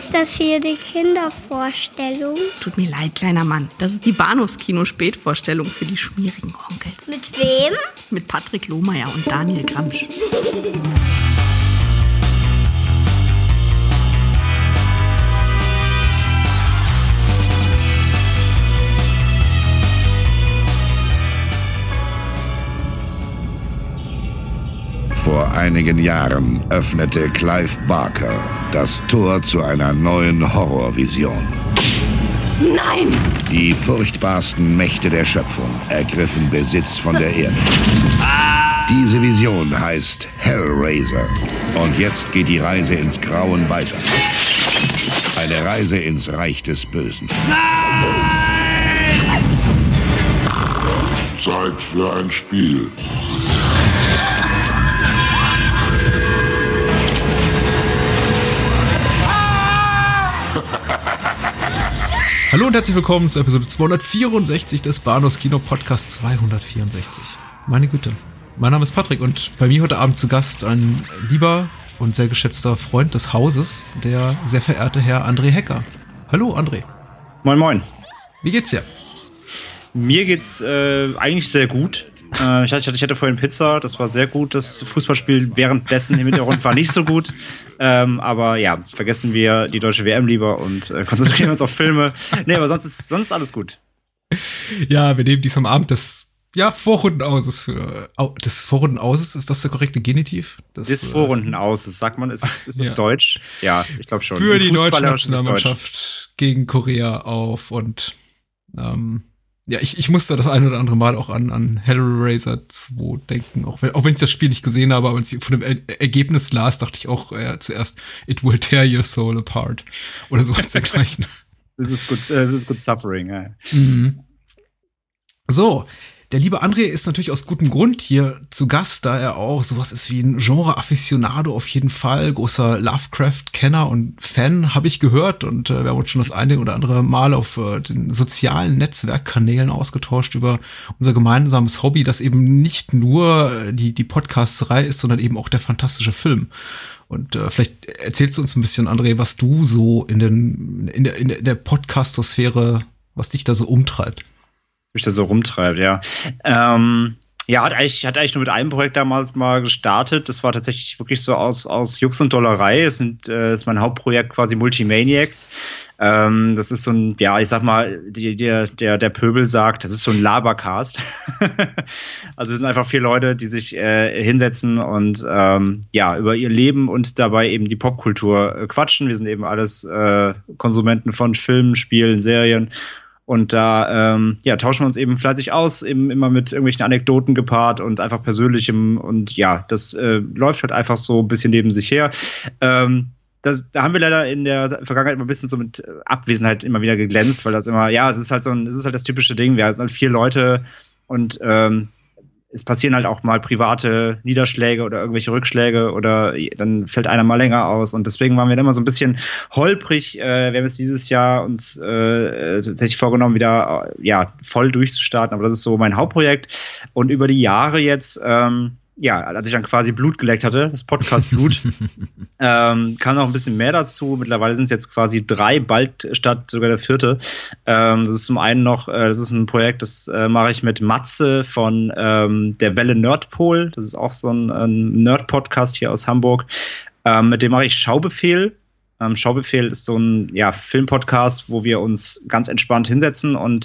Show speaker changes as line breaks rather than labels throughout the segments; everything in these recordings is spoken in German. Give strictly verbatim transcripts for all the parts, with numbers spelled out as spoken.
Ist das hier die Kindervorstellung?
Tut mir leid, kleiner Mann. Das ist die Bahnhofskino-Spätvorstellung für die schmierigen Onkels.
Mit wem?
Mit Patrick Lohmeier und Daniel Gramsch.
Vor einigen Jahren öffnete Clive Barker das Tor zu einer neuen Horrorvision.
Nein!
Die furchtbarsten Mächte der Schöpfung ergriffen Besitz von der Erde. Diese Vision heißt Hellraiser. Und jetzt geht die Reise ins Grauen weiter. Eine Reise ins Reich des Bösen.
Nein! Zeit für ein Spiel.
Hallo und herzlich willkommen zur Episode zweihundertvierundsechzig des Bahnhofskino Podcast zweihundertvierundsechzig. Meine Güte. Mein Name ist Patrick und bei mir heute Abend zu Gast ein lieber und sehr geschätzter Freund des Hauses, der sehr verehrte Herr André Hecker. Hallo André.
Moin moin.
Wie geht's dir?
Mir geht's äh, eigentlich sehr gut. Äh, ich, hatte, ich hatte vorhin Pizza, das war sehr gut. Das Fußballspiel währenddessen im Hintergrund war nicht so gut. Ähm, aber ja, vergessen wir die deutsche W M lieber und äh, konzentrieren uns auf Filme. Nee, aber sonst ist, sonst ist alles gut.
Ja, wir nehmen dies am Abend des ja, Vorrundenauses für. Au, des Vorrundenauses, ist das der korrekte Genitiv? Das,
des Vorrundenauses, sagt man, ist, ist es
ja.
Deutsch? Ja, ich glaube schon.
Für die deutsche Nationalmannschaft gegen Korea auf und ähm, ja, ich, ich musste das ein oder andere Mal auch an, an Hellraiser zwei denken, auch wenn, auch wenn ich das Spiel nicht gesehen habe, aber als ich von dem er- Ergebnis las, dachte ich auch äh, zuerst, it will tear your soul apart oder sowas dergleichen.
Das ist gut, das ist good suffering, ja.
Mhm. So, der liebe André ist natürlich aus gutem Grund hier zu Gast, da er auch sowas ist wie ein Genre-Afficionado auf jeden Fall, großer Lovecraft-Kenner und Fan, habe ich gehört, und äh, wir haben uns schon das eine oder andere Mal auf äh, den sozialen Netzwerkkanälen ausgetauscht über unser gemeinsames Hobby, das eben nicht nur die, die Podcasterei ist, sondern eben auch der fantastische Film. Und äh, vielleicht erzählst du uns ein bisschen, André, was du so in, den, in der, in der, in der Podcastosphäre, was dich da so umtreibt.
Mich da so rumtreibt, ja. Ähm, ja, hat eigentlich, hat eigentlich nur mit einem Projekt damals mal gestartet. Das war tatsächlich wirklich so aus, aus Jux und Dollerei. Das sind, äh, das ist mein Hauptprojekt quasi Multimaniacs. Ähm, das ist so ein, ja, ich sag mal, die, der, der, der Pöbel sagt, das ist so ein Labercast. Also wir sind einfach vier Leute, die sich äh, hinsetzen und ähm, ja, über ihr Leben und dabei eben die Popkultur äh, quatschen. Wir sind eben alles äh, Konsumenten von Filmen, Spielen, Serien. Und da ähm, ja, tauschen wir uns eben fleißig aus, eben immer mit irgendwelchen Anekdoten gepaart und einfach Persönlichem. Und ja, das äh, läuft halt einfach so ein bisschen neben sich her. Ähm, das, da haben wir leider in der Vergangenheit immer ein bisschen so mit Abwesenheit immer wieder geglänzt, weil das immer, ja, es ist halt so ein, es ist halt das typische Ding. Wir sind halt vier Leute und ähm, es passieren halt auch mal private Niederschläge oder irgendwelche Rückschläge oder dann fällt einer mal länger aus, und deswegen waren wir dann immer so ein bisschen holprig. Äh, wir haben jetzt dieses Jahr uns äh, tatsächlich vorgenommen, wieder äh, ja, voll durchzustarten, aber das ist so mein Hauptprojekt, und über die Jahre jetzt ähm, ja, als ich dann quasi Blut geleckt hatte, das Podcast-Blut, ähm, kam noch ein bisschen mehr dazu. Mittlerweile sind es jetzt quasi drei, bald statt sogar der vierte. Ähm, das ist zum einen noch, äh, das ist ein Projekt, das äh, mache ich mit Matze von ähm, der Welle Nerdpol. Das ist auch so ein, ein Nerd-Podcast hier aus Hamburg. Ähm, mit dem mache ich Schaubefehl. Ähm, Schaubefehl ist so ein ja, Film-Podcast, wo wir uns ganz entspannt hinsetzen und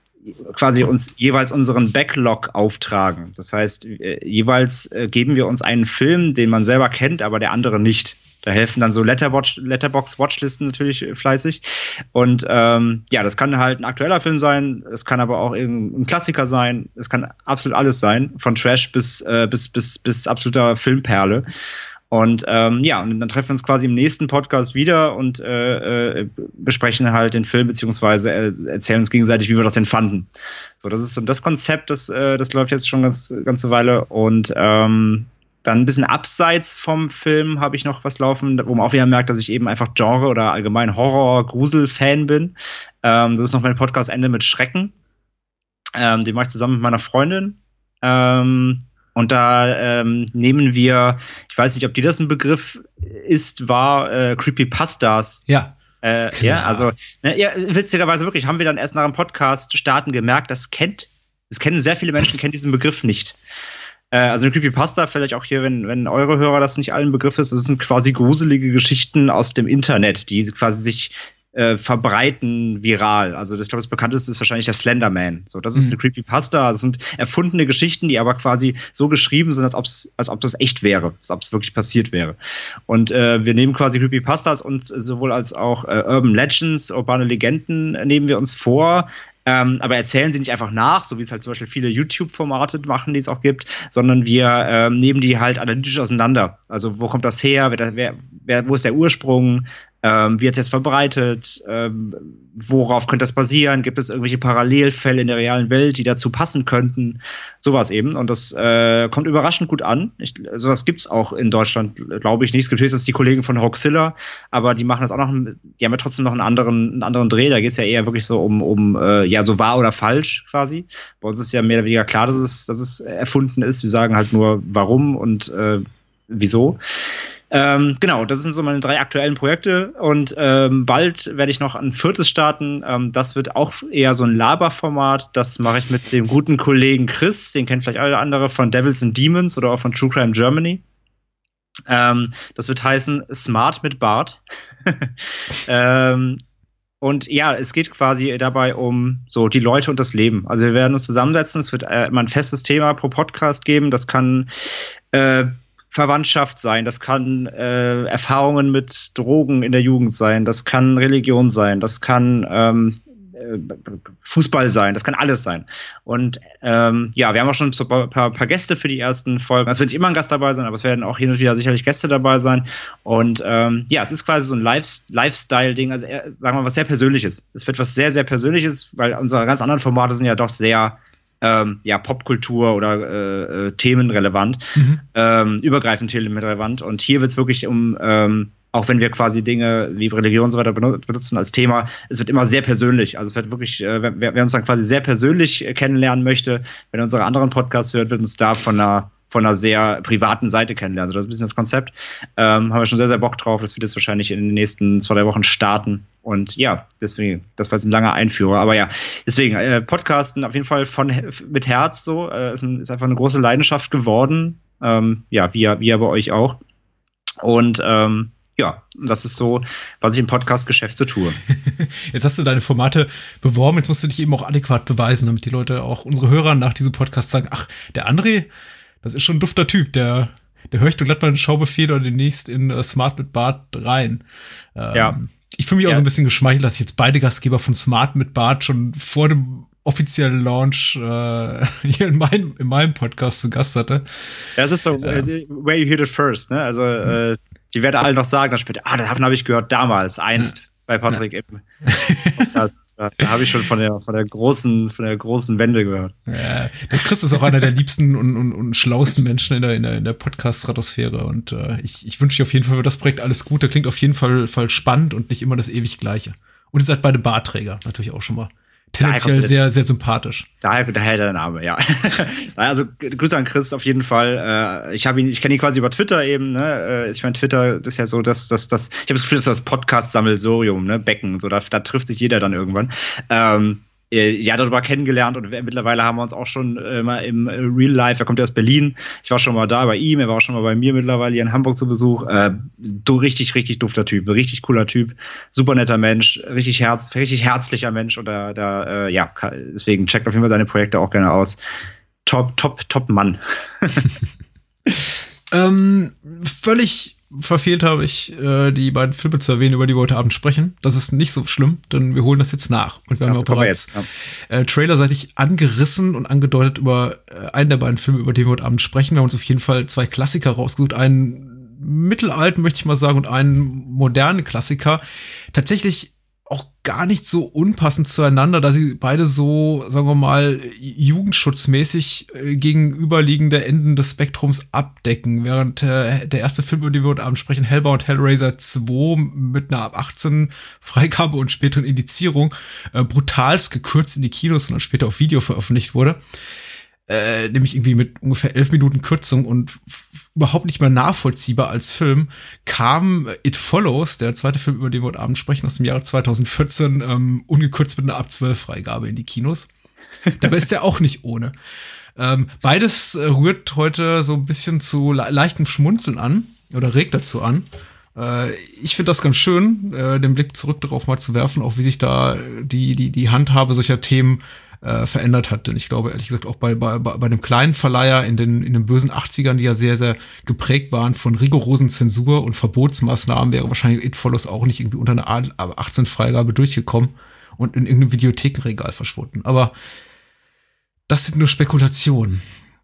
quasi uns jeweils unseren Backlog auftragen. Das heißt, äh, jeweils äh, geben wir uns einen Film, den man selber kennt, aber der andere nicht. Da helfen dann so Letterbox, Letterbox-Watchlisten natürlich fleißig. Und ähm, ja, das kann halt ein aktueller Film sein, es kann aber auch irgendein Klassiker sein, es kann absolut alles sein, von Trash bis, äh, bis, bis, bis absoluter Filmperle. Und ähm, ja, und dann treffen wir uns quasi im nächsten Podcast wieder und äh, äh, besprechen halt den Film, beziehungsweise äh, erzählen uns gegenseitig, wie wir das denn fanden. So, das ist so das Konzept, das, äh, das läuft jetzt schon ganz ganze Weile. Und ähm, dann ein bisschen abseits vom Film habe ich noch was laufen, wo man auch wieder merkt, dass ich eben einfach Genre oder allgemein Horror-Grusel-Fan bin. Ähm, das ist noch mein Podcast Ende mit Schrecken. Ähm, den mache ich zusammen mit meiner Freundin. Ähm, Und da ähm, nehmen wir, ich weiß nicht, ob dir das ein Begriff ist, war äh, Creepypastas.
Ja.
Äh, ja, also, ne, ja, witzigerweise wirklich, haben wir dann erst nach dem Podcast starten gemerkt, das kennt, das kennen sehr viele Menschen, kennen diesen Begriff nicht. Äh, also eine Creepypasta, vielleicht auch hier, wenn, wenn eure Hörer das nicht allen Begriff ist, das sind quasi gruselige Geschichten aus dem Internet, die quasi sich äh, verbreiten viral. Also das, ich glaube, das bekannteste ist wahrscheinlich der Slenderman. So, das ist mhm. eine Creepypasta. Das sind erfundene Geschichten, die aber quasi so geschrieben sind, als ob's, als ob das echt wäre, als ob es wirklich passiert wäre. Und äh, wir nehmen quasi Creepypastas und sowohl als auch äh, Urban Legends, urbane Legenden äh, nehmen wir uns vor. Ähm, aber erzählen sie nicht einfach nach, so wie es halt zum Beispiel viele YouTube-Formate machen, die es auch gibt, sondern wir ähm, nehmen die halt analytisch auseinander. Also wo kommt das her? Wer, wer, wer, wo ist der Ursprung? Ähm, wie hat es jetzt verbreitet? Ähm, worauf könnte das basieren? Gibt es irgendwelche Parallelfälle in der realen Welt, die dazu passen könnten? Sowas eben. Und das äh, kommt überraschend gut an. Ich, sowas gibt's auch in Deutschland, glaube ich nicht. Es gibt höchstens die Kollegen von Hoaxilla, aber die machen das auch noch, die haben ja trotzdem noch einen anderen, einen anderen Dreh. Da geht's ja eher wirklich so um, um äh, ja, so wahr oder falsch quasi. Bei uns ist ja mehr oder weniger klar, dass es, dass es erfunden ist. Wir sagen halt nur, warum und äh, wieso. Ähm, genau, das sind so meine drei aktuellen Projekte und ähm, bald werde ich noch ein viertes starten. Ähm, das wird auch eher so ein Laberformat. Das mache ich mit dem guten Kollegen Chris, den kennt vielleicht alle andere von Devils and Demons oder auch von True Crime Germany. Ähm, das wird heißen Smart mit Bart. ähm, Und ja, es geht quasi dabei um so die Leute und das Leben. Also wir werden uns zusammensetzen. Es wird äh, immer ein festes Thema pro Podcast geben. Das kann äh, Verwandtschaft sein, das kann äh, Erfahrungen mit Drogen in der Jugend sein, das kann Religion sein, das kann ähm, äh, Fußball sein, das kann alles sein. Und ähm, ja, wir haben auch schon so ein paar, paar Gäste für die ersten Folgen. Es wird nicht immer ein Gast dabei sein, aber es werden auch hin und wieder sicherlich Gäste dabei sein. Und ähm, ja, es ist quasi so ein Lifestyle-Ding, also eher, sagen wir mal, was sehr Persönliches. Es wird was sehr, sehr Persönliches, weil unsere ganz anderen Formate sind ja doch sehr Ähm, ja, Popkultur oder äh, äh, themenrelevant, mhm. ähm, übergreifend themenrelevant. Und hier wird es wirklich um, ähm, auch wenn wir quasi Dinge wie Religion und so weiter benutzen als Thema, es wird immer sehr persönlich. Also es wird wirklich, äh, wer, wer uns dann quasi sehr persönlich äh, kennenlernen möchte, wenn er unsere anderen Podcasts hört, wird uns da von einer von einer sehr privaten Seite kennenlernen. Also das ist ein bisschen das Konzept. Ähm, haben wir schon sehr, sehr Bock drauf. Das wird jetzt wahrscheinlich in den nächsten zwei, drei Wochen starten. Und ja, deswegen, das war jetzt ein langer Einführer. Aber ja, deswegen, äh, Podcasten auf jeden Fall von mit Herz so. Äh, ist, ein, ist einfach eine große Leidenschaft geworden. Ähm, ja, wie ja, wie ja bei euch auch. Und ähm, ja, das ist so, was ich im Podcast-Geschäft so tue.
Jetzt hast du deine Formate beworben. Jetzt musst du dich eben auch adäquat beweisen, damit die Leute, auch unsere Hörer nach diesem Podcast sagen, ach, der André, das ist schon ein dufter Typ, der, der höre ich doch glatt mal einen Schaubefehl oder demnächst in uh, Smart mit Bart rein. Ähm,
ja.
Ich fühle mich
ja.
auch so ein bisschen geschmeichelt, dass ich jetzt beide Gastgeber von Smart mit Bart schon vor dem offiziellen Launch äh, hier in, mein, in meinem Podcast zu Gast hatte.
Ja, es ist so, ähm. where you heard it first, ne? Also, mhm. äh, die werden alle noch sagen, dann später, ah, davon habe ich gehört damals, einst. Ja. Bei Patrick ja. im Podcast. Da, da habe ich schon von der, von der großen, von der großen Wende gehört.
Ja, der Chris ist auch einer der liebsten und, und, und schlauesten Menschen in der, in der, in der Podcast-Stratosphäre. Und äh, ich, ich wünsche dir auf jeden Fall für das Projekt alles Gute. Klingt auf jeden Fall, Fall spannend und nicht immer das ewig Gleiche. Und ihr seid beide Bartträger, natürlich auch schon mal. Tendenziell sehr, sehr sympathisch.
Daher, daher der Name, ja. Also Grüße an Chris auf jeden Fall. Ich habe ihn, ich kenne ihn quasi über Twitter eben. Ne? Ich meine, Twitter ist ja so, dass das, das, ich habe das Gefühl, das ist das Podcast-Sammelsurium, ne, Becken. So, da, da trifft sich jeder dann irgendwann. Ähm, ja, darüber kennengelernt und mittlerweile haben wir uns auch schon äh, mal im Real Life, er kommt ja aus Berlin, ich war schon mal da bei ihm, er war auch schon mal bei mir mittlerweile hier in Hamburg zu Besuch. Äh, du richtig, richtig dufter Typ, richtig cooler Typ, super netter Mensch, richtig herz, richtig herzlicher Mensch und da, da äh, ja, deswegen checkt auf jeden Fall seine Projekte auch gerne aus. Top, top, top Mann.
ähm, völlig verfehlt habe ich, äh, die beiden Filme zu erwähnen, über die wir heute Abend sprechen. Das ist nicht so schlimm, denn wir holen das jetzt nach. Und wir haben ja auch bereits jetzt, ja. äh, trailerseitig angerissen und angedeutet über äh, einen der beiden Filme, über die wir heute Abend sprechen. Wir haben uns auf jeden Fall zwei Klassiker rausgesucht. Einen mittelalten, möchte ich mal sagen, und einen modernen Klassiker. Tatsächlich auch gar nicht so unpassend zueinander, da sie beide so, sagen wir mal, jugendschutzmäßig äh, gegenüberliegende Enden des Spektrums abdecken. Während äh, der erste Film, über den wir heute Abend sprechen, Hellbound Hellraiser zwei mit einer ab achtzehn Freigabe und späteren Indizierung, äh, brutalst gekürzt in die Kinos und dann später auf Video veröffentlicht wurde, äh, nämlich irgendwie mit ungefähr elf Minuten Kürzung und f- überhaupt nicht mehr nachvollziehbar als Film, kam It Follows, der zweite Film, über den wir heute Abend sprechen, aus dem Jahre zweitausendvierzehn, ähm, ungekürzt mit einer Ab zwölf Freigabe in die Kinos. Dabei ist der auch nicht ohne. Ähm, beides äh, rührt heute so ein bisschen zu le- leichtem Schmunzeln an oder regt dazu an. Äh, ich finde das ganz schön, äh, den Blick zurück darauf mal zu werfen, auch wie sich da die, die, die Handhabe solcher Themen äh, verändert hat. Denn ich glaube, ehrlich gesagt, auch bei, bei, bei dem kleinen Verleiher in den, in den bösen achtzigern, die ja sehr, sehr geprägt waren von rigorosen Zensur- und Verbotsmaßnahmen, wäre wahrscheinlich It Follows auch nicht irgendwie unter einer achtzehn Freigabe durchgekommen und in irgendeinem Videothekenregal verschwunden. Aber das sind nur Spekulationen.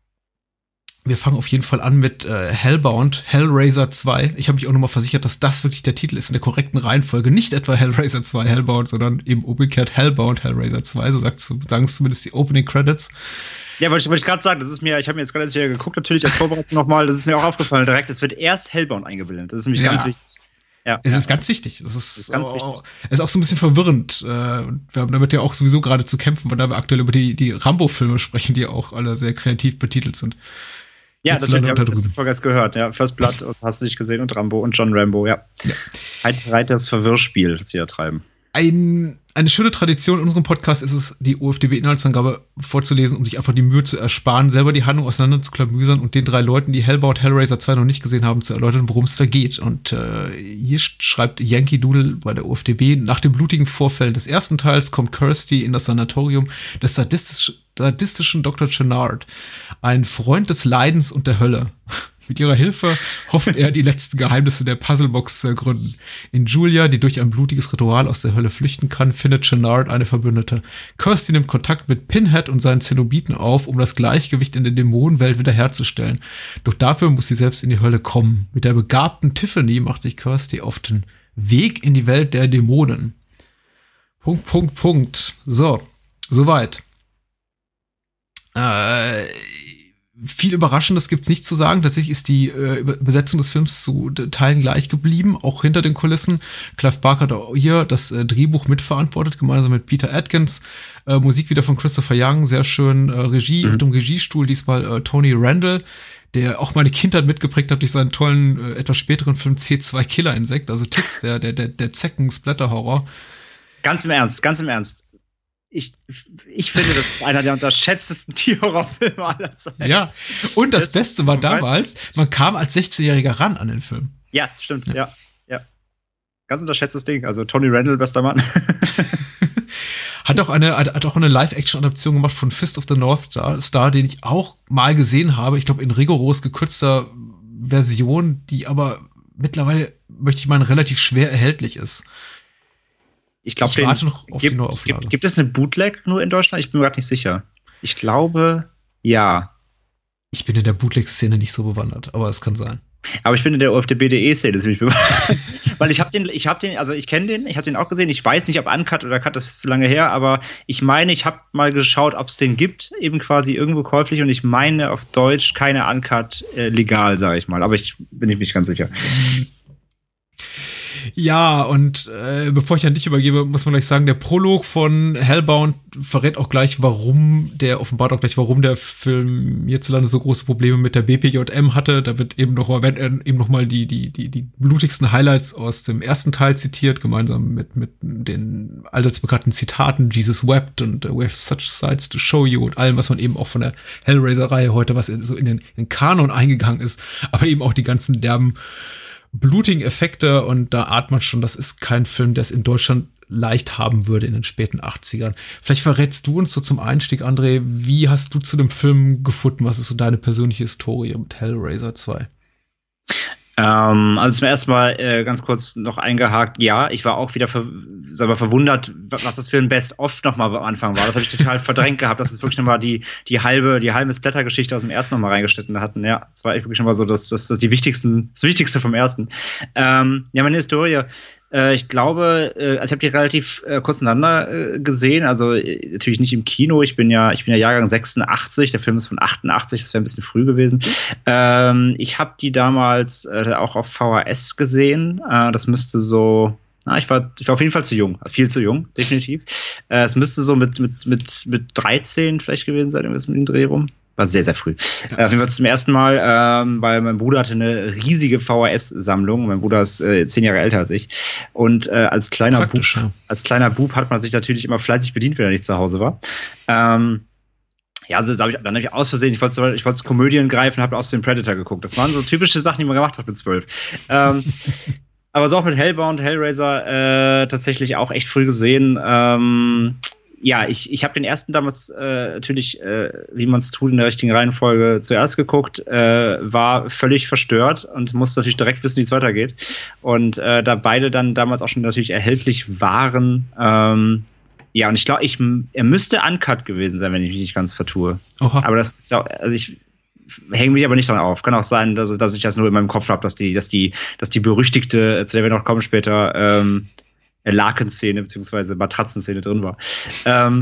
Wir fangen auf jeden Fall an mit äh, Hellbound, Hellraiser zwei. Ich habe mich auch nochmal versichert, dass das wirklich der Titel ist in der korrekten Reihenfolge. Nicht etwa Hellraiser zwei Hellbound, sondern eben umgekehrt Hellbound, Hellraiser zwei. So sagt, sagen es zumindest die Opening Credits.
Ja, wollte ich, wollte ich gerade sagen, das ist mir, ich habe mir jetzt gerade wieder geguckt, natürlich als Vorbereitung nochmal, das ist mir auch aufgefallen direkt, es wird erst Hellbound eingeblendet. Das ist nämlich
Ja.
ganz wichtig. Ja,
Es
ja.
ist ganz wichtig. Das ist,
Das ist ganz
auch,
wichtig.
Es ist auch so ein bisschen verwirrend. Äh, und wir haben damit ja auch sowieso gerade zu kämpfen, weil wir aktuell über die, die Rambo-Filme sprechen, die auch alle sehr kreativ betitelt sind.
Ja,
Jetzt
das habe
landet
ich
er
das
drüben.
vorgestern gehört. Ja, First Blood und hast du nicht gesehen und Rambo und John Rambo, ja.
Ja.
Halt, halt das Verwirrspiel, das sie da treiben.
Ein, eine schöne Tradition in unserem Podcast ist es, die O F D B-Inhaltsangabe vorzulesen, um sich einfach die Mühe zu ersparen, selber die Handlung auseinander zu klamüsern und den drei Leuten, die Hellbound Hellraiser zwei noch nicht gesehen haben, zu erläutern, worum es da geht. Und äh, hier schreibt Yankee Doodle bei der O F D B, nach den blutigen Vorfällen des ersten Teils kommt Kirsty in das Sanatorium des sadistisch, sadistischen Doktor Chennard, ein Freund des Leidens und der Hölle. Mit ihrer Hilfe hofft er, die letzten Geheimnisse der Puzzlebox zu ergründen. In Julia, die durch ein blutiges Ritual aus der Hölle flüchten kann, findet Chennard eine Verbündete. Kirsty nimmt Kontakt mit Pinhead und seinen Zenobiten auf, um das Gleichgewicht in der Dämonenwelt wiederherzustellen. Doch dafür muss sie selbst in die Hölle kommen. Mit der begabten Tiffany macht sich Kirsty auf den Weg in die Welt der Dämonen. Punkt, Punkt, Punkt. So, soweit. Äh... Viel Überraschendes gibt's nicht zu sagen. Tatsächlich ist die äh, Besetzung des Films zu Teilen gleich geblieben, auch hinter den Kulissen. Clive Barker hat auch hier das äh, Drehbuch mitverantwortet, gemeinsam mit Peter Atkins. Äh, Musik wieder von Christopher Young, sehr schön. Äh, Regie mhm. auf dem Regiestuhl, diesmal äh, Tony Randall, der auch meine Kindheit mitgeprägt hat durch seinen tollen, äh, etwas späteren Film C zwei Killer Insekt, also Ticks, der, der, der, der Zecken-Splatter-Horror.
Ganz im Ernst, ganz im Ernst. Ich, ich finde, das ist einer der unterschätztesten Tierhorrorfilme aller Zeiten.
Ja, und das,
Das-
Beste war damals, man kam als sechzehnjähriger ran an den Film.
Ja, stimmt, ja. ja. ja. Ganz unterschätztes Ding. Also Tony Randall, bester Mann.
Hat auch eine, hat auch eine Live-Action-Adaption gemacht von Fist of the North Star, Star, den ich auch mal gesehen habe. Ich glaube, in rigoros gekürzter Version, die aber mittlerweile, möchte ich meinen, relativ schwer erhältlich ist.
Ich glaube,
Ich warte noch auf die
gibt,
Neuauflage.
gibt, gibt es eine Bootleg nur in Deutschland? Ich bin mir gerade nicht sicher. Ich glaube, ja.
Ich bin in der Bootleg-Szene nicht so bewandert, aber es kann sein.
Aber ich bin in der O F D B punkt de-Szene ziemlich bewandert. Weil ich habe den, ich habe den, also ich kenne den, ich habe den auch gesehen. Ich weiß nicht, ob Uncut oder Cut, das ist zu lange her, aber ich meine, ich habe mal geschaut, ob es den gibt, eben quasi irgendwo käuflich, und ich meine auf Deutsch keine Uncut äh, legal, sage ich mal. Aber ich bin nicht ganz sicher.
Ja, und äh, bevor ich an dich übergebe, muss man gleich sagen, der Prolog von Hellbound verrät auch gleich, warum, der offenbart auch gleich, warum der Film hierzulande so große Probleme mit der B P J M hatte. Da wird eben noch mal, werden äh, eben noch mal die, die, die, die blutigsten Highlights aus dem ersten Teil zitiert, gemeinsam mit, mit den allseits bekannten Zitaten, Jesus wept und uh, we have such sights to show you und allem, was man eben auch von der Hellraiser-Reihe heute, was in, so in den, in den Kanon eingegangen ist, aber eben auch die ganzen derben blutigen Effekte, und da ahnt man schon, das ist kein Film, der es in Deutschland leicht haben würde in den späten achtzigern. Vielleicht verrätst du uns so zum Einstieg, André, wie hast du zu dem Film gefunden? Was ist so deine persönliche Historie mit Hellraiser zwei?
Ähm, also zum ersten Mal äh, ganz kurz noch eingehakt, ja, ich war auch wieder ver sag mal, verwundert, was das für ein Best-of nochmal am Anfang war. Das habe ich total verdrängt gehabt, dass es wirklich nochmal die, die halbe, die halbe Splatter-Geschichte aus dem ersten nochmal reingeschnitten hatten. Ja, das war echt wirklich nochmal so das, das, das, die wichtigsten, das Wichtigste vom ersten. Ähm, ja, meine Historie. Äh, ich glaube, äh, also ich habe die relativ äh, kurz ineinander äh, gesehen, also äh, natürlich nicht im Kino. Ich bin ja, ich bin ja Jahrgang sechsundachtzig, der Film ist von achtundachtzig, das wäre ein bisschen früh gewesen. Ähm, ich habe die damals äh, auch auf V H S gesehen. Äh, das müsste so, na, ich war, ich war auf jeden Fall zu jung, viel zu jung, definitiv. Äh, es müsste so mit, mit, mit, mit dreizehn vielleicht gewesen sein, irgendwas mit dem Dreh rum. war sehr, sehr früh. Ja. Äh, auf jeden Fall zum ersten Mal, ähm, weil mein Bruder hatte eine riesige V H S-Sammlung. Mein Bruder ist äh, zehn Jahre älter als ich. Und äh, als kleiner Bub, ja. als kleiner Bub hat man sich natürlich immer fleißig bedient, wenn er nicht zu Hause war. Ähm, ja, also hab ich, dann habe ich aus Versehen, ich wollte ich wollte Komödien greifen, habe aus dem Predator geguckt. Das waren so typische Sachen, die man gemacht hat mit zwölf. ähm, aber so auch mit Hellbound, Hellraiser äh, tatsächlich auch echt früh gesehen. Ähm, Ja, ich, ich habe den ersten damals äh, natürlich, äh, wie man es tut, in der richtigen Reihenfolge zuerst geguckt, äh, war völlig verstört und musste natürlich direkt wissen, wie es weitergeht. Und äh, da beide dann damals auch schon natürlich erhältlich waren, ähm, ja, und ich glaube, ich, er müsste uncut gewesen sein, wenn ich mich nicht ganz vertue. Oha. Aber das ist ja, also ich hänge mich aber nicht dran auf. Kann auch sein, dass, dass ich das nur in meinem Kopf habe, dass die, dass die, dass die berüchtigte, zu der wir noch kommen später, ähm, Lakenszene bzw. Matratzenszene drin war. Ähm,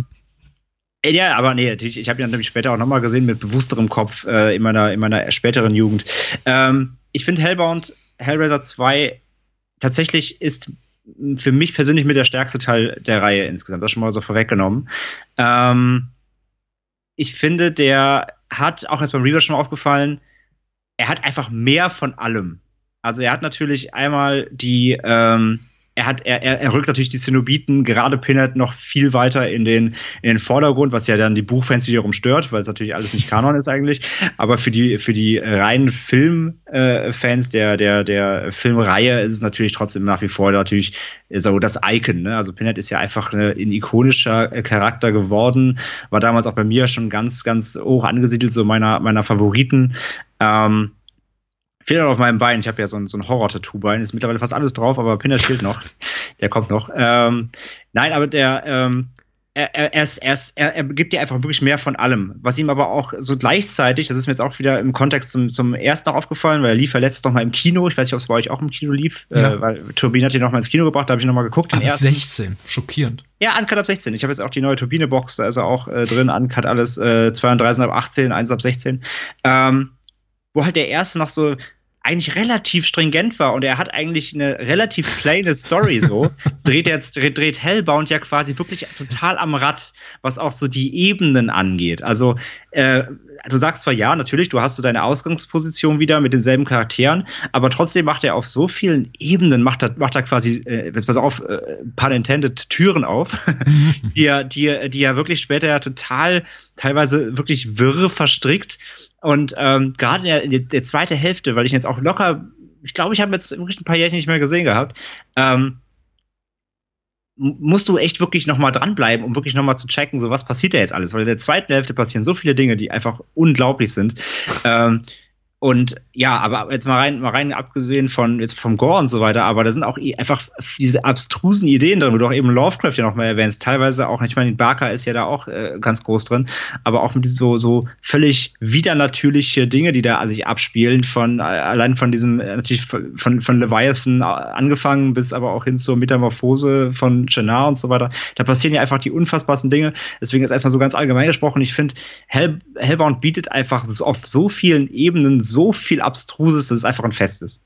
ja, aber nee, natürlich, ich habe ihn nämlich später auch nochmal gesehen mit bewussterem Kopf äh, in, meiner, in meiner späteren Jugend. Ähm, ich finde Hellbound, Hellraiser zwei tatsächlich ist für mich persönlich mit der stärkste Teil der Reihe insgesamt. Das schon mal so vorweggenommen. Ähm, ich finde, der hat, auch erst beim Rewatch schon mal aufgefallen, er hat einfach mehr von allem. Also er hat natürlich einmal die ähm, Er, hat, er, er rückt natürlich die Zenobiten, gerade Pinhead, noch viel weiter in den, in den Vordergrund, was ja dann die Buchfans wiederum stört, weil es natürlich alles nicht Kanon ist eigentlich. Aber für die, für die reinen Filmfans äh, der, der, der Filmreihe ist es natürlich trotzdem nach wie vor natürlich so das Icon. Ne? Also Pinhead ist ja einfach ein ikonischer Charakter geworden, war damals auch bei mir schon ganz, ganz hoch angesiedelt, so meiner, meiner Favoriten. Ähm, Fehlt auf meinem Bein. Ich habe ja so ein, so ein Horror-Tattoo-Bein. Ist mittlerweile fast alles drauf, aber Pinhead fehlt noch. Der kommt noch. Ähm, nein, aber der, ähm, er, er, er, ist, er, ist, er, er gibt dir einfach wirklich mehr von allem. Was ihm aber auch so gleichzeitig, das ist mir jetzt auch wieder im Kontext zum, zum ersten noch aufgefallen, weil er lief ja letztens noch mal im Kino. Ich weiß nicht, ob es bei euch auch im Kino lief. Ja. Äh, weil Turbine hat ihn noch mal ins Kino gebracht, da habe ich noch mal geguckt.
Ab sechzehn, schockierend.
Ja, Uncut ab sechzehn. Ich habe jetzt auch die neue Turbine-Box, da ist er auch äh, drin. Uncut alles, äh, zweiunddreißig ab achtzehn, eins ab sechzehn. Ähm, wo halt der erste noch so eigentlich relativ stringent war und er hat eigentlich eine relativ plaine Story so, dreht jetzt dreht, dreht Hellbound ja quasi wirklich total am Rad, was auch so die Ebenen angeht. Also äh, du sagst zwar ja, natürlich, du hast so deine Ausgangsposition wieder mit denselben Charakteren, aber trotzdem macht er auf so vielen Ebenen, macht er, macht er quasi, äh, jetzt pass auf, äh, pun intended, Türen auf, die er, die, die er wirklich später ja total, teilweise wirklich wirr verstrickt. Und ähm, gerade in der, in der zweiten Hälfte, weil ich jetzt auch locker, ich glaube, ich habe jetzt wirklich ein paar Jährchen nicht mehr gesehen gehabt, ähm, musst du echt wirklich noch mal dranbleiben, um wirklich noch mal zu checken, so was passiert da jetzt alles. Weil in der zweiten Hälfte passieren so viele Dinge, die einfach unglaublich sind. Ähm, und ja, aber jetzt mal rein, mal rein abgesehen von jetzt vom Gore und so weiter, aber da sind auch einfach diese abstrusen Ideen drin, wo du auch eben Lovecraft ja noch mal erwähnst, teilweise auch, ich meine, Barker ist ja da auch äh, ganz groß drin, aber auch mit so, so völlig widernatürliche Dinge, die da sich abspielen, von allein von diesem, natürlich von, von, von Leviathan angefangen, bis aber auch hin zur Metamorphose von Shannara und so weiter. Da passieren ja einfach die unfassbarsten Dinge, deswegen jetzt erstmal so ganz allgemein gesprochen, ich finde, Hell, Hellbound bietet einfach auf so vielen Ebenen so viel Abstruses, dass es einfach ein Fest ist.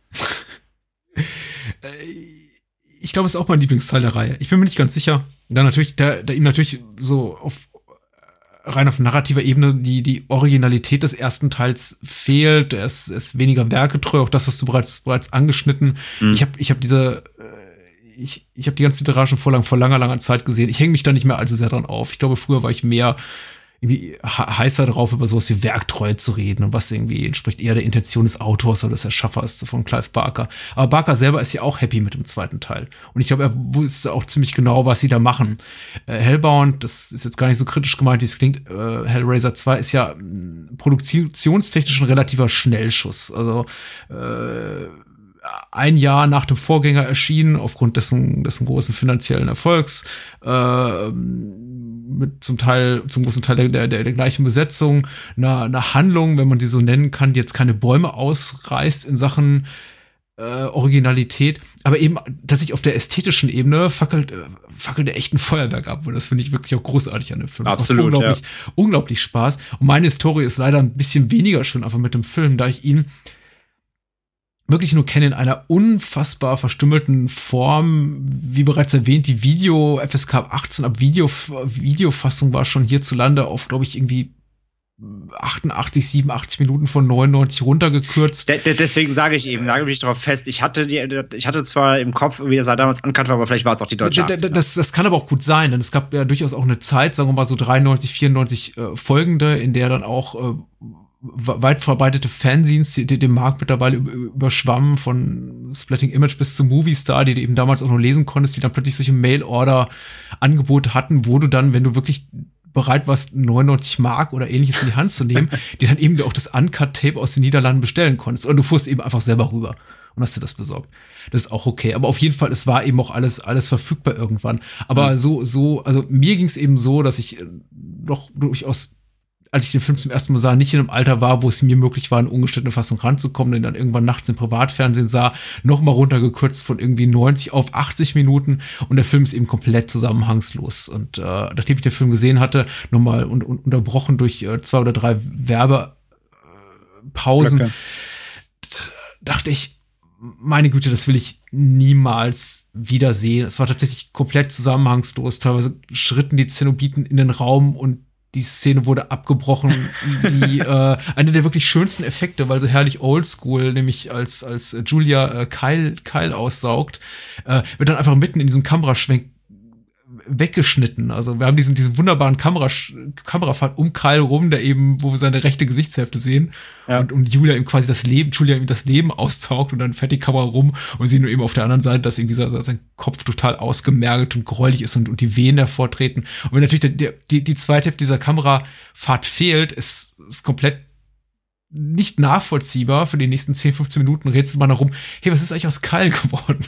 Ich glaube, es ist auch mein Lieblingsteil der Reihe. Ich bin mir nicht ganz sicher. Da natürlich, da, da ihm natürlich so auf rein auf narrativer Ebene die, die Originalität des ersten Teils fehlt. Er ist, ist weniger werketreu. Auch das hast du bereits, bereits angeschnitten. Mhm. Ich habe ich hab diese ich, ich habe die ganze Literage schon vor, lang, vor langer, langer Zeit gesehen. Ich hänge mich da nicht mehr allzu sehr dran auf. Ich glaube, früher war ich mehr irgendwie heißer drauf, über sowas wie Werktreue zu reden und was irgendwie entspricht eher der Intention des Autors oder des Erschaffers von Clive Barker. Aber Barker selber ist ja auch happy mit dem zweiten Teil. Und ich glaube, er wusste auch ziemlich genau, was sie da machen. Äh, Hellbound, das ist jetzt gar nicht so kritisch gemeint, wie es klingt, äh, Hellraiser zwei ist ja äh, produktionstechnisch ein relativer Schnellschuss. Also äh, ein Jahr nach dem Vorgänger erschienen, aufgrund dessen, dessen großen finanziellen Erfolgs, äh, mit zum Teil, zum großen Teil der, der, der gleichen Besetzung, einer, einer Handlung, wenn man sie so nennen kann, die jetzt keine Bäume ausreißt in Sachen äh, Originalität, aber eben tatsächlich auf der ästhetischen Ebene fackelt, äh, fackelt der echt ein Feuerwerk ab, und das finde ich wirklich auch großartig an dem Film.
Absolut,
das macht unglaublich, ja. unglaublich Spaß. Und meine Historie ist leider ein bisschen weniger schön einfach mit dem Film, da ich ihn wirklich nur kenne in einer unfassbar verstümmelten Form. Wie bereits erwähnt, die Video, F S K achtzehn ab Video, Videofassung war schon hierzulande auf, glaube ich, irgendwie achtundachtzig, siebenundachtzig Minuten von neunundneunzig runtergekürzt.
De- de- deswegen sage ich eben, nagel mich darauf fest. Ich hatte die, ich hatte zwar im Kopf, wie das damals ankannte war, aber vielleicht war es auch die deutsche
D- d- das, das kann aber auch gut sein, denn es gab ja durchaus auch eine Zeit, sagen wir mal so dreiundneunzig, vierundneunzig äh, folgende, in der dann auch äh, weit verbreitete Fanzines, die, die den Markt mittlerweile überschwammen, von Splitting Image bis zu Movie Star, die du eben damals auch noch lesen konntest, die dann plötzlich solche Mail-Order-Angebote hatten, wo du dann, wenn du wirklich bereit warst, neunundneunzig Mark oder ähnliches in die Hand zu nehmen, die dann eben auch das Uncut-Tape aus den Niederlanden bestellen konntest. Oder du fuhrst eben einfach selber rüber und hast dir das besorgt. Das ist auch okay. Aber auf jeden Fall, es war eben auch alles, alles verfügbar irgendwann. Aber mhm. so, so, also mir ging es eben so, dass ich doch durchaus, als ich den Film zum ersten Mal sah, nicht in einem Alter war, wo es mir möglich war, in ungeschnittene Fassung ranzukommen, den dann irgendwann nachts im Privatfernsehen sah, noch mal runtergekürzt von irgendwie neunzig auf achtzig Minuten und der Film ist eben komplett zusammenhangslos. Und äh, nachdem ich den Film gesehen hatte, nochmal un- un- unterbrochen durch äh, zwei oder drei Werbepausen, okay. dachte ich, meine Güte, das will ich niemals wiedersehen. Es war tatsächlich komplett zusammenhangslos. Teilweise schritten die Zenobiten in den Raum und die Szene wurde abgebrochen, die äh, eine der wirklich schönsten Effekte, weil so herrlich oldschool, nämlich als als Julia äh, Kyle Kyle aussaugt, äh, wird dann einfach mitten in diesem Kameraschwenk weggeschnitten. Also wir haben diesen diesen wunderbaren Kamera Kamerafahrt um Kyle rum, der eben, wo wir seine rechte Gesichtshälfte sehen, ja. und und Julia ihm quasi das Leben, Julia ihm das Leben aussaugt und dann fährt die Kamera rum und wir sehen nur eben auf der anderen Seite, dass irgendwie so, so sein Kopf total ausgemergelt und gräulich ist und und die Venen hervortreten. Und wenn natürlich der, der, die die zweite Hälfte dieser Kamerafahrt fehlt, ist ist komplett nicht nachvollziehbar. Für die nächsten zehn, fünfzehn Minuten rätselt man herum, hey, was ist eigentlich aus Kyle geworden?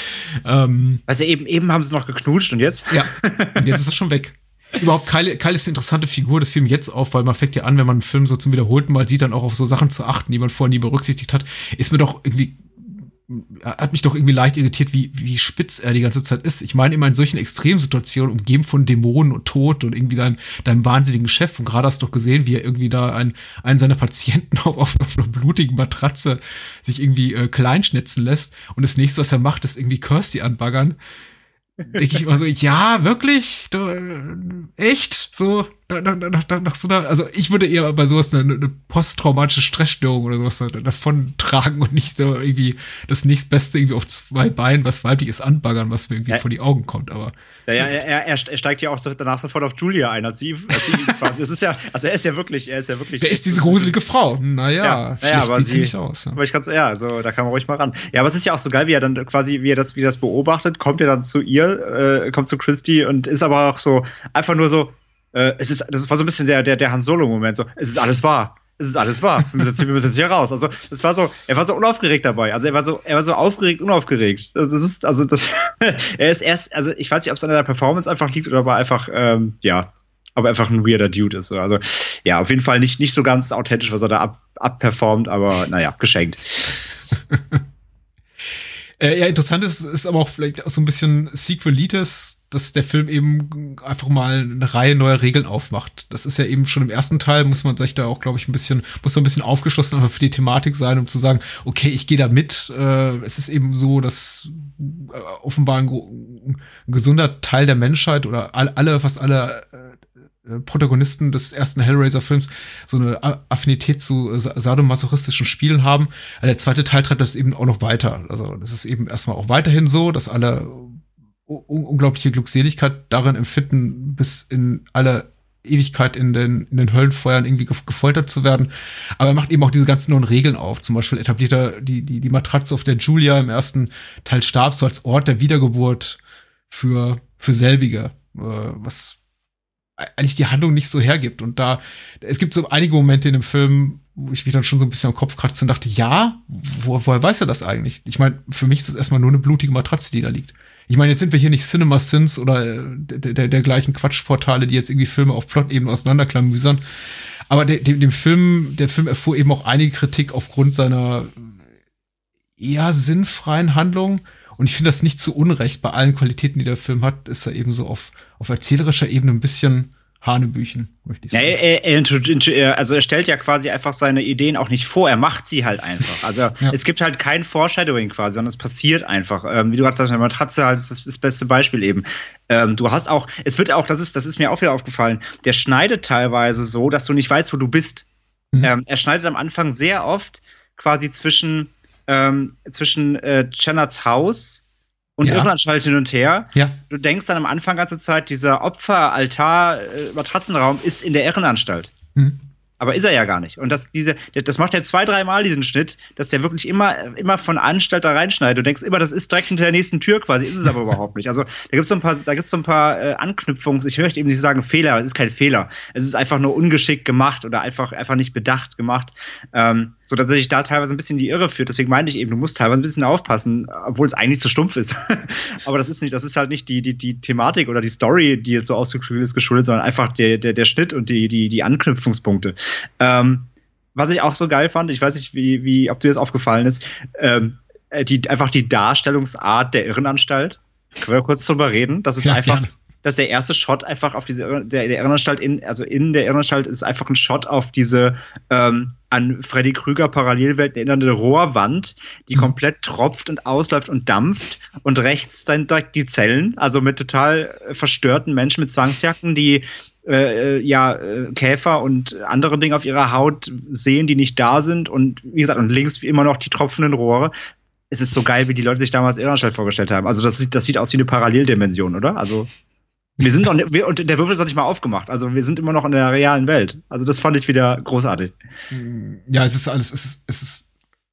ähm,
also eben, eben haben sie noch geknutscht und jetzt?
Ja, und jetzt ist er schon weg. Überhaupt, Kyle, Kyle ist eine interessante Figur, das fiel mir jetzt auf, weil man fängt ja an, wenn man einen Film so zum wiederholten Mal sieht, dann auch auf so Sachen zu achten, die man vorher nie berücksichtigt hat, ist mir doch irgendwie hat mich doch irgendwie leicht irritiert, wie, wie spitz er die ganze Zeit ist. Ich meine, immer in solchen Extremsituationen, umgeben von Dämonen und Tod und irgendwie deinem, deinem wahnsinnigen Chef. Und gerade hast du doch gesehen, wie er irgendwie da einen, einen seiner Patienten auf, auf, auf einer blutigen Matratze sich irgendwie äh, kleinschnitzen lässt. Und das nächste, was er macht, ist irgendwie Kirsty anbaggern. Denke ich immer so, ja, wirklich? Du, äh, echt? So, nach, nach, nach, nach so einer, also ich würde eher bei sowas eine, eine posttraumatische Stressstörung oder sowas davon tragen und nicht so irgendwie das nächstbeste irgendwie auf zwei Beinen, was weibliches anbaggern, was mir irgendwie ja. vor die Augen kommt, aber.
Ja, ja, er, er, er steigt ja auch so danach sofort auf Julia ein, als sie, als sie quasi, es ist ja, also er ist ja wirklich, er ist ja wirklich.
Wer ist diese gruselige Frau? Naja,
ja,
vielleicht
ja,
sieht
sie,
sie nicht aus. Ja.
Aber ich kann's, ja, also da kann man ruhig mal ran. Ja, aber es ist ja auch so geil, wie er dann quasi, wie er das, wie er das beobachtet, kommt er dann zu ihr, äh, kommt zu Christy und ist aber auch so, einfach nur so, äh, es ist, das war so ein bisschen der, der, der Han Solo-Moment, so, es ist alles wahr. Es ist alles wahr. Wir müssen jetzt, wir müssen jetzt hier raus. Also, das war so, er war so unaufgeregt dabei. Also, er war so, er war so aufgeregt, unaufgeregt. Das ist, also, das, er ist erst, also, ich weiß nicht, ob es an der Performance einfach liegt oder aber einfach, ähm, ja, aber einfach ein weirder Dude ist. Also, ja, auf jeden Fall nicht, nicht so ganz authentisch, was er da ab, abperformt, aber, naja, geschenkt.
Äh, ja, interessant ist, ist aber auch vielleicht auch so ein bisschen Sequelitis, dass der Film eben einfach mal eine Reihe neuer Regeln aufmacht. Das ist ja eben schon im ersten Teil, muss man sich da auch, glaube ich, ein bisschen, muss man ein bisschen aufgeschlossen einfach für die Thematik sein, um zu sagen, okay, ich gehe da mit. Äh, es ist eben so, dass äh, offenbar ein, ein gesunder Teil der Menschheit oder all, alle, fast alle äh, Protagonisten des ersten Hellraiser-Films so eine Affinität zu sadomasochistischen Spielen haben. Also der zweite Teil treibt das eben auch noch weiter. Also das ist eben erstmal auch weiterhin so, dass alle un- unglaubliche Glückseligkeit darin empfinden, bis in alle Ewigkeit in den, in den Höllenfeuern irgendwie ge- gefoltert zu werden. Aber er macht eben auch diese ganzen neuen Regeln auf. Zum Beispiel etabliert er die, die, die Matratze, auf der Julia im ersten Teil starb, so als Ort der Wiedergeburt für, für selbige, äh, was eigentlich die Handlung nicht so hergibt. Und da, es gibt so einige Momente in dem Film, wo ich mich dann schon so ein bisschen am Kopf kratzte und dachte, ja, wo, woher weiß er das eigentlich? Ich meine, für mich ist das erstmal nur eine blutige Matratze, die da liegt. Ich meine, jetzt sind wir hier nicht Cinema Sins oder der, der, der gleichen Quatschportale, die jetzt irgendwie Filme auf Plot-Ebene auseinanderklamüsern. Aber der, dem, dem Film, der Film erfuhr eben auch einige Kritik aufgrund seiner eher sinnfreien Handlung. Und ich finde das nicht zu Unrecht. Bei allen Qualitäten, die der Film hat, ist er eben so auf, auf erzählerischer Ebene ein bisschen Hanebüchen, möchte ich
Ja,
sagen.
er, er, er, also er stellt ja quasi einfach seine Ideen auch nicht vor, er macht sie halt einfach. Also
Ja.
es gibt halt kein Foreshadowing quasi, sondern es passiert einfach. Ähm, wie du gerade sagst, eine Matratze halt ist das, das beste Beispiel eben. Ähm, du hast auch, es wird auch, das ist, das ist mir auch wieder aufgefallen, der schneidet teilweise so, dass du nicht weißt, wo du bist.
Mhm.
Ähm, er schneidet am Anfang sehr oft quasi zwischen, ähm, zwischen äh, Chennards Haus und
Ja.
Irrenanstalt hin und her.
Ja.
Du denkst dann am Anfang ganze Zeit, dieser Opfer-Altar, äh, Matratzenraum ist in der Irrenanstalt.
Mhm.
Aber ist er ja gar nicht. Und das, diese, das macht er zwei, dreimal diesen Schnitt, dass der wirklich immer, immer von Anstalt da reinschneidet. Du denkst immer, das ist direkt hinter der nächsten Tür quasi, ist es aber überhaupt nicht. Also da gibt es so ein paar, da gibt's so ein paar äh, Anknüpfungs, ich möchte eben nicht sagen Fehler, es ist kein Fehler. Es ist einfach nur ungeschickt gemacht oder einfach, einfach nicht bedacht gemacht. Ähm, so dass er sich da teilweise ein bisschen in die Irre führt. Deswegen meine ich eben, du musst teilweise ein bisschen aufpassen, obwohl es eigentlich zu stumpf ist. Aber das ist nicht, das ist halt nicht die, die, die Thematik oder die Story, die jetzt so ausgeschuldet ist, geschuldet, sondern einfach der, der, der Schnitt und die, die, die Anknüpfungspunkte. Ähm, was ich auch so geil fand, ich weiß nicht, wie, wie, ob dir das aufgefallen ist, ähm, die, einfach die Darstellungsart der Irrenanstalt. Können wir kurz drüber reden? Das ist
Ja,
einfach,
gerne.
dass der erste Shot einfach auf diese Irren, der, der Irrenanstalt in, also in der Irrenanstalt ist einfach ein Shot auf diese ähm, an Freddy Krüger Parallelwelt erinnernde Rohrwand, die
Mhm.
komplett tropft und ausläuft und dampft und rechts dann direkt die Zellen, also mit total äh, verstörten Menschen mit Zwangsjacken, die äh, ja äh, Käfer und andere Dinge auf ihrer Haut sehen, die nicht da sind und wie gesagt, und links wie immer noch die tropfenden Rohre. Es ist so geil, wie die Leute sich damals Irrenanstalt vorgestellt haben. Also das sieht, das sieht aus wie eine Paralleldimension, oder? Also wir sind doch, wir, und der Würfel ist doch nicht mal aufgemacht. Also wir sind immer noch in der realen Welt. Also das fand ich wieder großartig.
Ja, es ist alles, es ist, es ist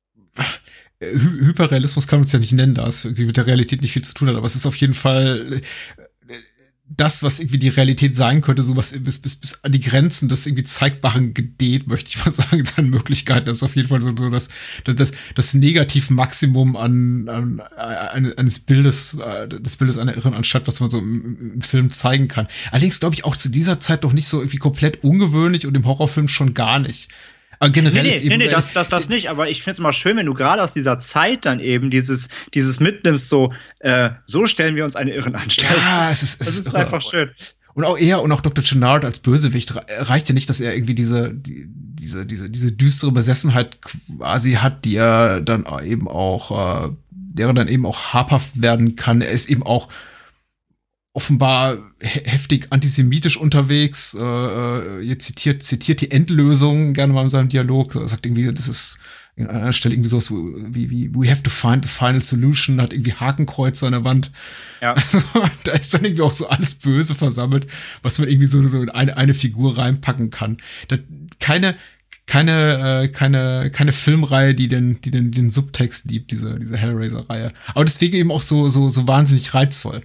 Hy- Hyperrealismus kann man es ja nicht nennen, da es irgendwie mit der Realität nicht viel zu tun hat, aber es ist auf jeden Fall äh, das, was irgendwie die Realität sein könnte, so was bis, bis, bis an die Grenzen des irgendwie Zeigbaren gedehnt, möchte ich mal sagen, seine Möglichkeiten. Das ist auf jeden Fall so, so das, das, das, das Negativ-Maximum an, an, an, eines Bildes, äh, des Bildes einer Irrenanstalt, was man so im, im Film zeigen kann. Allerdings glaube ich auch zu dieser Zeit doch nicht so irgendwie komplett ungewöhnlich und im Horrorfilm schon gar nicht. Aber generell
Nee,
ist
nee,
eben,
nee, nee, das, das, das nicht, aber ich finde es immer schön, wenn du gerade aus dieser Zeit dann eben dieses, dieses mitnimmst, so, äh, so stellen wir uns eine Irrenanstalt.
ja, es ist, es
das ist einfach schön.
Und auch er und auch Doktor Chennard als Bösewicht reicht ja nicht, dass er irgendwie diese, die, diese, diese, diese düstere Besessenheit quasi hat, die er dann eben auch, äh, der dann eben auch habhaft werden kann. Er ist eben auch offenbar he- heftig antisemitisch unterwegs. Äh, ihr zitiert, zitiert die Endlösung gerne mal in seinem Dialog. Er sagt irgendwie, das ist an einer Stelle irgendwie so wie, wie, we have to find the final solution, hat irgendwie Hakenkreuze an der Wand.
Ja.
Also, da ist dann irgendwie auch so alles Böse versammelt, was man irgendwie so, so in eine, eine Figur reinpacken kann. Das, keine, keine, äh, keine, keine Filmreihe, die den, die den, den Subtext liebt, diese, diese Hellraiser-Reihe. Aber deswegen eben auch so, so, so wahnsinnig reizvoll.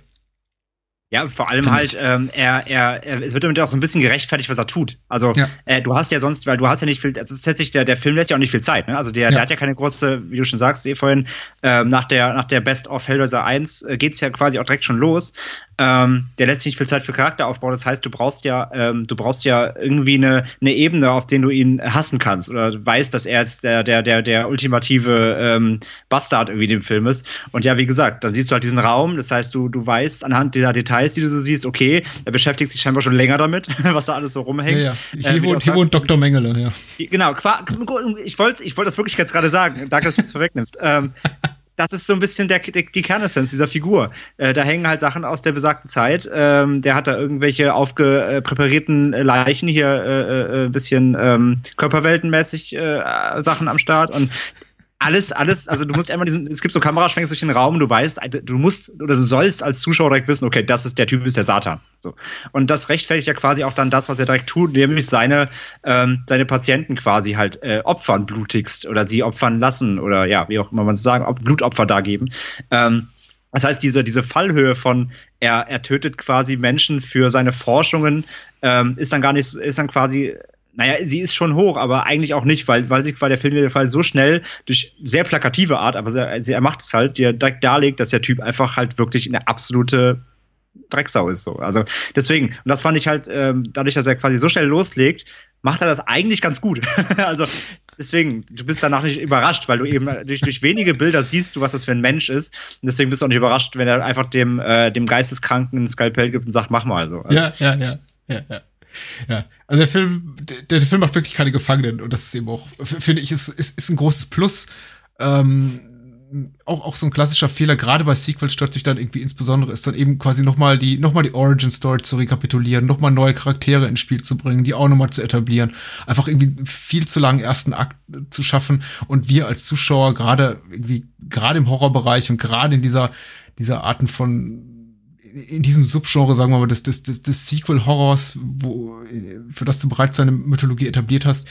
Ja, und vor allem
Find
halt,
ich.
ähm, er, er, er, es wird damit auch so ein bisschen gerechtfertigt, was er tut. Also,
Ja.
äh, du hast ja sonst, weil du hast ja nicht viel, also tatsächlich, der, der Film lässt ja auch nicht viel Zeit, ne? Also, der,
Ja.
der hat ja keine große, wie du schon sagst, eh vorhin, ähm, nach der, nach der Best of Hellraiser eins äh, geht's ja quasi auch direkt schon los. Ähm, der lässt nicht viel Zeit für Charakteraufbau. Das heißt, du brauchst ja, ähm, du brauchst ja irgendwie eine, eine Ebene, auf der du ihn hassen kannst oder du weißt, dass er jetzt der, der, der, der ultimative ähm, Bastard irgendwie in dem Film ist. Und ja, wie gesagt, dann siehst du halt diesen Raum. Das heißt, du, du weißt anhand der Details, die du so siehst, okay, er beschäftigt sich scheinbar schon länger damit, was da alles so rumhängt.
Ja, ja. Hier,
Äh, wie du
wohnt,
auch
hier
sagst,
wohnt Doktor Mengele, ja.
Genau, qua- ich wollte ich wollt das wirklich jetzt gerade sagen. Danke, dass du es vorwegnimmst. Ähm, das ist so ein bisschen der, der, die Kernessenz dieser Figur. Äh, da hängen halt Sachen aus der besagten Zeit. Ähm, der hat da irgendwelche aufgepräparierten Leichen hier äh, äh, ein bisschen ähm, körperweltenmäßig äh, Sachen am Start und alles, alles, also du musst einmal diesen, es gibt so Kameraschwenks durch den Raum, du weißt, du musst oder du sollst als Zuschauer direkt wissen, okay, das ist der Typ, ist der Satan. So. Und das rechtfertigt ja quasi auch dann das, was er direkt tut, nämlich seine, ähm, seine Patienten quasi halt äh, opfern blutigst oder sie opfern lassen oder ja, wie auch immer man es sagen, ob Blutopfer dargeben. Ähm, Das heißt, diese, diese Fallhöhe von er, er tötet quasi Menschen für seine Forschungen, ähm, ist dann gar nicht, ist dann quasi, naja, sie ist schon hoch, aber eigentlich auch nicht, weil, weil sich weil der Film in dem Fall so schnell durch sehr plakative Art, aber er, er macht es halt, der direkt darlegt, dass der Typ einfach halt wirklich eine absolute Drecksau ist so. Also deswegen, und das fand ich halt, ähm, dadurch, dass er quasi so schnell loslegt, macht er das eigentlich ganz gut. Also deswegen, du bist danach nicht überrascht, weil du eben durch, durch wenige Bilder siehst du, was das für ein Mensch ist. Und deswegen bist du auch nicht überrascht, wenn er einfach dem, äh, dem Geisteskranken ein Skalpell gibt und sagt, mach mal so. Also,
Ja, ja, ja, ja, ja. Ja, also der Film, der, der Film macht wirklich keine Gefangenen und das ist eben auch, finde ich, ist, ist, ist ein großes Plus. Ähm, auch, auch so ein klassischer Fehler, gerade bei Sequels stört sich dann irgendwie insbesondere, ist dann eben quasi nochmal die, noch mal die Origin-Story zu rekapitulieren, nochmal neue Charaktere ins Spiel zu bringen, die auch nochmal zu etablieren, einfach irgendwie einen viel zu langen ersten Akt zu schaffen und wir als Zuschauer gerade irgendwie, gerade im Horrorbereich und gerade in dieser, dieser Arten von in diesem Subgenre, sagen wir mal, des, des, des, des Sequel-Horrors, wo, für das du bereits deine Mythologie etabliert hast,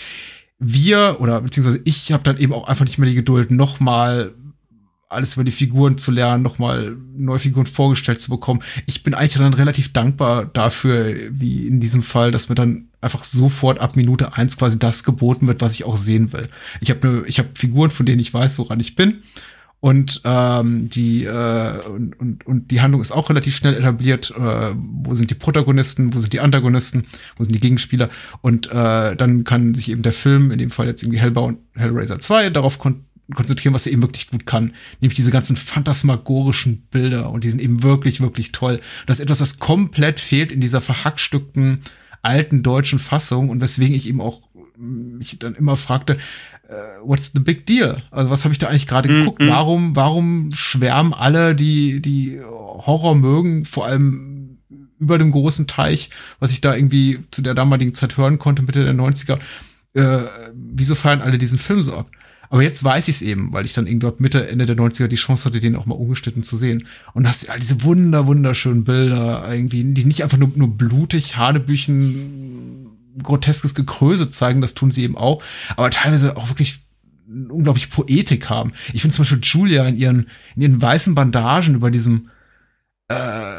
wir, oder beziehungsweise ich habe dann eben auch einfach nicht mehr die Geduld, nochmal alles über die Figuren zu lernen, nochmal neue Figuren vorgestellt zu bekommen. Ich bin eigentlich dann relativ dankbar dafür, wie in diesem Fall, dass mir dann einfach sofort ab Minute eins quasi das geboten wird, was ich auch sehen will. Ich habe ne, ich habe Figuren, von denen ich weiß, woran ich bin. Und ähm, die äh, und, und, und die Handlung ist auch relativ schnell etabliert. Äh, wo sind die Protagonisten, wo sind die Antagonisten, wo sind die Gegenspieler? Und äh, dann kann sich eben der Film, in dem Fall jetzt irgendwie Hellbound Hellraiser zwei, darauf kon- konzentrieren, was er eben wirklich gut kann. Nämlich diese ganzen phantasmagorischen Bilder. Und die sind eben wirklich, wirklich toll. Das ist etwas, was komplett fehlt in dieser verhackstückten alten deutschen Fassung. Und weswegen ich eben auch mich dann immer fragte, Uh, what's the big deal? Also was habe ich da eigentlich gerade mm, geguckt? Mm. Warum, warum schwärmen alle, die die Horror mögen, vor allem über dem großen Teich, was ich da irgendwie zu der damaligen Zeit hören konnte, Mitte der neunziger, äh, wieso feiern alle diesen Film so ab? Aber jetzt weiß ich es eben, weil ich dann irgendwie ab Mitte, Ende der neunziger die Chance hatte, den auch mal ungeschnitten zu sehen. Und hast ja diese wunder, wunderschönen Bilder irgendwie, die nicht einfach nur, nur blutig, Hanebüchen, groteskes Gekröse zeigen, das tun sie eben auch, aber teilweise auch wirklich unglaublich Poetik haben. Ich finde zum Beispiel Julia in ihren, in ihren weißen Bandagen über diesem äh,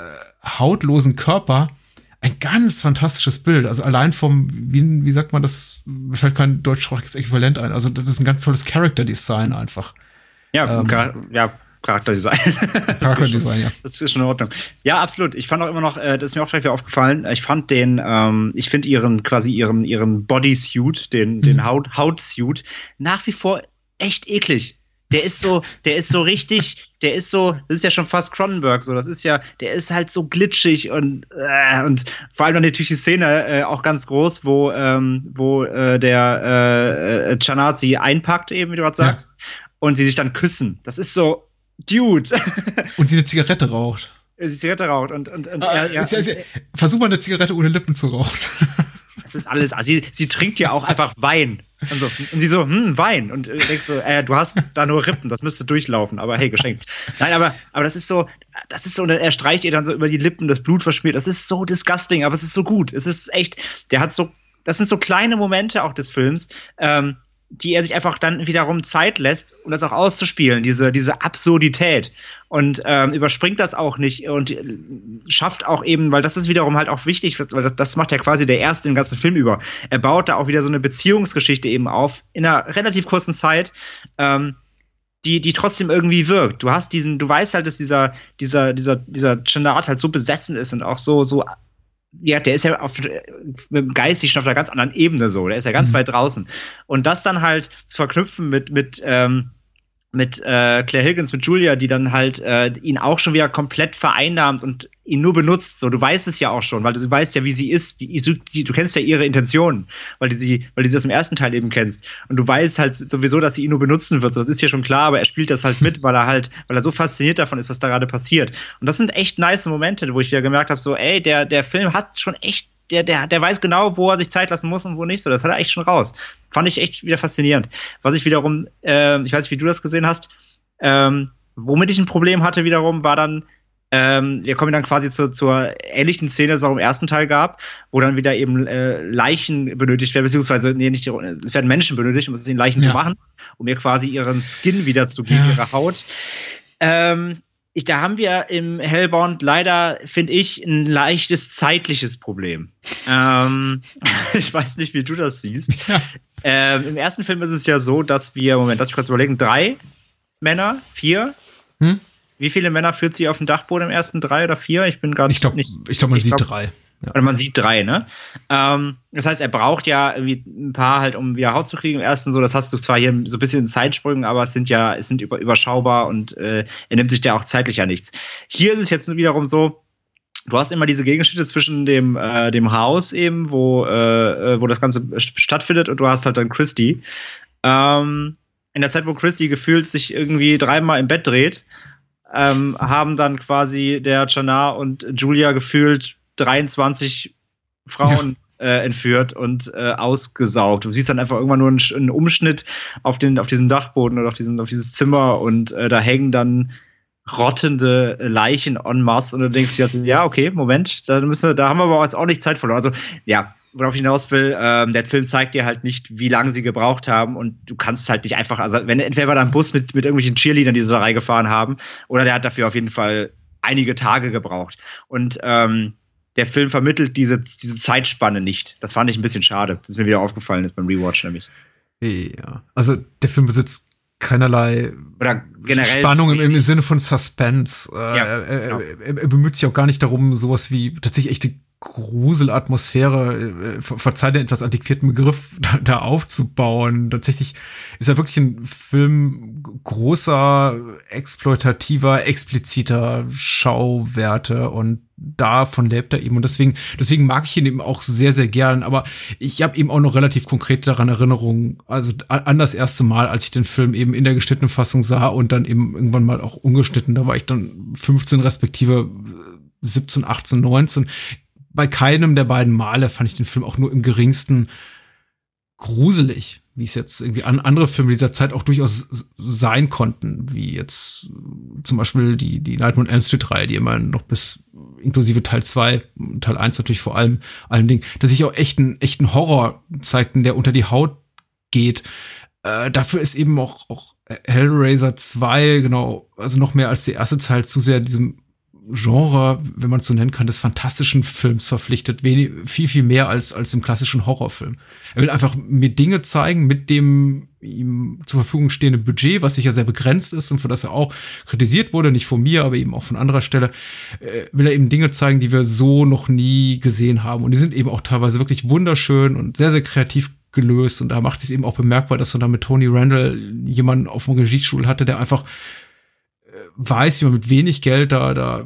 hautlosen Körper ein ganz fantastisches Bild. Also allein vom, wie, wie sagt man das, mir fällt kein deutschsprachiges Äquivalent ein. Also das ist ein ganz tolles Character-Design einfach.
Ja,
ähm,
gar, ja. Charakterdesign.
Charakterdesign, ja.
Das ist schon in Ordnung. Ja, absolut. Ich fand auch immer noch, äh, das ist mir auch direkt wieder aufgefallen, ich fand den, ähm, ich finde ihren, quasi ihren, ihren Bodysuit, den, mhm. den Haut, Hautsuit, nach wie vor echt eklig. Der ist so, der ist so richtig, der ist so, das ist ja schon fast Cronenberg so, das ist ja, der ist halt so glitschig und, äh, und vor allem dann natürlich die Szene äh, auch ganz groß, wo, ähm, wo äh, der äh, Chanard sie einpackt, eben, wie du gerade sagst, ja. Und sie sich dann küssen. Das ist so, Dude.
Und sie eine Zigarette raucht.
Sie eine Zigarette raucht und, und, und
ah,
ja, ja,
ist ja, ist ja, versuch mal eine Zigarette ohne Lippen zu rauchen.
Das ist alles. Also sie, sie trinkt ja auch einfach Wein. Und, so, und sie so, hm, Wein. Und äh, denkst so, äh, du hast da nur Rippen, das müsste durchlaufen. Aber hey, geschenkt. Nein, aber, aber das ist so, das ist so, er streicht ihr dann so über die Lippen, das Blut verschmiert. Das ist so disgusting, aber es ist so gut. Es ist echt, der hat so, das sind so kleine Momente auch des Films, ähm, die er sich einfach dann wiederum Zeit lässt, um das auch auszuspielen, diese, diese Absurdität. Und ähm, überspringt das auch nicht und äh, schafft auch eben, weil das ist wiederum halt auch wichtig, weil das, das macht ja quasi der Erste den ganzen Film über. Er baut da auch wieder so eine Beziehungsgeschichte eben auf, in einer relativ kurzen Zeit, ähm, die, die trotzdem irgendwie wirkt. Du hast diesen, du weißt halt, dass dieser, dieser, dieser, dieser Chanard halt so besessen ist und auch so, so ja, der ist ja auf, mit dem Geistig schon auf einer ganz anderen Ebene so. Der ist ja ganz mhm. weit draußen. Und das dann halt zu verknüpfen mit, mit, ähm, mit äh, Claire Higgins, mit Julia, die dann halt äh, ihn auch schon wieder komplett vereinnahmt und ihn nur benutzt. So, du weißt es ja auch schon, weil du weißt ja, wie sie ist. Die, die, du kennst ja ihre Intentionen, weil du sie, weil du sie aus dem ersten Teil eben kennst. Und du weißt halt sowieso, dass sie ihn nur benutzen wird. So, das ist ja schon klar, aber er spielt das halt mit, weil er halt, weil er so fasziniert davon ist, was da gerade passiert. Und das sind echt nice Momente, wo ich wieder gemerkt habe, so, ey, der, der Film hat schon echt Der, der, der weiß genau, wo er sich Zeit lassen muss und wo nicht so. Das hat er echt schon raus. Fand ich echt wieder faszinierend. Was ich wiederum, äh, ich weiß nicht, wie du das gesehen hast, ähm, womit ich ein Problem hatte wiederum, war dann, ähm, wir kommen dann quasi zu, zur ähnlichen Szene, die es auch im ersten Teil gab, wo dann wieder eben äh, Leichen benötigt werden, beziehungsweise, nee, nicht, es werden Menschen benötigt, um es den Leichen ja. zu machen, um ihr quasi ihren Skin wiederzugeben, ja. ihre Haut. Ähm, Ich, da haben wir im Hellbound leider, finde ich, ein leichtes zeitliches Problem. ähm, ich weiß nicht, wie du das siehst. Ja. Ähm, Im ersten Film ist es ja so, dass wir, Moment, lass mich kurz überlegen, drei Männer, vier? Hm? Wie viele Männer führt sie auf dem Dachboden im ersten? Drei oder vier? Ich bin gerade
Ich glaube, ich glaub, man ich sieht glaub, drei. Ja.
Oder man sieht drei, ne? Ähm, das heißt, er braucht ja irgendwie ein paar halt, um wieder Haut zu kriegen. Im ersten so, das hast du zwar hier so ein bisschen in Zeitsprüngen, aber es sind ja, es sind über, überschaubar und äh, er nimmt sich da auch zeitlich ja nichts. Hier ist es jetzt nur wiederum so, du hast immer diese Gegenschnitte zwischen dem, äh, dem Haus eben, wo, äh, wo das Ganze stattfindet, und du hast halt dann Christy. Ähm, in der Zeit, wo Christy gefühlt sich irgendwie dreimal im Bett dreht, ähm, haben dann quasi der Jannah und Julia gefühlt dreiundzwanzig Frauen ja. äh, entführt und äh, ausgesaugt. Du siehst dann einfach irgendwann nur einen, einen Umschnitt auf, den, auf diesen Dachboden oder auf, diesen, auf dieses Zimmer, und äh, da hängen dann rottende Leichen en masse, und du denkst dir, also, ja, okay, Moment, da müssen wir, da haben wir aber jetzt auch nicht Zeit verloren. Also, ja, worauf ich hinaus will, ähm, der Film zeigt dir halt nicht, wie lange sie gebraucht haben, und du kannst halt nicht einfach, also wenn entweder war da ein Bus mit, mit irgendwelchen Cheerleadern, die sie da reingefahren haben, oder der hat dafür auf jeden Fall einige Tage gebraucht. Und ähm, der Film vermittelt diese, diese Zeitspanne nicht. Das fand ich ein bisschen schade. Das ist mir wieder aufgefallen jetzt beim Rewatch nämlich.
Ja, also der Film besitzt keinerlei
Oder generell
Spannung im, im Sinne von Suspense.
Ja,
äh,
genau.
er, er, er bemüht sich auch gar nicht darum, sowas wie tatsächlich echte Gruselatmosphäre, äh, verzeiht den etwas antiquierten Begriff, da, da aufzubauen. Tatsächlich ist er wirklich ein Film großer, exploitativer, expliziter Schauwerte, und davon lebt er eben. Und deswegen, deswegen mag ich ihn eben auch sehr, sehr gern. Aber ich habe eben auch noch relativ konkret daran Erinnerungen, also an das erste Mal, als ich den Film eben in der geschnittenen Fassung sah und dann eben irgendwann mal auch ungeschnitten. Da war ich dann fünfzehn respektive siebzehn, achtzehn, neunzehn. Bei keinem der beiden Male fand ich den Film auch nur im geringsten gruselig, wie es jetzt irgendwie an andere Filme dieser Zeit auch durchaus sein konnten, wie jetzt zum Beispiel die, die Nightmare on Elm Street-Reihe, die immer noch bis inklusive Teil zwei, Teil eins natürlich vor allem, allen Dingen, dass sich auch echten, echten Horror zeigten, der unter die Haut geht. Äh, dafür ist eben auch, auch Hellraiser zwei, genau, also noch mehr als der erste Teil, zu sehr diesem Genre, wenn man es so nennen kann, des fantastischen Films verpflichtet, wenig, viel, viel mehr als, als im klassischen Horrorfilm. Er will einfach mir Dinge zeigen mit dem ihm zur Verfügung stehende Budget, was sicher sehr begrenzt ist und für das er auch kritisiert wurde, nicht von mir, aber eben auch von anderer Stelle, äh, will er eben Dinge zeigen, die wir so noch nie gesehen haben. Und die sind eben auch teilweise wirklich wunderschön und sehr, sehr kreativ gelöst. Und da macht es eben auch bemerkbar, dass man da mit Tony Randall jemanden auf dem Regiestuhl hatte, der einfach weiß, wie man mit wenig Geld da, da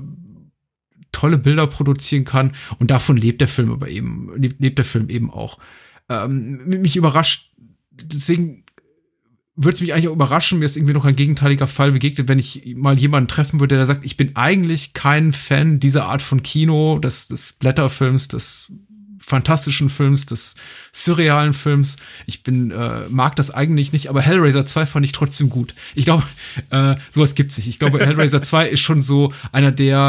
tolle Bilder produzieren kann, und davon lebt der Film aber eben, lebt, lebt der Film eben auch. Ähm, mich überrascht, deswegen würde es mich eigentlich auch überraschen, mir ist irgendwie noch ein gegenteiliger Fall begegnet, wenn ich mal jemanden treffen würde, der sagt, ich bin eigentlich kein Fan dieser Art von Kino, des, des Blätterfilms, des fantastischen Films, des surrealen Films. Ich bin äh, mag das eigentlich nicht, aber Hellraiser zwei fand ich trotzdem gut. Ich glaube, äh, sowas gibt's nicht. Ich glaube, Hellraiser zwei ist schon so einer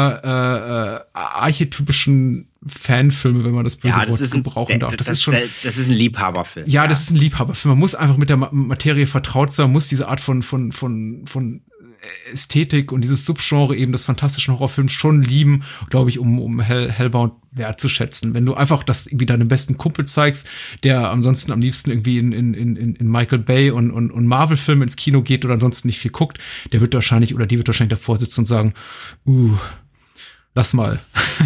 der äh, äh, archetypischen Fanfilme, wenn man das böse
ja, das
Wort
ein,
gebrauchen darf. Das,
das
ist schon,
das ist ein Liebhaberfilm.
Ja, ja, das ist ein Liebhaberfilm. Man muss einfach mit der Materie vertraut sein, man muss diese Art von von von von Ästhetik und dieses Subgenre eben des fantastischen Horrorfilms schon lieben, glaube ich, um, um Hell, Hellbound wertzuschätzen. Wenn du einfach das irgendwie deinem besten Kumpel zeigst, der ansonsten am liebsten irgendwie in, in, in, in Michael Bay und, und, und Marvel-Filme ins Kino geht oder ansonsten nicht viel guckt, der wird wahrscheinlich oder die wird wahrscheinlich davor sitzen und sagen, uh, lass mal.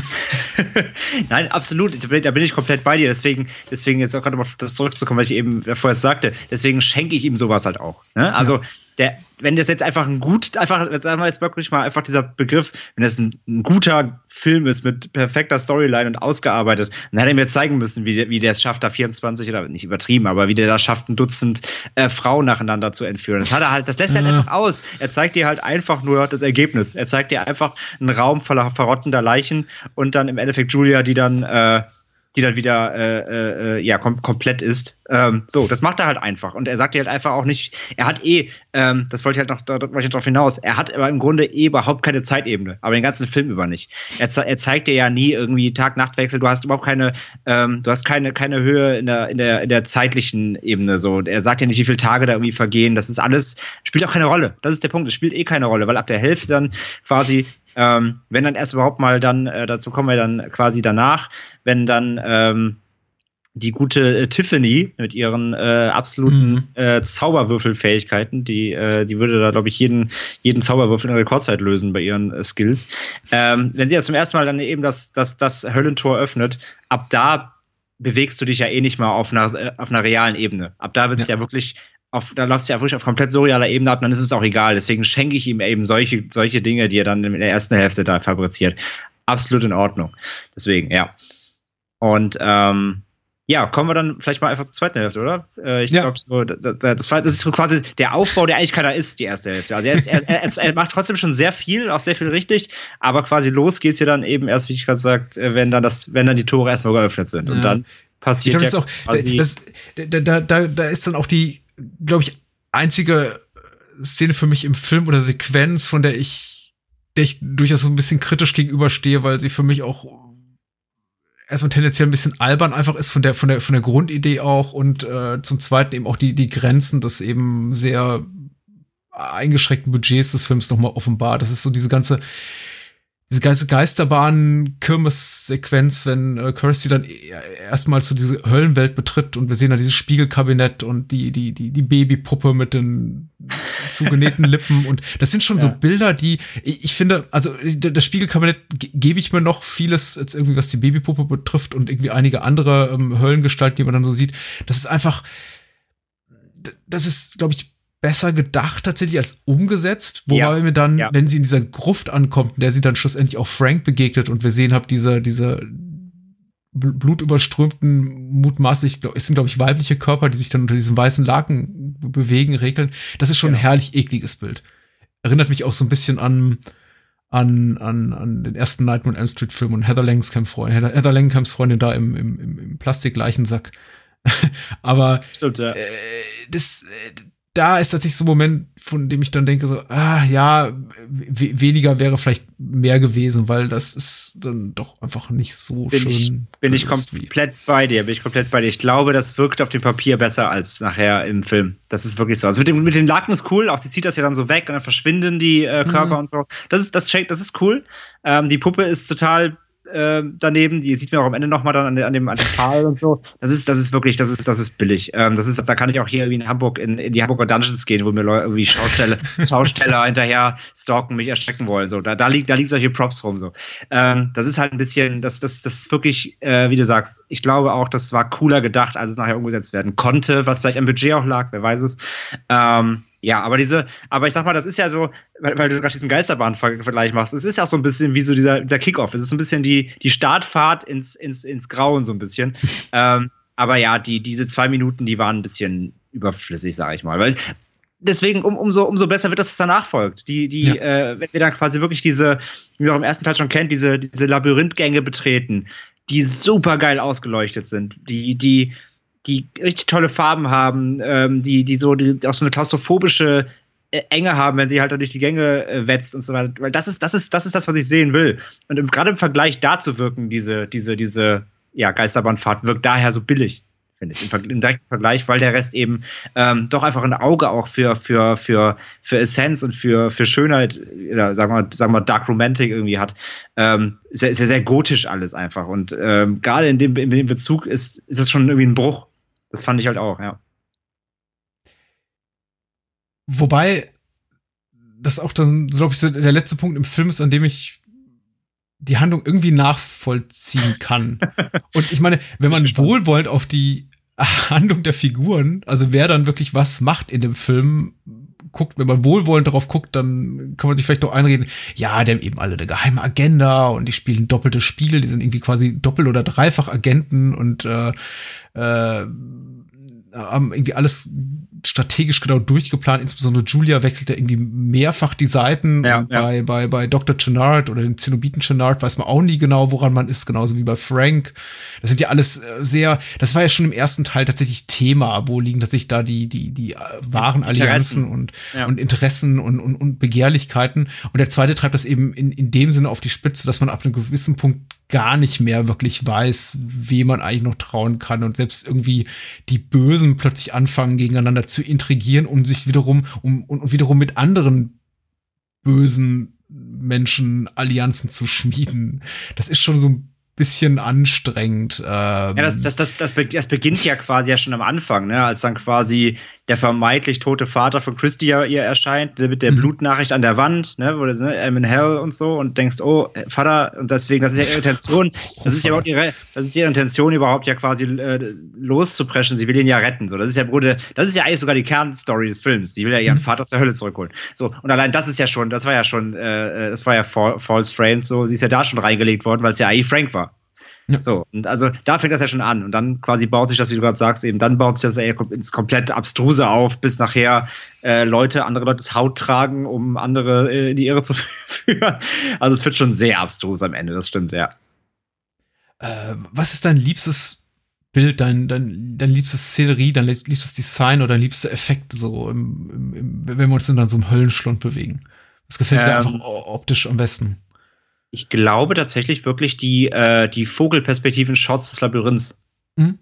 Nein, absolut. Da bin ich komplett bei dir. Deswegen, deswegen jetzt auch gerade mal auf das zurückzukommen, was ich eben vorher sagte. Deswegen schenke ich ihm sowas halt auch. Ne? Also, ja. der, wenn das jetzt einfach ein gut, einfach, sagen wir jetzt wirklich mal einfach dieser Begriff, wenn das ein, ein guter Film ist mit perfekter Storyline und ausgearbeitet, dann hätte er mir zeigen müssen, wie der, wie der es schafft, da vierundzwanzig oder nicht übertrieben, aber wie der da schafft, ein Dutzend äh, Frauen nacheinander zu entführen. Das hat er halt, das lässt er halt einfach aus. Er zeigt dir halt einfach nur das Ergebnis. Er zeigt dir einfach einen Raum voller verrottender Leichen und dann im Endeffekt Julia, die dann äh, die dann wieder äh, äh, ja kom- komplett ist. Ähm, so, das macht er halt einfach. Und er sagt dir halt einfach auch nicht, er hat eh, ähm, das wollte ich halt noch, da wollte ich darauf hinaus, er hat aber im Grunde eh überhaupt keine Zeitebene, aber den ganzen Film über nicht. Er, ze- er zeigt dir ja nie irgendwie Tag-Nacht-Wechsel, du hast überhaupt keine, ähm, du hast keine, keine Höhe in der, in der, in der zeitlichen Ebene. So. Er sagt ja nicht, wie viele Tage da irgendwie vergehen. Das ist alles, spielt auch keine Rolle. Das ist der Punkt, es spielt eh keine Rolle, weil ab der Hälfte dann quasi Ähm, wenn dann erst überhaupt mal dann, äh, dazu kommen wir dann quasi danach, wenn dann ähm, die gute äh, Tiffany mit ihren äh, absoluten mhm. äh, Zauberwürfelfähigkeiten, die, äh, die würde da, glaube ich, jeden, jeden Zauberwürfel in Rekordzeit lösen bei ihren äh, Skills. Ähm, wenn sie ja zum ersten Mal dann eben das, das, das Höllentor öffnet, ab da bewegst du dich ja eh nicht mal auf einer, äh, auf einer realen Ebene. Ab da wird es ja. ja wirklich Auf, da läuft es ja wirklich auf komplett surrealer Ebene ab, dann ist es auch egal. Deswegen schenke ich ihm eben solche, solche Dinge, die er dann in der ersten Hälfte da fabriziert. absolut in Ordnung. Deswegen, ja. Und ähm, ja, kommen wir dann vielleicht mal einfach zur zweiten Hälfte, oder? Äh, ich ja. glaube, so, das, das, war, das ist so quasi der Aufbau, der eigentlich keiner ist, die erste Hälfte. Also er, ist, er, er, er macht trotzdem schon sehr viel, auch sehr viel richtig, aber quasi los geht's ja dann eben erst, wie ich gerade gesagt, wenn dann das, wenn dann die Tore erstmal geöffnet sind. Ja. Und dann passiert
glaub,
ja
das auch, quasi das, da, da, da, da ist dann auch die, glaube ich, einzige Szene für mich im Film oder Sequenz, von der ich, der ich durchaus so ein bisschen kritisch gegenüberstehe, weil sie für mich auch erstmal tendenziell ein bisschen albern einfach ist von der von der von der Grundidee auch und äh, zum Zweiten eben auch die die Grenzen des eben sehr eingeschränkten Budgets des Films nochmal offenbart. Das ist so diese ganze diese ganze Geisterbahn-Kirmes-Sequenz, wenn äh, Kirsty dann erstmal so diese Höllenwelt betritt und wir sehen da dieses Spiegelkabinett und die die die die Babypuppe mit den zugenähten Lippen und das sind schon ja. so Bilder, die ich, ich finde, also das Spiegelkabinett ge- gebe ich mir noch vieles jetzt irgendwie, was die Babypuppe betrifft und irgendwie einige andere ähm, Höllengestalten, die man dann so sieht. Das ist einfach, das ist, glaube ich, besser gedacht tatsächlich als umgesetzt, wobei ja. mir dann, ja. wenn sie in dieser Gruft ankommt, in der sie dann schlussendlich auch Frank begegnet und wir sehen, hab diese, diese blutüberströmten, mutmaßlich, es sind, glaube ich, weibliche Körper, die sich dann unter diesem weißen Laken bewegen, regeln. Das ist schon ja. ein herrlich ekliges Bild. Erinnert mich auch so ein bisschen an, an, an, an den ersten Nightmare on Elm Street Film und Heather Langenkamps Freundin, Heather, Heather Langenkamps Freundin da im, im, im, im Plastikleichensack. Aber,
stimmt, ja.
äh, das, äh, da ist tatsächlich so ein Moment, von dem ich dann denke, so, ah, ja, w- weniger wäre vielleicht mehr gewesen, weil das ist dann doch einfach nicht so bin schön.
Ich, bin ich komplett wie. bei dir, bin ich komplett bei dir. Ich glaube, das wirkt auf dem Papier besser als nachher im Film. Das ist wirklich so. Also mit dem, mit den Laken ist cool, auch sie zieht das ja dann so weg und dann verschwinden die äh, Körper mhm. und so. Das ist, das, das ist cool. Ähm, die Puppe ist total äh, daneben, die sieht man auch am Ende nochmal dann an, an dem, an dem Pfahl und so. Das ist, das ist wirklich, das ist, das ist billig. Ähm, das ist, da kann ich auch hier irgendwie in Hamburg, in, in die Hamburger Dungeons gehen, wo mir Leute irgendwie Schausteller, Schausteller hinterher stalken, mich erschrecken wollen. So, da, da liegt, da liegen solche Props rum. So, ähm, das ist halt ein bisschen, das, das, das ist wirklich, äh, wie du sagst. Ich glaube auch, das war cooler gedacht, als es nachher umgesetzt werden konnte, was vielleicht am Budget auch lag, wer weiß es. Ähm, Ja, aber diese, aber ich sag mal, das ist ja so, weil, weil du gerade diesen Geisterbahn-Vergleich machst, es ist ja auch so ein bisschen wie so dieser, dieser Kickoff. Es ist so ein bisschen die, die Startfahrt ins, ins, ins Grauen so ein bisschen. ähm, aber ja, die, diese zwei Minuten, die waren ein bisschen überflüssig, sag ich mal. Weil deswegen, um, umso, umso besser wird, dass es danach folgt. Die, die, ja. äh, wenn wir dann quasi wirklich diese, wie man auch im ersten Teil schon kennt, diese, diese Labyrinthgänge betreten, die super geil ausgeleuchtet sind, die, die, die richtig tolle Farben haben, ähm, die, die so, die auch so eine klaustrophobische äh, Enge haben, wenn sie halt durch die Gänge äh, wetzt und so weiter. Weil das ist, das ist, das ist das, was ich sehen will. Und im, gerade im Vergleich dazu wirken diese, diese, diese, ja, Geisterbahnfahrt wirkt daher so billig, finde ich. Im, Ver- im direkten Vergleich, weil der Rest eben ähm, doch einfach ein Auge auch für, für, für, für Essenz und für, für Schönheit, oder sagen wir, sagen wir Dark Romantic irgendwie hat. Ähm, ist ja, ist ja sehr gotisch alles einfach. Und ähm, gerade in dem, in dem Bezug ist, ist es schon irgendwie ein Bruch. Das fand ich halt auch, ja.
Wobei, das auch dann, glaube ich, so der letzte Punkt im Film ist, an dem ich die Handlung irgendwie nachvollziehen kann. Und ich meine, wenn man wohlwollend auf die Handlung der Figuren, also wer dann wirklich was macht in dem Film, guckt, wenn man wohlwollend darauf guckt, dann kann man sich vielleicht doch einreden, ja, die haben eben alle eine geheime Agenda und die spielen doppeltes Spiel, die sind irgendwie quasi doppelt- oder dreifach Agenten und äh, äh, haben irgendwie alles strategisch genau durchgeplant. Insbesondere Julia wechselt ja irgendwie mehrfach die Seiten.
Ja,
und
ja.
bei, bei, bei Doktor Chennard oder dem Zenobiten Chennard weiß man auch nie genau, woran man ist, genauso wie bei Frank. Das sind ja alles sehr, das war ja schon im ersten Teil tatsächlich Thema, wo liegen tatsächlich da die, die, die wahren Allianzen und,
ja.
und Interessen und, und, und Begehrlichkeiten. Und der zweite treibt das eben in, in dem Sinne auf die Spitze, dass man ab einem gewissen Punkt gar nicht mehr wirklich weiß, wem man eigentlich noch trauen kann und selbst irgendwie die Bösen plötzlich anfangen, gegeneinander zu intrigieren, um sich wiederum, um, und wiederum mit anderen bösen Menschen Allianzen zu schmieden. Das ist schon so ein bisschen anstrengend. Ähm.
Ja, das, das, das, das, das beginnt ja quasi ja schon am Anfang, ne? Als dann quasi der vermeintlich tote Vater von Christy ja ihr erscheint, mit der mhm. Blutnachricht an der Wand, ne? Wo das, ne, I'm in hell und so und denkst, oh, Vater, und deswegen, das ist ja ihre Intention, das ist ja überhaupt ihre, das ist ihre Intention überhaupt ja quasi äh, loszupreschen, sie will ihn ja retten, so. Das ist ja, Bruder, das ist ja eigentlich sogar die Kernstory des Films, sie will ja ihren mhm. Vater aus der Hölle zurückholen. So, und allein das ist ja schon, das war ja schon, äh, das war ja False Framed, so, sie ist ja da schon reingelegt worden, weil es ja eigentlich Frank war. Ja. So, und also da fängt das ja schon an. Und dann quasi baut sich das, wie du gerade sagst, eben, dann baut sich das ja ins komplett Abstruse auf, bis nachher äh, Leute, andere Leutes Haut tragen, um andere äh, in die Irre zu führen. Also es wird schon sehr abstrus am Ende, das stimmt, ja.
Äh, was ist dein liebstes Bild, dein, dein, dein liebstes Szenerie, dein liebstes Design oder dein liebster Effekt, so im, im, im, wenn wir uns in dann so einem Höllenschlund bewegen? Was gefällt ähm, dir einfach optisch am besten?
Ich glaube tatsächlich wirklich die, äh, die Vogelperspektiven Shots des Labyrinths. Mhm.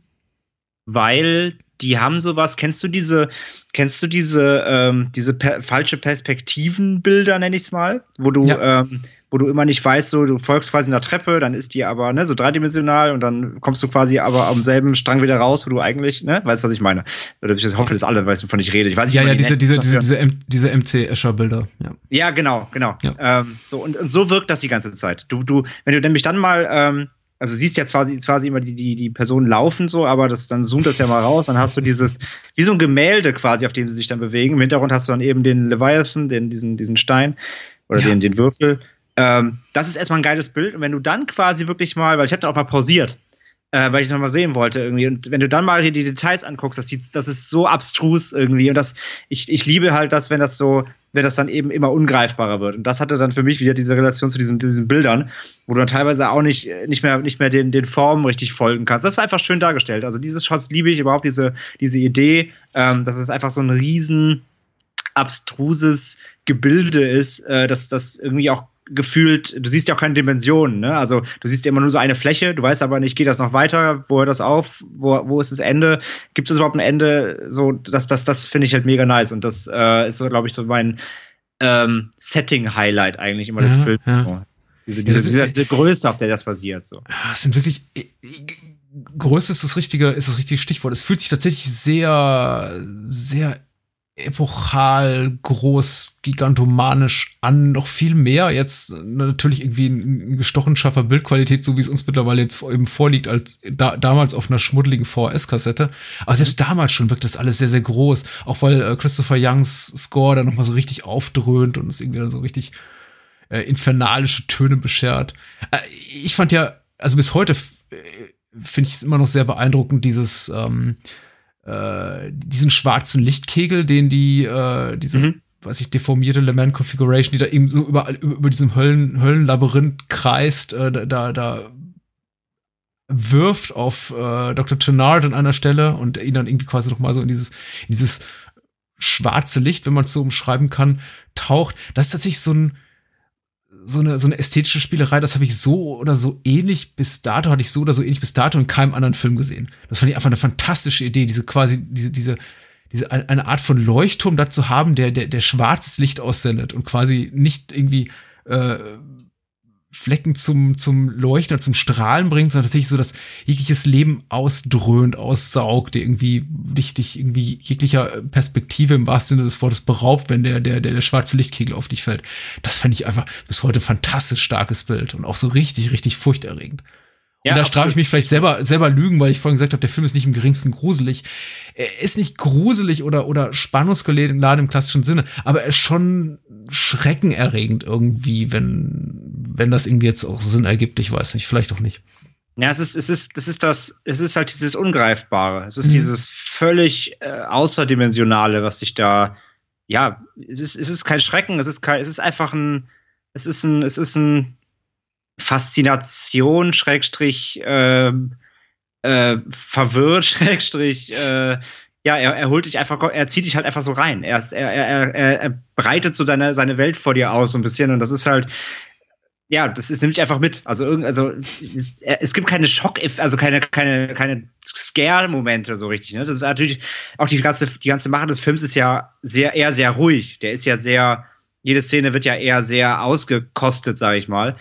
Weil die haben sowas, kennst du diese, kennst du diese, ähm, diese per- falsche Perspektivenbilder, nenn ich's mal, wo du, ja. ähm, wo du immer nicht weißt, so, du folgst quasi einer Treppe, dann ist die aber, ne, so dreidimensional und dann kommst du quasi aber am selben Strang wieder raus, wo du eigentlich, ne, weißt, was ich meine. Oder ich hoffe, dass alle wissen, wovon ich rede. Ich weiß nicht,
ja, ja, diese, diese, diese, diese, M- diese M C-Escher-Bilder, ja.
Ja, genau, genau. Ja. Ähm, so, und, und so wirkt das die ganze Zeit. Du, du, wenn du nämlich dann mal, ähm, also siehst ja zwar, quasi immer die, die, die Personen laufen so, aber das, dann zoomt das ja mal raus, dann hast du dieses, wie so ein Gemälde quasi, auf dem sie sich dann bewegen. Im Hintergrund hast du dann eben den Leviathan, den, diesen, diesen Stein oder ja. den, den Würfel. Ähm, das ist erstmal ein geiles Bild. Und wenn du dann quasi wirklich mal, weil ich habe da auch mal pausiert, äh, weil ich es noch mal sehen wollte irgendwie. Und wenn du dann mal hier die Details anguckst, das, sieht, das ist so abstrus irgendwie. Und das, ich, ich liebe halt das, wenn das so, wenn das dann eben immer ungreifbarer wird. Und das hatte dann für mich wieder diese Relation zu diesen, diesen Bildern, wo du dann teilweise auch nicht, nicht mehr, nicht mehr den, den Formen richtig folgen kannst. Das war einfach schön dargestellt. Also dieses Shots liebe ich überhaupt, diese, diese Idee, ähm, dass es einfach so ein riesen abstruses Gebilde ist, äh, dass das irgendwie auch gefühlt, du siehst ja auch keine Dimensionen, ne? Also du siehst immer nur so eine Fläche, du weißt aber nicht, geht das noch weiter, wo hört das auf, wo, wo ist das Ende, gibt es überhaupt ein Ende, so, das, das, das finde ich halt mega nice und das äh, ist so, glaube ich, so mein ähm, Setting-Highlight eigentlich immer des
ja,
Films.
Ja.
So. Diese, diese, diese, diese Größe, auf der das basiert. So.
Es sind wirklich, Größe ist das richtige, ist das richtige Stichwort. Es fühlt sich tatsächlich sehr, sehr epochal, groß, gigantomanisch an, noch viel mehr jetzt natürlich irgendwie in, in gestochen scharfer Bildqualität, so wie es uns mittlerweile jetzt eben vorliegt, als da, damals auf einer schmuddeligen V H S-Kassette. Aber selbst damals schon wirkt das alles sehr, sehr groß, auch weil äh, Christopher Youngs Score dann nochmal so richtig aufdröhnt und es irgendwie dann so richtig äh, infernalische Töne beschert. Äh, ich fand ja, also bis heute f- finde ich es immer noch sehr beeindruckend, dieses ähm, diesen schwarzen Lichtkegel, den die, äh, diese, mhm. weiß ich, deformierte Element Configuration, die da eben so überall über, über diesem Höllen, Höllenlabyrinth kreist, äh, da, da wirft auf äh, Doktor Chennard an einer Stelle und ihn dann irgendwie quasi noch mal so in dieses, in dieses schwarze Licht, wenn man es so umschreiben kann, taucht. Das ist tatsächlich so ein so eine, so eine ästhetische Spielerei, das habe ich so oder so ähnlich bis dato, hatte ich so oder so ähnlich bis dato in keinem anderen Film gesehen. Das fand ich einfach eine fantastische Idee, diese quasi, diese, diese, diese, eine Art von Leuchtturm dazu haben, der, der, der schwarzes Licht aussendet und quasi nicht irgendwie, äh, Flecken zum, zum Leuchten oder zum Strahlen bringt, sondern tatsächlich so, dass jegliches Leben ausdröhnt, aussaugt, irgendwie dich, dich irgendwie jeglicher Perspektive im wahrsten Sinne des Wortes beraubt, wenn der, der, der, der schwarze Lichtkegel auf dich fällt. Das fand ich einfach bis heute ein fantastisch starkes Bild und auch so richtig, richtig furchterregend. Und ja, da strafe ich mich vielleicht selber, selber lügen, weil ich vorhin gesagt habe, der Film ist nicht im geringsten gruselig. Er ist nicht gruselig oder, oder spannungsgeladen im klassischen Sinne, aber er ist schon schreckenerregend irgendwie, wenn, wenn das irgendwie jetzt auch Sinn ergibt. Ich weiß nicht, vielleicht auch nicht.
Ja, es ist, es ist, das ist das, es ist halt dieses Ungreifbare. Es ist mhm. dieses völlig äh, Außerdimensionale, was sich da, ja, es ist, es ist kein Schrecken, es ist kein, es ist einfach ein, es ist ein, es ist ein Faszination, Schrägstrich, äh, äh, verwirrt, Schrägstrich, äh, ja, er, er holt dich einfach, er zieht dich halt einfach so rein. Er, ist, er, er, er, er breitet so deine, seine Welt vor dir aus so ein bisschen und das ist halt, ja, das ist, nimmt dich einfach mit. Also, irgend, also es, es gibt keine Schock, also keine, keine, keine Scare-Momente so richtig. Ne? Das ist natürlich, auch die ganze, die ganze Mache des Films ist ja sehr, eher sehr ruhig. Der ist ja sehr, jede Szene wird ja eher sehr ausgekostet, sag ich mal.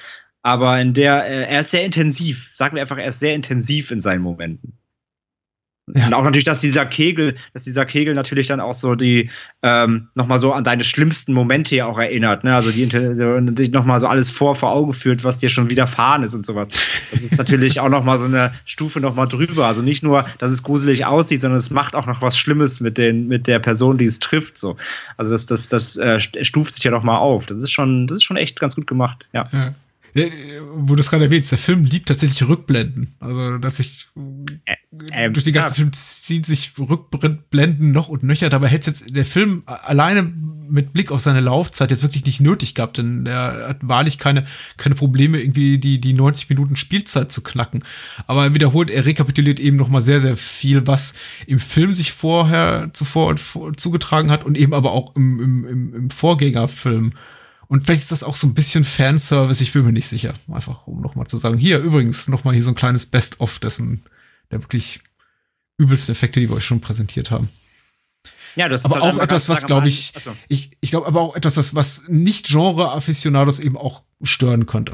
aber in der, äh, er ist sehr intensiv, sagen wir einfach, er ist sehr intensiv in seinen Momenten. Ja. Und auch natürlich, dass dieser Kegel, dass dieser Kegel natürlich dann auch so die, ähm, nochmal so an deine schlimmsten Momente ja auch erinnert, ne? Also die sich nochmal so alles vor, vor Augen führt, was dir schon widerfahren ist und sowas. Das ist natürlich auch nochmal so eine Stufe nochmal drüber. Also nicht nur, dass es gruselig aussieht, sondern es macht auch noch was Schlimmes mit den, mit der Person, die es trifft, so. Also das, das, das äh, stuft sich ja nochmal auf. Das ist schon, das ist schon echt ganz gut gemacht, ja.
ja. Wo du es gerade erwähnst, der Film liebt tatsächlich Rückblenden. Also, dass sich äh, äh, durch den ganzen ja. Film zieht sich Rückblenden noch und nöcher. Dabei hätte jetzt der Film alleine mit Blick auf seine Laufzeit jetzt wirklich nicht nötig gehabt, denn er hat wahrlich keine, keine Probleme, irgendwie die, die neunzig Minuten Spielzeit zu knacken. Aber er wiederholt, er rekapituliert eben noch mal sehr, sehr viel, was im Film sich vorher zuvor und vor, zugetragen hat und eben aber auch im, im, im, im Vorgängerfilm. Und vielleicht ist das auch so ein bisschen Fanservice, ich bin mir nicht sicher. Einfach, um nochmal zu sagen, hier übrigens nochmal hier so ein kleines Best-of dessen, der wirklich übelsten Effekte, die wir euch schon präsentiert haben. Ja, das ist aber halt auch etwas, was, glaube ich, ich, ich glaube aber auch etwas, was, was nicht Genre-Afficionados eben auch stören könnte.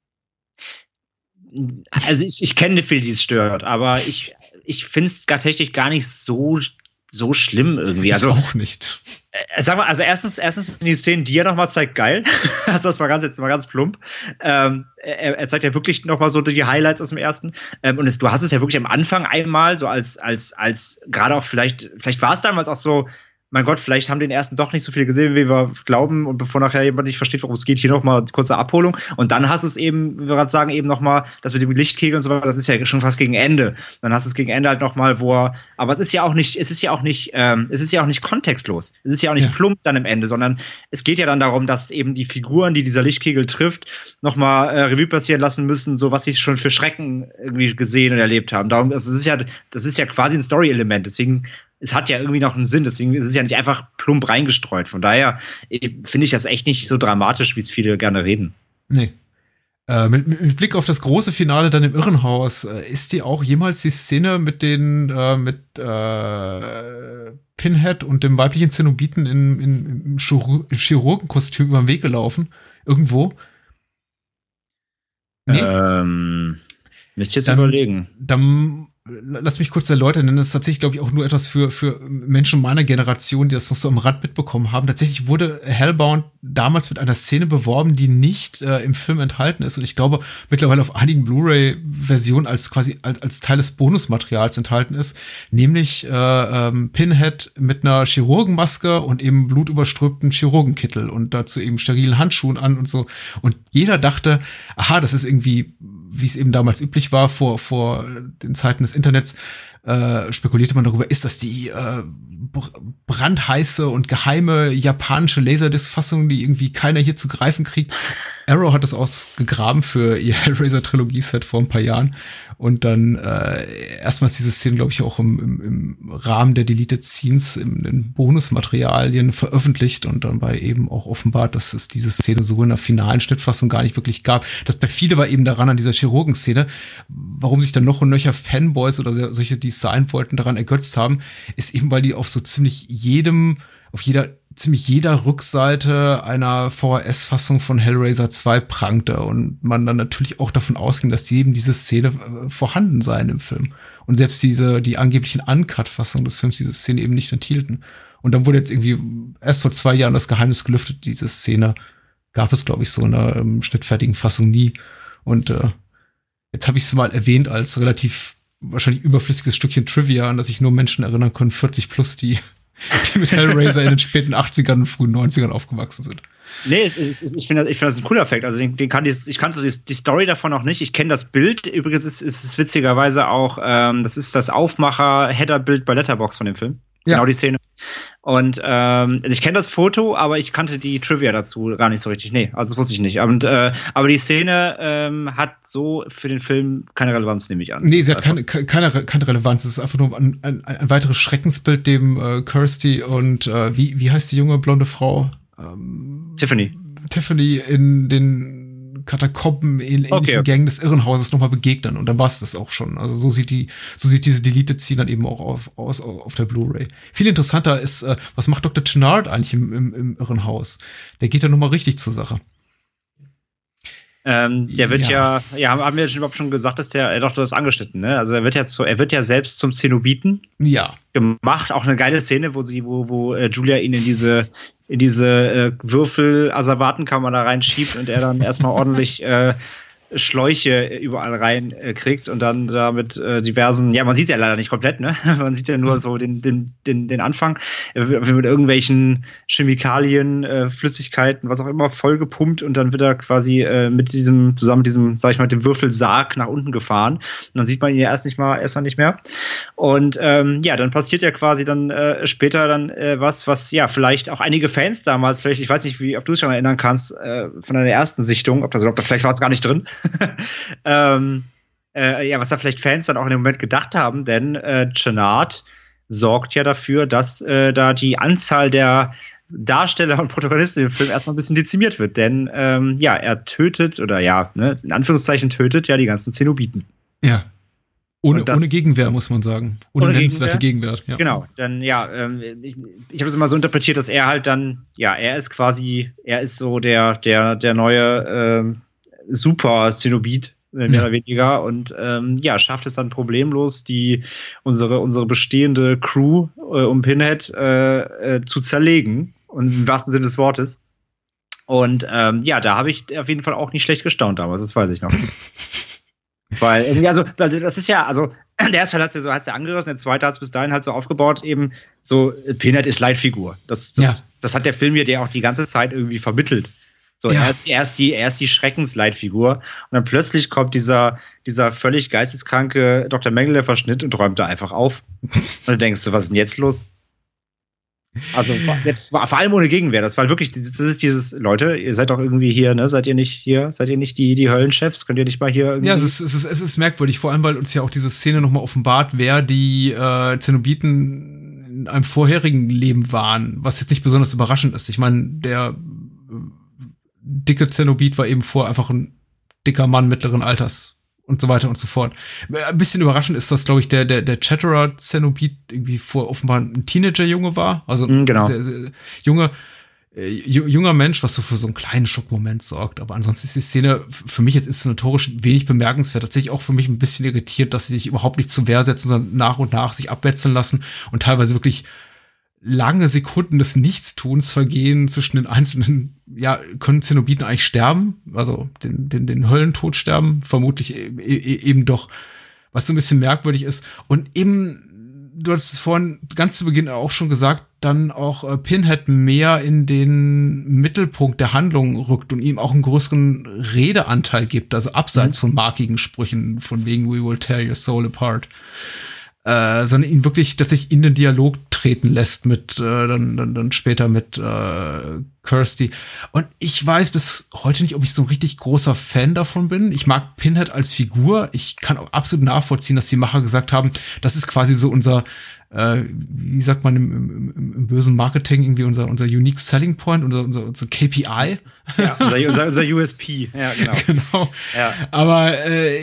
Also ich, ich kenne viele, die es stört, aber ich, ich finde es tatsächlich gar nicht so so schlimm irgendwie. Also
ich auch nicht.
Äh, sag mal, also erstens, erstens sind die Szenen, die er nochmal zeigt, geil. Also das war ganz jetzt mal ganz plump. Ähm, er, er zeigt ja wirklich nochmal so die Highlights aus dem ersten. Ähm, und es, du hast es ja wirklich am Anfang einmal so als als als gerade auch vielleicht vielleicht war es damals auch so. Mein Gott, vielleicht haben den ersten doch nicht so viel gesehen, wie wir glauben. Und bevor nachher jemand nicht versteht, worum es geht, hier nochmal kurze Abholung. Und dann hast du es eben, wie wir gerade sagen, eben nochmal, das mit dem Lichtkegel und so weiter, das ist ja schon fast gegen Ende. Dann hast du es gegen Ende halt nochmal, wo er, aber es ist ja auch nicht, es ist ja auch nicht, ähm, es ist ja auch nicht kontextlos. Es ist ja auch nicht ja. plump dann am Ende, sondern es geht ja dann darum, dass eben die Figuren, die dieser Lichtkegel trifft, nochmal äh, Revue passieren lassen müssen, so was sie schon für Schrecken irgendwie gesehen und erlebt haben. Darum, das ist ja, das ist ja quasi ein Story-Element. Deswegen, es hat ja irgendwie noch einen Sinn, deswegen ist es ja nicht einfach plump reingestreut. Von daher finde ich das echt nicht so dramatisch, wie es viele gerne reden.
Nee. Äh, mit, mit Blick auf das große Finale dann im Irrenhaus, äh, ist dir auch jemals die Szene mit den, äh, mit äh, Pinhead und dem weiblichen Zenobiten in, in, im Chirur- Chirurgenkostüm über den Weg gelaufen? Irgendwo?
Nee? Ähm, müsste ich jetzt dann, überlegen.
Dann lass mich kurz erläutern, denn das ist tatsächlich, glaube ich, auch nur etwas für, für Menschen meiner Generation, die das noch so am Rand mitbekommen haben. Tatsächlich wurde Hellbound damals mit einer Szene beworben, die nicht äh, im Film enthalten ist und ich glaube mittlerweile auf einigen Blu-ray-Versionen als quasi als, als Teil des Bonusmaterials enthalten ist, nämlich äh, ähm, Pinhead mit einer Chirurgenmaske und eben blutüberströmten Chirurgenkittel und dazu eben sterilen Handschuhen an und so. Und jeder dachte, aha, das ist irgendwie, wie es eben damals üblich war, vor, vor den Zeiten des Internets, äh, spekulierte man darüber, ist das die äh, brandheiße und geheime japanische Laserdisc-Fassung, die irgendwie keiner hier zu greifen kriegt. Arrow hat das ausgegraben für ihr Hellraiser-Trilogie-Set vor ein paar Jahren und dann äh, erstmals diese Szene, glaube ich, auch im, im, im Rahmen der Deleted Scenes in den Bonusmaterialien veröffentlicht und dann bei eben auch offenbart, dass es diese Szene so in der finalen Schnittfassung gar nicht wirklich gab. Das perfide war eben daran an dieser Chirurgenszene, warum sich dann noch und nöcher Fanboys oder solche, die es sein wollten, daran ergötzt haben, ist eben, weil die auf so ziemlich jedem, auf jeder ziemlich jeder Rückseite einer V H S-Fassung von Hellraiser zwei prangte und man dann natürlich auch davon ausging, dass eben diese Szene äh, vorhanden sei im Film. Und selbst diese, die angeblichen Uncut-Fassungen des Films diese Szene eben nicht enthielten. Und dann wurde jetzt irgendwie erst vor zwei Jahren das Geheimnis gelüftet, diese Szene gab es, glaube ich, so in einer ähm, schnittfertigen Fassung nie. Und äh, jetzt habe ich es mal erwähnt als relativ wahrscheinlich überflüssiges Stückchen Trivia, an das sich nur Menschen erinnern können, vierzig plus, die die mit Hellraiser in den späten achtzigern und frühen neunzigern aufgewachsen sind.
Nee, es, es, es, ich finde das, ich find das ein cooler Effekt. Also den, den kann die, ich kannte die, die Story davon auch nicht. Ich kenne das Bild. Übrigens ist, ist es witzigerweise auch, ähm, das ist das Aufmacher-Header-Bild bei Letterboxd von dem Film. Ja. Genau die Szene. Und ähm, also ich kenne das Foto, aber ich kannte die Trivia dazu gar nicht so richtig. Nee, also das wusste ich nicht. Und, äh, aber die Szene ähm, hat so für den Film keine Relevanz, nehme ich an.
Nee, sie hat keine, keine, keine Relevanz. Es ist einfach nur ein, ein, ein weiteres Schreckensbild, dem äh, Kirsty und äh, wie, wie heißt die junge blonde Frau? Ähm,
Tiffany.
Tiffany in den Katakomben in ähnlichen okay, okay. Gängen des Irrenhauses nochmal begegnen. Und dann war es das auch schon. Also so sieht die, so sieht diese Deleted Scene dann eben auch auf, aus auf der Blu-ray. Viel interessanter ist, äh, was macht Doktor Chennard eigentlich im, im, im Irrenhaus? Der geht ja nochmal richtig zur Sache.
Ähm, der wird
Ja.
ja, ja, haben wir jetzt überhaupt schon gesagt, dass der, äh, doch, du hast angeschnitten, ne? Also er wird ja zu, er wird ja selbst zum Zenobiten
Ja.
gemacht. Auch eine geile Szene, wo sie, wo, wo äh, Julia ihn in diese, in diese äh, Würfel-Asservatenkammer da reinschiebt und er dann erstmal ordentlich äh, Schläuche überall rein äh, kriegt und dann da mit äh, diversen, ja, man sieht ja leider nicht komplett, ne? Man sieht ja nur so den, den, den, den Anfang, er wird mit irgendwelchen Chemikalien, äh, Flüssigkeiten, was auch immer, vollgepumpt und dann wird er quasi äh, mit diesem, zusammen mit diesem, sag ich mal, dem Würfelsarg nach unten gefahren. Und dann sieht man ihn ja erst nicht mal, erstmal nicht mehr. Und ähm, ja, dann passiert ja quasi dann äh, später dann äh, was, was ja vielleicht auch einige Fans damals, vielleicht, ich weiß nicht, wie, ob du dich daran erinnern kannst, äh, von deiner ersten Sichtung, ob das, ob das vielleicht war es gar nicht drin. ähm, äh, ja, was da vielleicht Fans dann auch in dem Moment gedacht haben, denn äh, Channard sorgt ja dafür, dass äh, da die Anzahl der Darsteller und Protagonisten im Film erstmal ein bisschen dezimiert wird, denn ähm, ja, er tötet oder ja, ne, in Anführungszeichen tötet ja die ganzen Zenobiten.
Ja. Ohne,
Und das-
ohne Gegenwehr, muss man sagen. Ohne,
Ohne
nennenswerte Gegenwehr. Ja.
Genau, dann ja, ähm, ich, ich habe es immer so interpretiert, dass er halt dann, ja, er ist quasi, er ist so der, der, der neue ähm, Super-Zenobit, äh, mehr
Ja.
oder weniger, und ähm, ja, schafft es dann problemlos, die unsere, unsere bestehende Crew äh, um Pinhead äh, äh, zu zerlegen, und im wahrsten Sinne des Wortes. Und ähm, ja, da habe ich auf jeden Fall auch nicht schlecht gestaunt damals, das weiß ich noch. Weil irgendwie, also, also das ist ja, also der erste Teil hat es ja so hat's ja angerissen, der zweite hat es bis dahin halt so aufgebaut, eben so, Pinhead ist Leitfigur. Das, das,
Ja.
das hat der Film ja dir auch die ganze Zeit irgendwie vermittelt. So,
Ja.
er, ist, er, ist die, er ist die Schreckensleitfigur. Und dann plötzlich kommt dieser, dieser völlig geisteskranke Doktor Mengele-Verschnitt und räumt da einfach auf. Und du denkst so, was ist denn jetzt los? Also vor, jetzt, vor allem ohne Gegenwehr. Das war wirklich, das ist dieses, Leute, ihr seid doch irgendwie hier, ne? Seid ihr nicht hier? Seid ihr nicht die, die Höllenchefs? Könnt ihr nicht mal hier irgendwie.
Ja, es ist, es, ist, es ist merkwürdig, vor allem, weil uns ja auch diese Szene nochmal offenbart, wer die äh, Zenobiten in einem vorherigen Leben waren, was jetzt nicht besonders überraschend ist. Ich meine, der äh, dicke Zenobit war eben vor einfach ein dicker Mann mittleren Alters und so weiter und so fort. Ein bisschen überraschend ist, dass, glaube ich, der, der, der Chatterer-Zenobit irgendwie vor offenbar ein Teenager-Junge war. Also ein
Mm, genau.
sehr, sehr junge, äh, ju- junger Mensch, was so für so einen kleinen Schockmoment sorgt. Aber ansonsten ist die Szene f- für mich jetzt inszenatorisch wenig bemerkenswert. Tatsächlich auch für mich ein bisschen irritiert, dass sie sich überhaupt nicht zur Wehr setzen, sondern nach und nach sich abwetzeln lassen und teilweise wirklich lange Sekunden des Nichtstuns vergehen zwischen den einzelnen, ja, können Zenobiten eigentlich sterben? Also den, den, den Höllentod sterben? Vermutlich e e eben doch, was so ein bisschen merkwürdig ist. Und eben, du hast es vorhin ganz zu Beginn auch schon gesagt, dann auch äh, Pinhead mehr in den Mittelpunkt der Handlung rückt und ihm auch einen größeren Redeanteil gibt, also abseits mhm. von markigen Sprüchen von wegen We will tear your soul apart. Äh, sondern ihn wirklich tatsächlich in den Dialog treten lässt mit, äh, dann, dann, dann später mit äh, Kirsty. Und ich weiß bis heute nicht, ob ich so ein richtig großer Fan davon bin. Ich mag Pinhead als Figur. Ich kann auch absolut nachvollziehen, dass die Macher gesagt haben, das ist quasi so unser, äh, wie sagt man im, im, im bösen Marketing, irgendwie unser, unser Unique Selling Point, unser, unser, unser K P I.
Ja, unser, unser, unser U S P. Ja, genau.
Genau.
Ja.
Aber äh,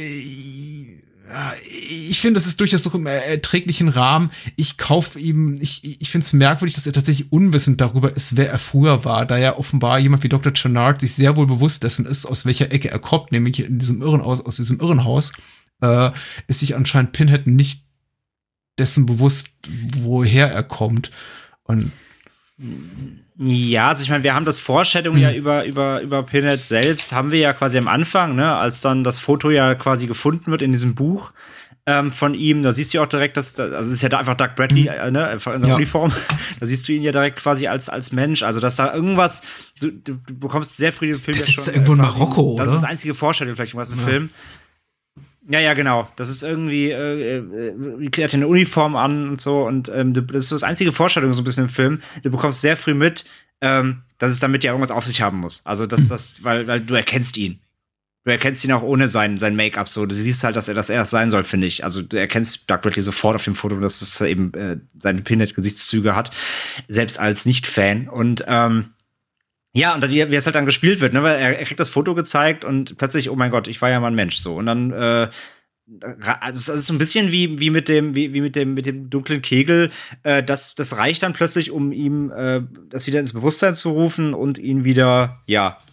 ich finde, das ist durchaus noch im erträglichen Rahmen. Ich kaufe ihm, ich, ich finde es merkwürdig, dass er tatsächlich unwissend darüber ist, wer er früher war, da ja offenbar jemand wie Doktor Channard sich sehr wohl bewusst dessen ist, aus welcher Ecke er kommt, nämlich in diesem Irrenhaus, aus diesem Irrenhaus, äh, ist sich anscheinend Pinhead nicht dessen bewusst, woher er kommt. Und
ja, also ich meine, wir haben das Foreshadowing hm. ja über, über, über Pinhead selbst, haben wir ja quasi am Anfang, ne, als dann das Foto ja quasi gefunden wird in diesem Buch ähm, von ihm, da siehst du ja auch direkt, dass, also es ist ja da einfach Doug Bradley, hm. äh, ne, einfach in der ja. Uniform, da siehst du ihn ja direkt quasi als, als Mensch, also dass da irgendwas, du, du bekommst sehr früh den Film
das
ja
schon. Das
schon.
ist irgendwo in Marokko,
das
oder?
Das ist das einzige Foreshadowing vielleicht was im ja. Film. Ja, ja, genau. Das ist irgendwie, äh, äh, er hat eine Uniform an und so und ähm, das ist so das einzige Vorstellung so ein bisschen im Film. Du bekommst sehr früh mit, ähm, dass es damit ja irgendwas auf sich haben muss. Also das, das, weil, weil du erkennst ihn. Du erkennst ihn auch ohne sein, sein Make-up so. Du siehst halt, dass er das erst sein soll, finde ich. Also du erkennst Doug Bradley sofort auf dem Foto, dass es eben äh, seine Pinhead-Gesichtszüge hat, selbst als Nicht-Fan. Und ähm, ja, und dann, wie, wie es halt dann gespielt wird, ne, weil er, er kriegt das Foto gezeigt und plötzlich, oh mein Gott, ich war ja mal ein Mensch, so. Und dann, äh, also es ist so ein bisschen wie, wie mit dem, wie, wie mit dem, mit dem dunklen Kegel, äh, das, das reicht dann plötzlich, um ihm, äh, das wieder ins Bewusstsein zu rufen und ihn wieder, ja,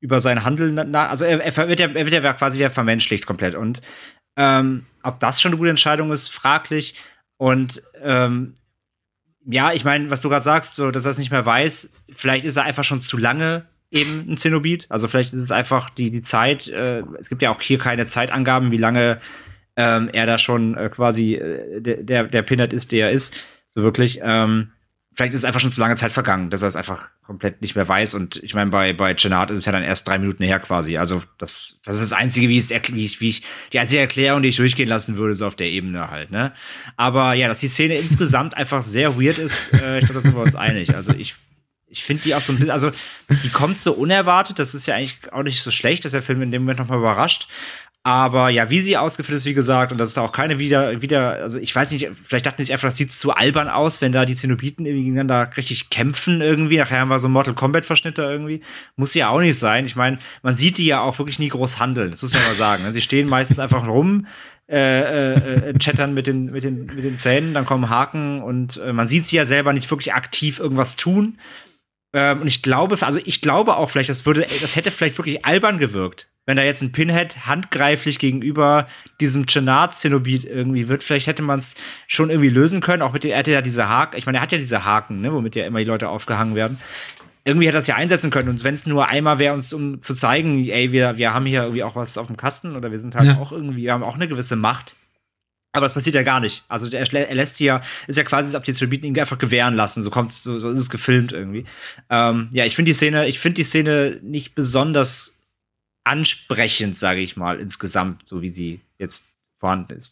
über sein Handeln, na, also er, er wird ja, er wird ja quasi wieder vermenschlicht komplett. Und ähm, ob das schon eine gute Entscheidung ist, fraglich. Und ähm, ja, ich meine, was du gerade sagst, so, dass er es nicht mehr weiß, vielleicht ist er einfach schon zu lange eben ein Zenobit. Also vielleicht ist es einfach die, die Zeit, äh, es gibt ja auch hier keine Zeitangaben, wie lange ähm, er da schon äh, quasi äh, der, der Pinhead ist, der er ist. So wirklich, ähm, vielleicht ist es einfach schon zu lange Zeit vergangen, dass er es einfach komplett nicht mehr weiß. Und ich meine, bei, bei Gennard ist es ja dann erst drei Minuten her quasi. Also das, das ist das Einzige, wie, es, wie, ich, wie ich, die einzige Erklärung, die ich durchgehen lassen würde, so auf der Ebene halt, ne? Aber ja, dass die Szene insgesamt einfach sehr weird ist, äh, ich glaube, da sind wir uns einig. Also ich, ich finde die auch so ein bisschen, also die kommt so unerwartet, das ist ja eigentlich auch nicht so schlecht, dass der Film in dem Moment nochmal überrascht. Aber ja, wie sie ausgeführt ist, wie gesagt, und das ist auch keine wieder, wieder, also ich weiß nicht, vielleicht dachten sie sich einfach, das sieht zu albern aus, wenn da die Zenobiten irgendwie gegeneinander richtig kämpfen irgendwie. Nachher haben wir so Mortal Kombat-Verschnitte irgendwie. Muss ja auch nicht sein. Ich meine, man sieht die ja auch wirklich nie groß handeln. Das muss man mal sagen. Sie stehen meistens einfach rum, äh, äh, chattern mit den, mit den, mit den Zähnen, dann kommen Haken und äh, man sieht sie ja selber nicht wirklich aktiv irgendwas tun. Ähm, und ich glaube, also ich glaube auch vielleicht, das würde, das hätte vielleicht wirklich albern gewirkt. Wenn da jetzt ein Pinhead handgreiflich gegenüber diesem Gennard-Zenobit irgendwie wird, vielleicht hätte man es schon irgendwie lösen können. Auch mit dem, er hatte ja diese Haken, ich meine, er hat ja diese Haken, ne, womit ja immer die Leute aufgehangen werden. Irgendwie hätte er das ja einsetzen können. Und wenn es nur einmal wäre, uns um zu zeigen, ey, wir, wir haben hier irgendwie auch was auf dem Kasten oder wir sind halt ja. auch irgendwie, wir haben auch eine gewisse Macht. Aber das passiert ja gar nicht. Also er, er lässt sie ja, ist ja quasi, als ob die Zenobiten ihn einfach gewähren lassen. So kommt's, so, so ist es gefilmt irgendwie. Ähm, ja, ich finde die Szene, ich finde die Szene nicht besonders ansprechend, sage ich mal, insgesamt, so wie sie jetzt vorhanden ist.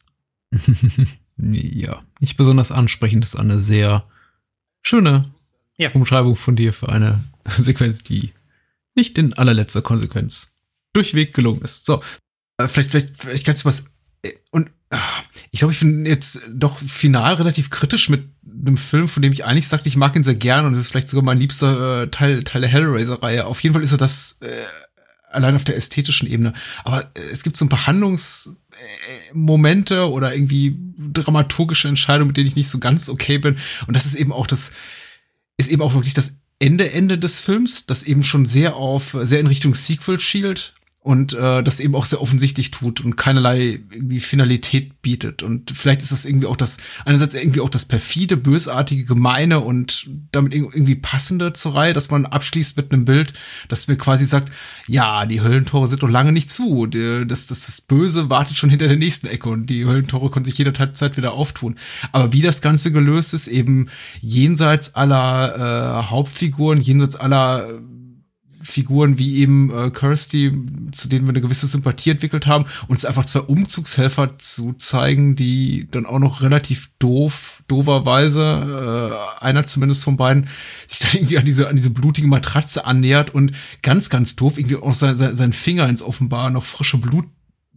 Ja, nicht besonders ansprechend, ist eine sehr schöne ja. Umschreibung von dir für eine Sequenz, die nicht in allerletzter Konsequenz durchweg gelungen ist. So, äh, vielleicht, vielleicht, vielleicht kannst du was, äh, und äh, ich glaube, ich bin jetzt doch final relativ kritisch mit einem Film, von dem ich eigentlich sagte, ich mag ihn sehr gern und es ist vielleicht sogar mein liebster äh, Teil, Teil der Hellraiser-Reihe. Auf jeden Fall ist er das, äh, allein auf der ästhetischen Ebene. Aber es gibt so ein paar Handlungsmomente oder irgendwie dramaturgische Entscheidungen, mit denen ich nicht so ganz okay bin. Und das ist eben auch das, ist eben auch wirklich das Ende, Ende des Films, das eben schon sehr auf, sehr in Richtung Sequel schielt und äh, das eben auch sehr offensichtlich tut und keinerlei irgendwie Finalität bietet. Und vielleicht ist das irgendwie auch das, einerseits irgendwie auch das perfide, bösartige, gemeine und damit irgendwie passende zur Reihe, dass man abschließt mit einem Bild, das mir quasi sagt, ja, die Höllentore sind noch lange nicht zu. Das, das, das Böse wartet schon hinter der nächsten Ecke und die Höllentore können sich jederzeit wieder auftun. Aber wie das Ganze gelöst ist, eben jenseits aller äh, Hauptfiguren, jenseits aller äh, Figuren wie eben äh, Kirsty, zu denen wir eine gewisse Sympathie entwickelt haben, uns einfach zwei Umzugshelfer zu zeigen, die dann auch noch relativ doof, dooferweise, äh, einer zumindest von beiden, sich dann irgendwie an diese, an diese blutige Matratze annähert und ganz, ganz doof irgendwie auch sein, sein, sein Finger ins offenbar noch frische Blut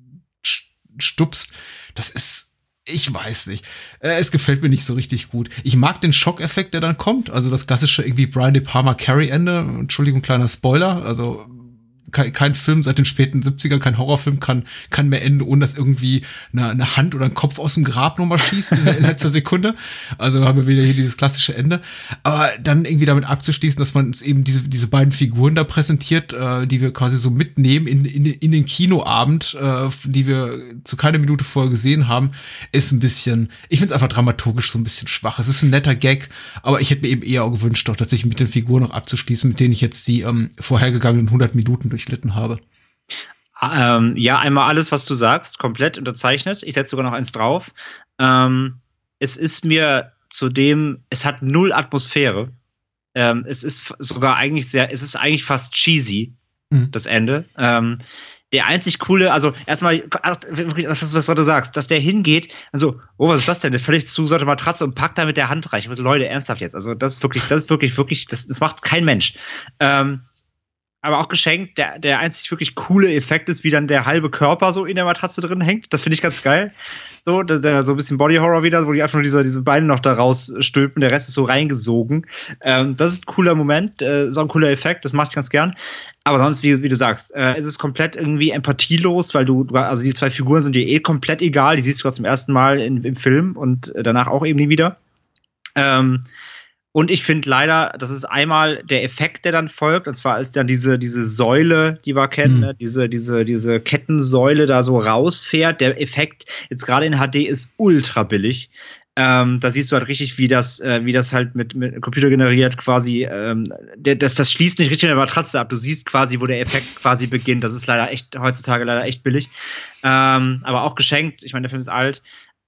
stupst. Das ist, ich weiß nicht. Äh, es gefällt mir nicht so richtig gut. Ich mag den Schockeffekt, der dann kommt. Also das klassische irgendwie Brian De Palma Carrie-Ende. Entschuldigung, kleiner Spoiler. Also kein, kein Film seit den späten siebzigern, kein Horrorfilm kann, kann mehr enden, ohne dass irgendwie eine, eine Hand oder ein Kopf aus dem Grab nochmal schießt in, in letzter Sekunde. Also haben wir wieder hier dieses klassische Ende. Aber dann irgendwie damit abzuschließen, dass man uns eben diese, diese beiden Figuren da präsentiert, äh, die wir quasi so mitnehmen in, in, in den Kinoabend, äh, die wir zu keiner Minute vorher gesehen haben, ist ein bisschen, ich finde es einfach dramaturgisch so ein bisschen schwach. Es ist ein netter Gag, aber ich hätte mir eben eher auch gewünscht, doch tatsächlich mit den Figuren noch abzuschließen, mit denen ich jetzt die ähm, vorhergegangenen hundert Minuten durchlitten habe.
Ähm, ja, einmal alles, was du sagst, komplett unterzeichnet. Ich setze sogar noch eins drauf. Ähm, es ist mir zudem, es hat null Atmosphäre. Ähm, es ist sogar eigentlich sehr, es ist eigentlich fast cheesy, mhm. das Ende. Ähm, der einzig coole, also erstmal, was, was du sagst, dass der hingeht, also, oh, was ist das denn? Eine völlig zugesäute Matratze und packt da mit der Hand rein. Ich muss, Leute, ernsthaft jetzt. Also, das ist wirklich, das ist wirklich, wirklich, das, das macht kein Mensch. Ähm, aber auch geschenkt, der, der einzig wirklich coole Effekt ist, wie dann der halbe Körper so in der Matratze drin hängt. Das finde ich ganz geil. So, der, der, so ein bisschen Body Horror wieder, wo die einfach nur diese, diese Beine noch da rausstülpen, der Rest ist so reingesogen. Ähm, das ist ein cooler Moment, äh, so ein cooler Effekt, das mache ich ganz gern. Aber sonst, wie, wie du sagst, äh, es ist komplett irgendwie empathielos, weil du, also die zwei Figuren sind dir eh komplett egal, die siehst du gerade zum ersten Mal in, im Film und danach auch eben nie wieder. Ähm, Und ich finde leider, das ist einmal der Effekt, der dann folgt, und zwar ist dann diese, diese Säule, die wir kennen, mhm. ne? diese, diese, diese Kettensäule da so rausfährt. Der Effekt, jetzt gerade in H D, ist ultra billig. Ähm, da siehst du halt richtig, wie das, äh, wie das halt mit, mit Computer generiert quasi, ähm, der, das, das schließt nicht richtig in der Matratze ab. Du siehst quasi, wo der Effekt quasi beginnt. Das ist leider echt, heutzutage leider echt billig. Ähm, aber auch geschenkt. Ich meine, der Film ist alt.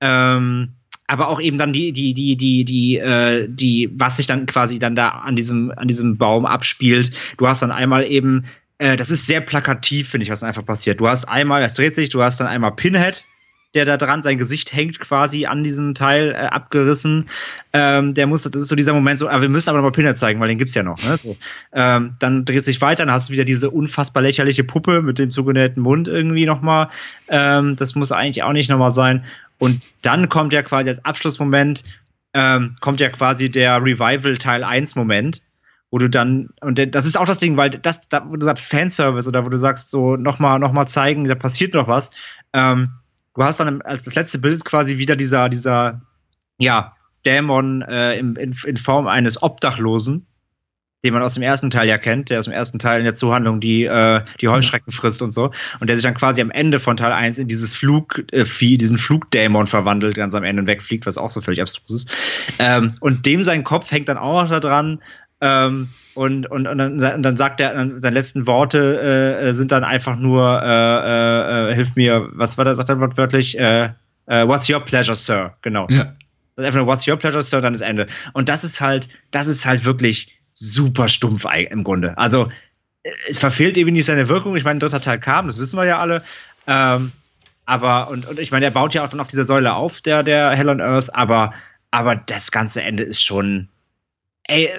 Ähm, aber auch eben dann die, die, die, die, die, äh, die, was sich dann quasi dann da an diesem, an diesem Baum abspielt. Du hast dann einmal eben, äh, das ist sehr plakativ, finde ich, was einfach passiert. Du hast einmal, es dreht sich, du hast dann einmal Pinhead, der da dran, sein Gesicht hängt quasi an diesem Teil äh, abgerissen. Ähm, der muss, das ist so dieser Moment so, ah, wir müssen aber noch mal Pinhead zeigen, weil den gibt's ja noch. Ne? So. Ähm, dann dreht sich weiter, dann hast du wieder diese unfassbar lächerliche Puppe mit dem zugenähten Mund irgendwie noch mal. Ähm, das muss eigentlich auch nicht noch mal sein. Und dann kommt ja quasi als Abschlussmoment, ähm, kommt ja quasi der Revival Teil eins Moment, wo du dann, und das ist auch das Ding, weil das, da, wo du sagst Fanservice oder wo du sagst, so nochmal noch mal zeigen, da passiert noch was. Ähm, du hast dann als das letzte Bild ist quasi wieder dieser, dieser, ja, Dämon äh, in, in, in Form eines Obdachlosen, den man aus dem ersten Teil ja kennt, der aus dem ersten Teil in der Zuhandlung die, äh, die Heuschrecken frisst und so. Und der sich dann quasi am Ende von Teil eins in dieses Flugvieh, äh, diesen Flugdämon verwandelt, ganz am Ende und wegfliegt, was auch so völlig abstrus ist. Ähm, und dem sein Kopf hängt dann auch noch da dran. Ähm, und, und, und, dann, und dann sagt er, seine letzten Worte äh, sind dann einfach nur, äh, äh, hilf mir, was war das, sagt er wortwörtlich? Äh, äh, what's your pleasure, Sir? Genau. Ja. Das ist einfach nur, what's your pleasure, Sir? Dann ist Ende. Und das ist halt, das ist halt wirklich super stumpf im Grunde. Also es verfehlt eben nicht seine Wirkung. Ich meine, ein dritter Teil kam, das wissen wir ja alle. Ähm, aber, und, und ich meine, er baut ja auch dann auf dieser Säule auf, der, der Hell on Earth, aber, aber das ganze Ende ist schon, ey,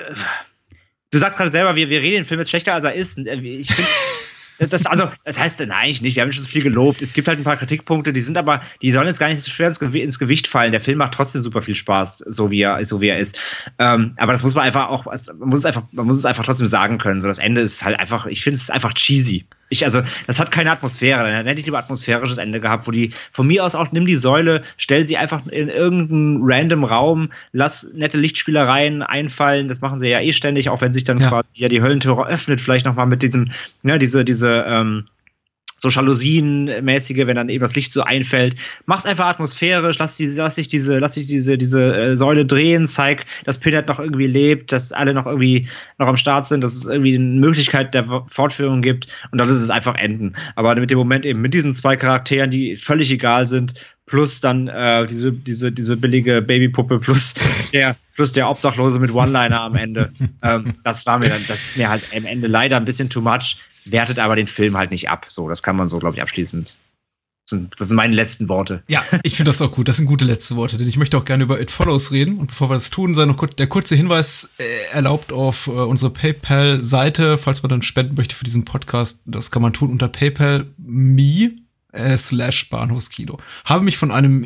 du sagst gerade selber, wir, wir reden den Film jetzt schlechter, als er ist. Ich finde, das, also, das heißt, nein, eigentlich nicht. Wir haben schon so viel gelobt. Es gibt halt ein paar Kritikpunkte, die sind aber, die sollen jetzt gar nicht so schwer ins, Gew- ins Gewicht fallen. Der Film macht trotzdem super viel Spaß, so wie er, so wie er ist. Ähm, aber das muss man einfach auch, man muss es einfach, man muss es einfach trotzdem sagen können. So, das Ende ist halt einfach, ich finde es einfach cheesy. Ich, also, das hat keine Atmosphäre. Dann hätte ich lieber atmosphärisches Ende gehabt, wo die, von mir aus auch, nimm die Säule, stell sie einfach in irgendeinen random Raum, lass nette Lichtspielereien einfallen. Das machen sie ja eh ständig, auch wenn sich dann ja. quasi ja die Höllentüre öffnet, vielleicht nochmal mit diesem, ja, diese, diese, ähm, so Jalousien-mäßige, wenn dann eben das Licht so einfällt. Mach's einfach atmosphärisch, lass, die, lass sich diese, lass sich diese, diese äh, Säule drehen, zeig, dass Pinhead noch irgendwie lebt, dass alle noch irgendwie noch am Start sind, dass es irgendwie eine Möglichkeit der Fortführung gibt und dann ist es einfach enden. Aber mit dem Moment eben mit diesen zwei Charakteren, die völlig egal sind, plus dann äh, diese, diese, diese billige Babypuppe, plus der, plus der Obdachlose mit One-Liner am Ende. ähm, das war mir dann, das ist mir halt am Ende leider ein bisschen too much. Wertet aber den Film halt nicht ab. So, das kann man so, glaube ich, abschließend. Das sind, das sind meine letzten Worte.
Ja, ich finde das auch gut. Das sind gute letzte Worte, denn ich möchte auch gerne über It Follows reden. Und bevor wir das tun, sei noch kurz, der kurze Hinweis äh, erlaubt auf äh, unsere PayPal-Seite, falls man dann spenden möchte für diesen Podcast. Das kann man tun unter PayPal.me äh, slash Bahnhofskino. Habe mich von einem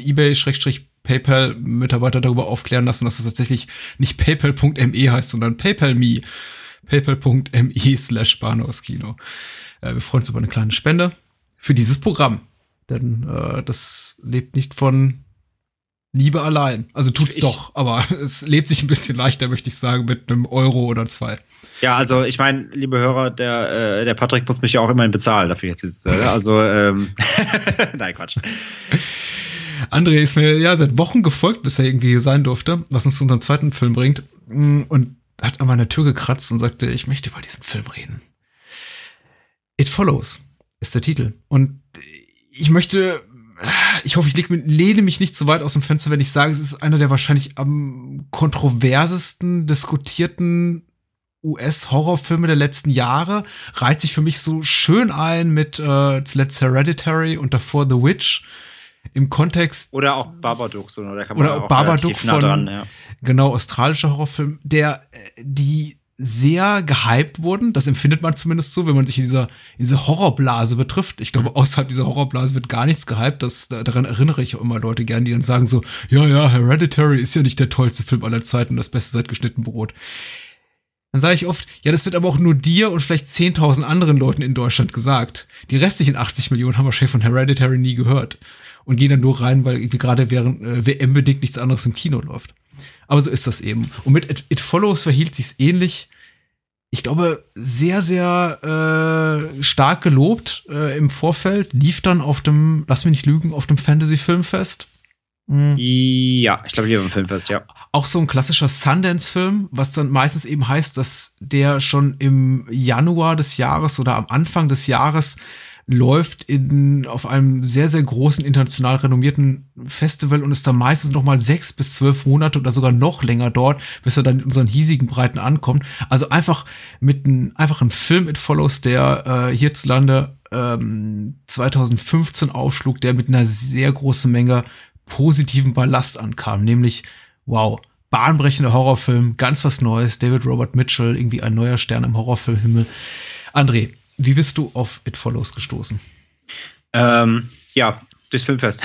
eBay-PayPal-Mitarbeiter darüber aufklären lassen, dass es tatsächlich nicht PayPal.me heißt, sondern PayPal.me. PayPal.me slash Bahnhofskino. Äh, wir freuen uns über eine kleine Spende für dieses Programm. Denn äh, das lebt nicht von Liebe allein. Also tut's ich, doch, aber es lebt sich ein bisschen leichter, möchte ich sagen, mit einem Euro oder zwei.
Ja, also ich meine, liebe Hörer, der, äh, der Patrick muss mich ja auch immerhin bezahlen dafür jetzt. Äh, also, ähm nein, Quatsch.
André ist mir ja seit Wochen gefolgt, bis er irgendwie hier sein durfte, was uns zu unserem zweiten Film bringt. Und hat an meiner Tür gekratzt und sagte, ich möchte über diesen Film reden. It Follows ist der Titel. Und ich möchte, ich hoffe, ich leg, lehne mich nicht zu weit aus dem Fenster, wenn ich sage, es ist einer der wahrscheinlich am kontroversesten diskutierten U S-Horrorfilme der letzten Jahre. Reiht sich für mich so schön ein mit äh, zuletzt Hereditary und davor The Witch. Im Kontext.
Oder auch Babadook, so, oder kann man
oder
auch
Babadook von,
dran, ja.
Genau, australischer Horrorfilm, der, die sehr gehypt wurden. Das empfindet man zumindest so, wenn man sich in dieser, in dieser Horrorblase betrifft. Ich glaube, außerhalb dieser Horrorblase wird gar nichts gehypt. Das, daran erinnere ich auch immer Leute gern, die dann sagen so, ja, ja, Hereditary ist ja nicht der tollste Film aller Zeiten, das Beste seit geschnitten Brot. Dann sage ich oft, ja, das wird aber auch nur dir und vielleicht zehntausend anderen Leuten in Deutschland gesagt. Die restlichen achtzig Millionen haben wahrscheinlich von Hereditary nie gehört. und gehen dann nur rein, weil irgendwie gerade während äh, W M-bedingt nichts anderes im Kino läuft. Aber so ist das eben. Und mit It, It Follows verhielt sich's ähnlich. Ich glaube, sehr, sehr äh, stark gelobt äh, im Vorfeld. Lief dann auf dem, lass mich nicht lügen, auf dem Fantasy-Filmfest.
Mhm. Ja, ich glaube, hier beim Filmfest, ja.
Auch so ein klassischer Sundance-Film, was dann meistens eben heißt, dass der schon im Januar des Jahres oder am Anfang des Jahres läuft in, auf einem sehr, sehr großen, international renommierten Festival und ist dann meistens noch mal sechs bis zwölf Monate oder sogar noch länger dort, bis er dann in unseren hiesigen Breiten ankommt. Also einfach mit einem einfachen Film It Follows, der äh, hierzulande ähm, zwanzig fünfzehn aufschlug, der mit einer sehr großen Menge positiven Ballast ankam, nämlich, wow, bahnbrechender Horrorfilm, ganz was Neues, David Robert Mitchell, irgendwie ein neuer Stern im Horrorfilmhimmel. André, wie bist du auf It Follows gestoßen?
Ähm, ja, durchs Filmfest.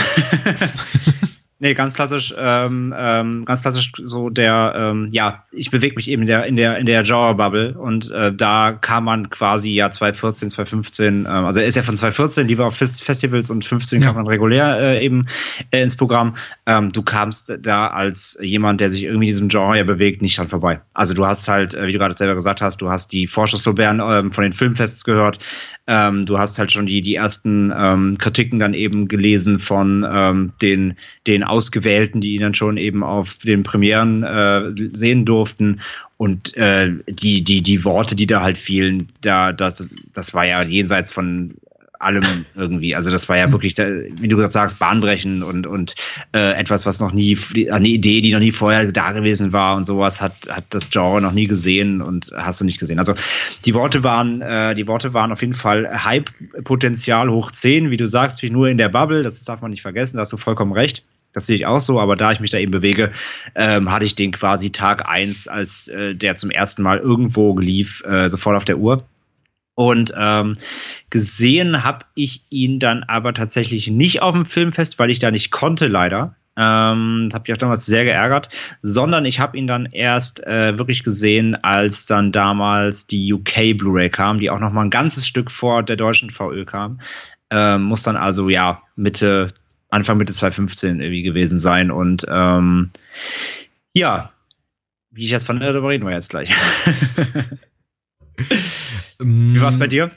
Nee, ganz klassisch, ähm, ähm, ganz klassisch so der, ähm, ja, ich bewege mich eben in der, in der, in der Genre-Bubble und äh, da kam man quasi ja zwanzig vierzehn, zwanzig fünfzehn, ähm, also er ist ja von zwanzig vierzehn, lief auf Fest- Festivals und fünfzehn ja. kam man regulär äh, eben äh, ins Programm. Ähm, du kamst da als jemand, der sich irgendwie in diesem Genre ja bewegt, nicht dran vorbei. Also du hast halt, äh, wie du gerade selber gesagt hast, du hast die Vorschusslorbeeren ähm, von den Filmfests gehört, ähm, du hast halt schon die, die ersten ähm, Kritiken dann eben gelesen von ähm, den, den Ausgewählten, die ihn dann schon eben auf den Premieren äh, sehen durften. Und äh, die, die, die Worte, die da halt fielen, da, das, das war ja jenseits von allem irgendwie. Also das war ja wirklich, wie du gesagt sagst, bahnbrechend und, und äh, etwas, was noch nie, eine Idee, die noch nie vorher da gewesen war und sowas, hat, hat das Genre noch nie gesehen und hast du nicht gesehen. Also die Worte waren, äh, die Worte waren auf jeden Fall Hype-Potenzial hoch zehn, wie du sagst, nur in der Bubble, das darf man nicht vergessen, da hast du vollkommen recht. Das sehe ich auch so, aber da ich mich da eben bewege, ähm, hatte ich den quasi Tag eins, als äh, der zum ersten Mal irgendwo lief, äh, sofort auf der Uhr. Und ähm, gesehen habe ich ihn dann aber tatsächlich nicht auf dem Filmfest, weil ich da nicht konnte, leider. Ähm, das habe ich auch damals sehr geärgert, sondern ich habe ihn dann erst äh, wirklich gesehen, als dann damals die U K Blu-ray kam, die auch noch mal ein ganzes Stück vor der deutschen V Ö kam. Ähm, muss dann also, ja, Mitte Anfang Mitte zwanzig fünfzehn irgendwie gewesen sein. Und ähm, ja, wie ich das fand, darüber reden wir jetzt gleich. Wie war es bei dir?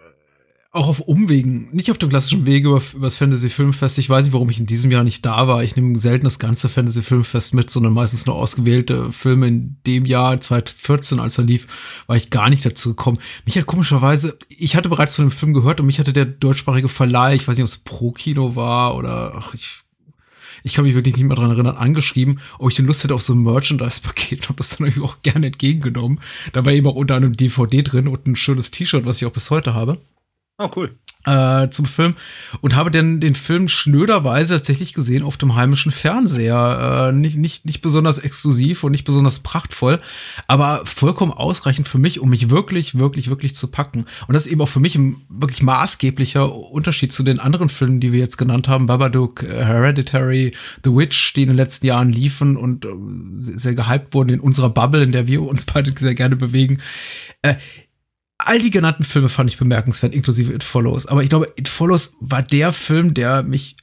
Auch auf Umwegen, nicht auf dem klassischen Wege über, über das Fantasy-Filmfest. Ich weiß nicht, warum ich in diesem Jahr nicht da war. Ich nehme selten das ganze Fantasy-Filmfest mit, sondern meistens nur ausgewählte Filme. In dem Jahr zwanzig vierzehn, als er lief, war ich gar nicht dazu gekommen. Mich hat komischerweise, ich hatte bereits von dem Film gehört und mich hatte der deutschsprachige Verleih, ich weiß nicht, ob es Pro-Kino war oder, ach, ich Ich kann mich wirklich nicht mehr dran erinnern, angeschrieben, ob ich denn Lust hätte auf so ein Merchandise-Paket und habe das dann irgendwie auch gerne entgegengenommen. Da war eben auch unter anderem D V D drin und ein schönes T-Shirt, was ich auch bis heute habe.
Oh, cool.
Äh, zum Film und habe dann den Film schnöderweise tatsächlich gesehen auf dem heimischen Fernseher. Äh, nicht, nicht, nicht besonders exklusiv und nicht besonders prachtvoll, aber vollkommen ausreichend für mich, um mich wirklich, wirklich, wirklich zu packen. Und das ist eben auch für mich ein wirklich maßgeblicher Unterschied zu den anderen Filmen, die wir jetzt genannt haben. Babadook, Hereditary, The Witch, die in den letzten Jahren liefen und äh, sehr gehypt wurden in unserer Bubble, in der wir uns beide sehr gerne bewegen. Äh, All die genannten Filme fand ich bemerkenswert, inklusive It Follows. Aber ich glaube, It Follows war der Film, der mich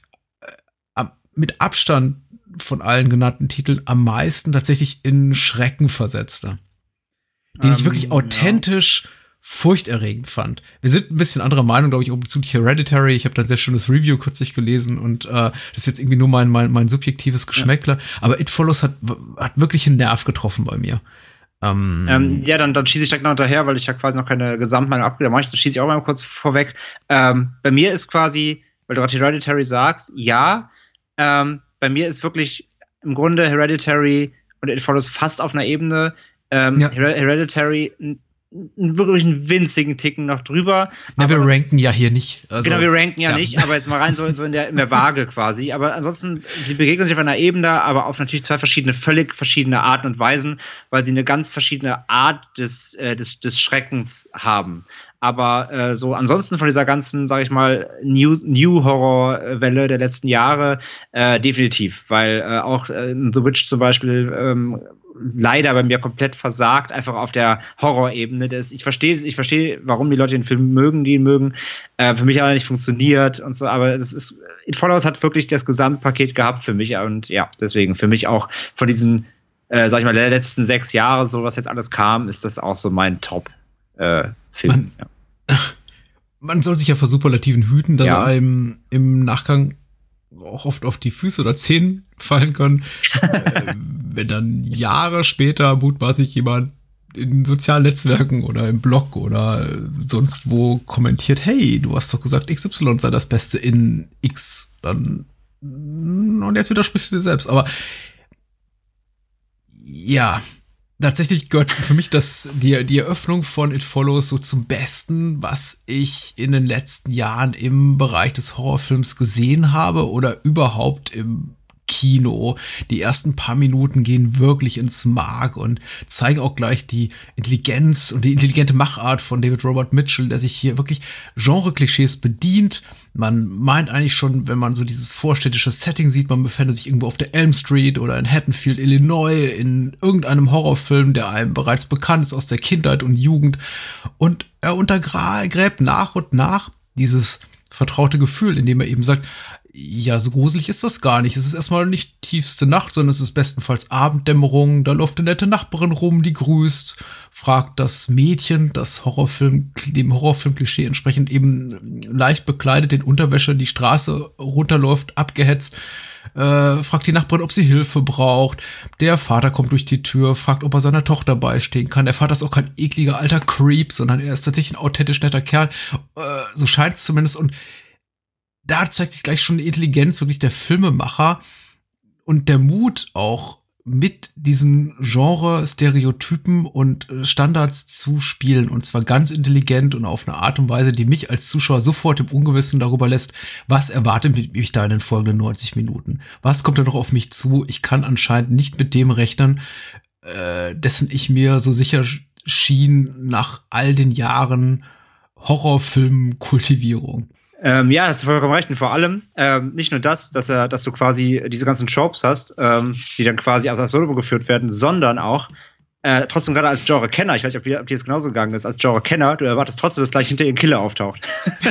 äh, mit Abstand von allen genannten Titeln am meisten tatsächlich in Schrecken versetzte. Den ähm, ich wirklich authentisch ja. furchterregend fand. Wir sind ein bisschen anderer Meinung, glaube ich, bezüglich Hereditary. Ich habe da ein sehr schönes Review kürzlich gelesen und äh, das ist jetzt irgendwie nur mein, mein, mein subjektives Geschmäckler. Ja. Aber It Follows hat, hat wirklich einen Nerv getroffen bei mir. Um,
ähm, ja, dann, dann schieße ich direkt noch hinterher, weil ich ja quasi noch keine Gesamtmeinung abgegeben habe. Das schieße ich auch mal kurz vorweg. Ähm, bei mir ist quasi, weil du gerade Hereditary sagst, ja, ähm, bei mir ist wirklich im Grunde Hereditary und It Follows fast auf einer Ebene. Ähm, ja. Hereditary wirklich einen winzigen Ticken noch drüber.
Na, wir ranken ja hier nicht.
Also, genau, wir ranken ja, ja nicht, aber jetzt mal rein so, so in, der, in der Waage quasi. Aber ansonsten, die begegnen sich auf einer Ebene, aber auf natürlich zwei verschiedene, völlig verschiedene Arten und Weisen, weil sie eine ganz verschiedene Art des, äh, des, des Schreckens haben. Aber äh, so ansonsten von dieser ganzen, sag ich mal, New, New Horror-Welle der letzten Jahre äh, definitiv. Weil äh, auch äh, The Witch zum Beispiel ähm, leider bei mir komplett versagt, einfach auf der Horrorebene. Das, ich verstehe, ich verstehe, warum die Leute den Film mögen, die ihn mögen. Äh, für mich hat er nicht funktioniert und so, aber es ist, It Follows hat wirklich das Gesamtpaket gehabt für mich und ja, deswegen für mich auch von diesen, äh, sag ich mal, der letzten sechs Jahre, so was jetzt alles kam, ist das auch so mein Top-Film. Äh,
man,
ja.
man soll sich ja vor Superlativen hüten, dass
ja.
er einem im Nachgang auch oft auf die Füße oder Zehen fallen können, äh, wenn dann Jahre später mutmaßlich jemand in sozialen Netzwerken oder im Blog oder sonst wo kommentiert, hey, du hast doch gesagt, X Y sei das Beste in X, dann und jetzt widersprichst du dir selbst, aber ja, tatsächlich gehört für mich das, die, die Eröffnung von It Follows so zum Besten, was ich in den letzten Jahren im Bereich des Horrorfilms gesehen habe oder überhaupt im Kino. Die ersten paar Minuten gehen wirklich ins Mark und zeigen auch gleich die Intelligenz und die intelligente Machart von David Robert Mitchell, der sich hier wirklich Genre-Klischees bedient. Man meint eigentlich schon, wenn man so dieses vorstädtische Setting sieht, man befände sich irgendwo auf der Elm Street oder in Haddonfield, Illinois, in irgendeinem Horrorfilm, der einem bereits bekannt ist aus der Kindheit und Jugend. Und er untergräbt nach und nach dieses vertraute Gefühl, indem er eben sagt, ja, so gruselig ist das gar nicht. Es ist erstmal nicht tiefste Nacht, sondern es ist bestenfalls Abenddämmerung. Da läuft eine nette Nachbarin rum, die grüßt, fragt das Mädchen, das Horrorfilm, dem Horrorfilm-Klischee entsprechend eben leicht bekleidet, in Unterwäsche die Straße runterläuft, abgehetzt, äh, fragt die Nachbarin, ob sie Hilfe braucht. Der Vater kommt durch die Tür, fragt, ob er seiner Tochter beistehen kann. Der Vater ist auch kein ekliger alter Creep, sondern er ist tatsächlich ein authentisch netter Kerl. Äh, so scheint es zumindest. Und da zeigt sich gleich schon die Intelligenz wirklich der Filmemacher und der Mut auch mit diesen Genre-Stereotypen und Standards zu spielen und zwar ganz intelligent und auf eine Art und Weise, die mich als Zuschauer sofort im Ungewissen darüber lässt, was erwartet mich da in den folgenden neunzig Minuten? Was kommt da noch auf mich zu? Ich kann anscheinend nicht mit dem rechnen, äh, dessen ich mir so sicher schien nach all den Jahren Horrorfilm-Kultivierung.
Ähm, ja, hast du vollkommen recht. Und vor allem ähm, nicht nur das, dass er, dass du quasi diese ganzen Tropes hast, ähm, die dann quasi auf das Solo geführt werden, sondern auch äh, trotzdem gerade als Genre-Kenner, ich weiß nicht, ob dir, ob dir das genauso gegangen ist, als Genre-Kenner, du erwartest trotzdem, dass gleich hinter ihr ein Killer auftaucht.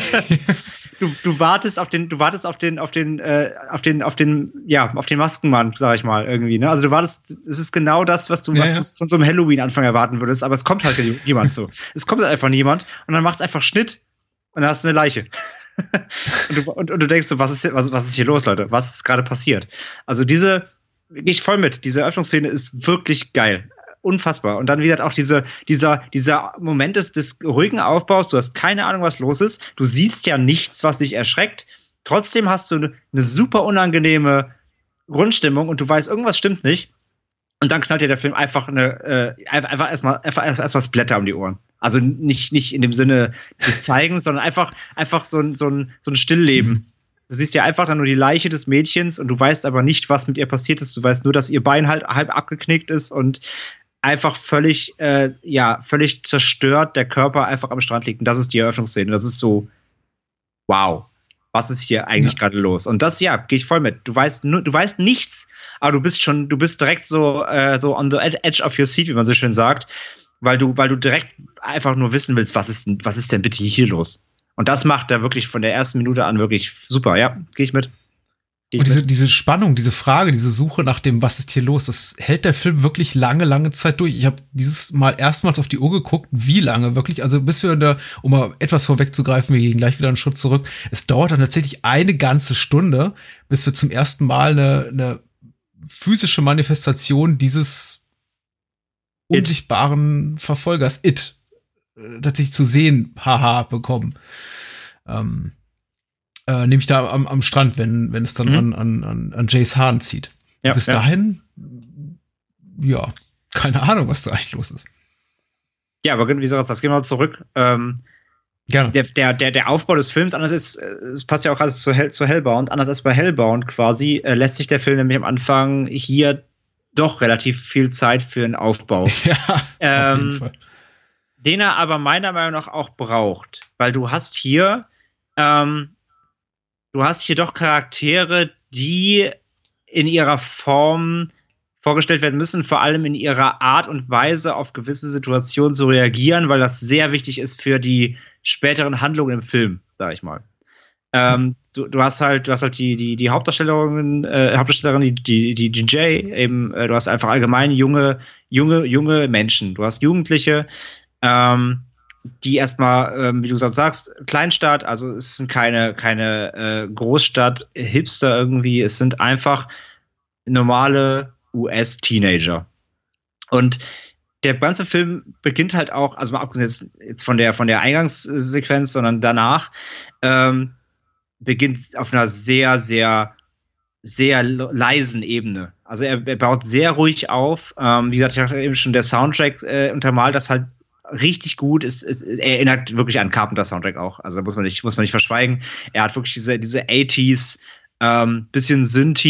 du, du wartest auf den, du wartest auf den, auf den, äh, auf den, auf den, ja, auf den Maskenmann, sag ich mal, irgendwie, ne? Also du wartest, es ist genau das, was du,
ja,
was
ja.
du von so einem Halloween-Anfang erwarten würdest, aber es kommt halt jemand so. Es kommt halt einfach niemand und dann macht's einfach Schnitt und dann hast du eine Leiche. und, du, und, und du denkst so, was ist, was, was ist hier los, Leute? Was ist gerade passiert? Also diese, gehe ich voll mit, diese Eröffnungsszene ist wirklich geil. Unfassbar. Und dann wieder auch diese, dieser, dieser Moment des, des ruhigen Aufbaus, du hast keine Ahnung, was los ist, du siehst ja nichts, was dich erschreckt, trotzdem hast du eine, eine super unangenehme Grundstimmung und du weißt, irgendwas stimmt nicht. Und dann knallt dir der Film einfach eine, äh, einfach erstmal, einfach erstmal Splatter um die Ohren. Also nicht, nicht in dem Sinne des Zeigens, sondern einfach, einfach so ein, so ein, so ein Stillleben. Mhm. Du siehst ja einfach dann nur die Leiche des Mädchens und du weißt aber nicht, was mit ihr passiert ist. Du weißt nur, dass ihr Bein halt halb abgeknickt ist und einfach völlig, äh, ja, völlig zerstört der Körper einfach am Strand liegt. Und das ist die Eröffnungsszene. Das ist so, wow. Was ist hier eigentlich ja. gerade los? Und das, ja, gehe ich voll mit. Du weißt, nur, du weißt nichts, aber du bist schon, du bist direkt so, äh, so on the edge of your seat, wie man so schön sagt, weil du, weil du direkt einfach nur wissen willst, was ist, was ist denn bitte hier los? Und das macht er wirklich von der ersten Minute an wirklich super. Ja, gehe ich mit.
Und diese, diese Spannung, diese Frage, diese Suche nach dem, was ist hier los, das hält der Film wirklich lange, lange Zeit durch. Ich habe dieses Mal erstmals auf die Uhr geguckt, wie lange wirklich, also bis wir da, um mal etwas vorwegzugreifen, wir gehen gleich wieder einen Schritt zurück, es dauert dann tatsächlich eine ganze Stunde, bis wir zum ersten Mal eine, eine physische Manifestation dieses It. unsichtbaren Verfolgers, It, tatsächlich zu sehen, haha, bekommen. Ähm, Äh, nämlich da am, am Strand, wenn, wenn es dann mhm. an, an, an Jays Haaren zieht. Ja, bis ja. dahin, ja, keine Ahnung, was da eigentlich los ist.
Ja, aber wie gesagt, das gehen wir mal zurück. Ähm,
Gerne.
Der, der, der, der Aufbau des Films, anders ist, es passt ja auch alles zu, Hell, zu Hellbound, anders als bei Hellbound quasi, äh, lässt sich der Film nämlich am Anfang hier doch relativ viel Zeit für einen Aufbau.
Ja,
ähm,
auf jeden Fall.
den er aber meiner Meinung nach auch braucht. Weil du hast hier, ähm, du hast hier doch Charaktere, die in ihrer Form vorgestellt werden müssen, vor allem in ihrer Art und Weise auf gewisse Situationen zu reagieren, weil das sehr wichtig ist für die späteren Handlungen im Film, sag ich mal. Ähm, du, du hast halt, du hast halt die, die, die Hauptdarstellerin, äh, Hauptdarstellerin, die, die, die G J, eben, äh, du hast einfach allgemein junge, junge, junge Menschen. Du hast Jugendliche, ähm, die erstmal, ähm, wie du gesagt sagst, Kleinstadt, also es sind keine, keine äh, Großstadt, Hipster irgendwie, es sind einfach normale U S-Teenager. Und der ganze Film beginnt halt auch, also mal abgesehen jetzt von der, von der Eingangssequenz, sondern danach, ähm, beginnt auf einer sehr, sehr, sehr leisen Ebene. Also er, er baut sehr ruhig auf. Ähm, wie gesagt, ich habe eben schon der Soundtrack äh, untermalt, das halt richtig gut ist. Es, es erinnert wirklich an Carpenter-Soundtrack auch. Also muss man nicht, muss man nicht verschweigen. Er hat wirklich diese, diese achtziger, ähm, bisschen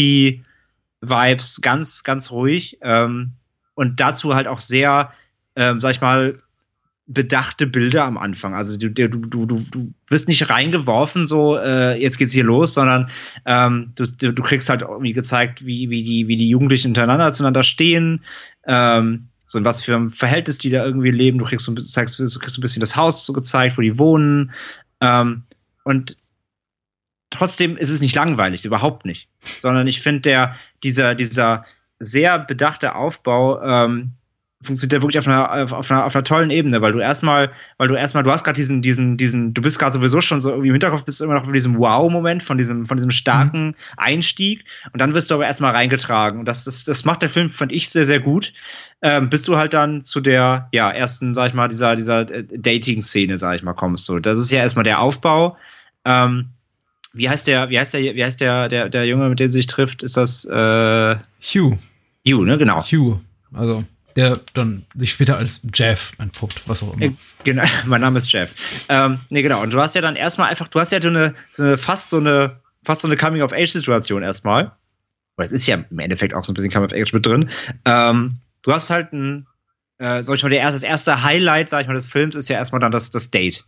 Synthi-Vibes, ganz, ganz ruhig. Ähm, und dazu halt auch sehr, ähm, sag ich mal, bedachte Bilder am Anfang. Also du, du, du, du, du wirst nicht reingeworfen, so äh, jetzt geht's hier los, sondern ähm, du, du, du kriegst halt irgendwie gezeigt, wie, wie, die, wie die Jugendlichen untereinander zueinander stehen, ähm, so in was für ein Verhältnis die da irgendwie leben. Du kriegst so ein bisschen, zeigst, du kriegst ein bisschen das Haus so gezeigt, wo die wohnen. Ähm, und trotzdem ist es nicht langweilig, überhaupt nicht. Sondern ich finde, der, dieser, dieser sehr bedachte Aufbau ähm, funktioniert ja wirklich auf einer, auf einer, auf einer tollen Ebene, weil du erstmal, weil du erstmal, du hast gerade diesen, diesen, diesen, du bist gerade sowieso schon so irgendwie im Hinterkopf, bist du immer noch in diesem Wow-Moment, von diesem, von diesem starken mhm. Einstieg, und dann wirst du aber erstmal reingetragen. Und das, das, das macht der Film, fand ich, sehr, sehr gut. Ähm, bis du halt dann zu der, ja, ersten, sag ich mal, dieser, dieser Dating-Szene, sag ich mal, kommst. So, das ist ja erstmal der Aufbau. Ähm, wie heißt der, wie heißt der, wie heißt der, der, der Junge, mit dem sie sich trifft? Ist das, äh,
Hugh.
Hugh, ne, genau.
Hugh, also. Der dann sich später als Jeff entpuppt, was auch immer.
Äh, genau, mein Name ist Jeff. Ähm, nee, genau. Und du hast ja dann erstmal einfach, du hast ja so eine, so eine fast so eine, fast so eine Coming-of-Age-Situation erstmal. Weil es ist ja im Endeffekt auch so ein bisschen Coming-of-Age mit drin. Ähm, du hast halt ein, äh, sag ich mal, der erste, das erste Highlight, sag ich mal, des Films ist ja erstmal dann das, das Date.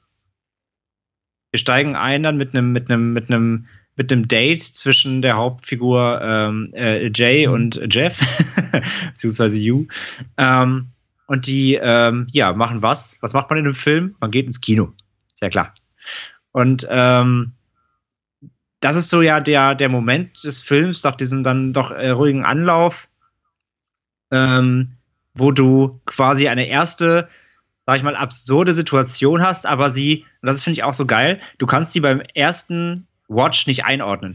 Wir steigen ein dann mit einem, mit einem, mit einem, mit einem Date zwischen der Hauptfigur ähm, äh, Jay und Jeff, beziehungsweise Hugh. Ähm, und die, ähm, ja, machen was? Was macht man in einem Film? Man geht ins Kino. Ist ja klar. Und ähm, das ist so ja der, der Moment des Films, nach diesem dann doch äh, ruhigen Anlauf, ähm, wo du quasi eine erste, sag ich mal, absurde Situation hast, aber sie, und das finde ich auch so geil, du kannst sie beim ersten Watch nicht einordnen.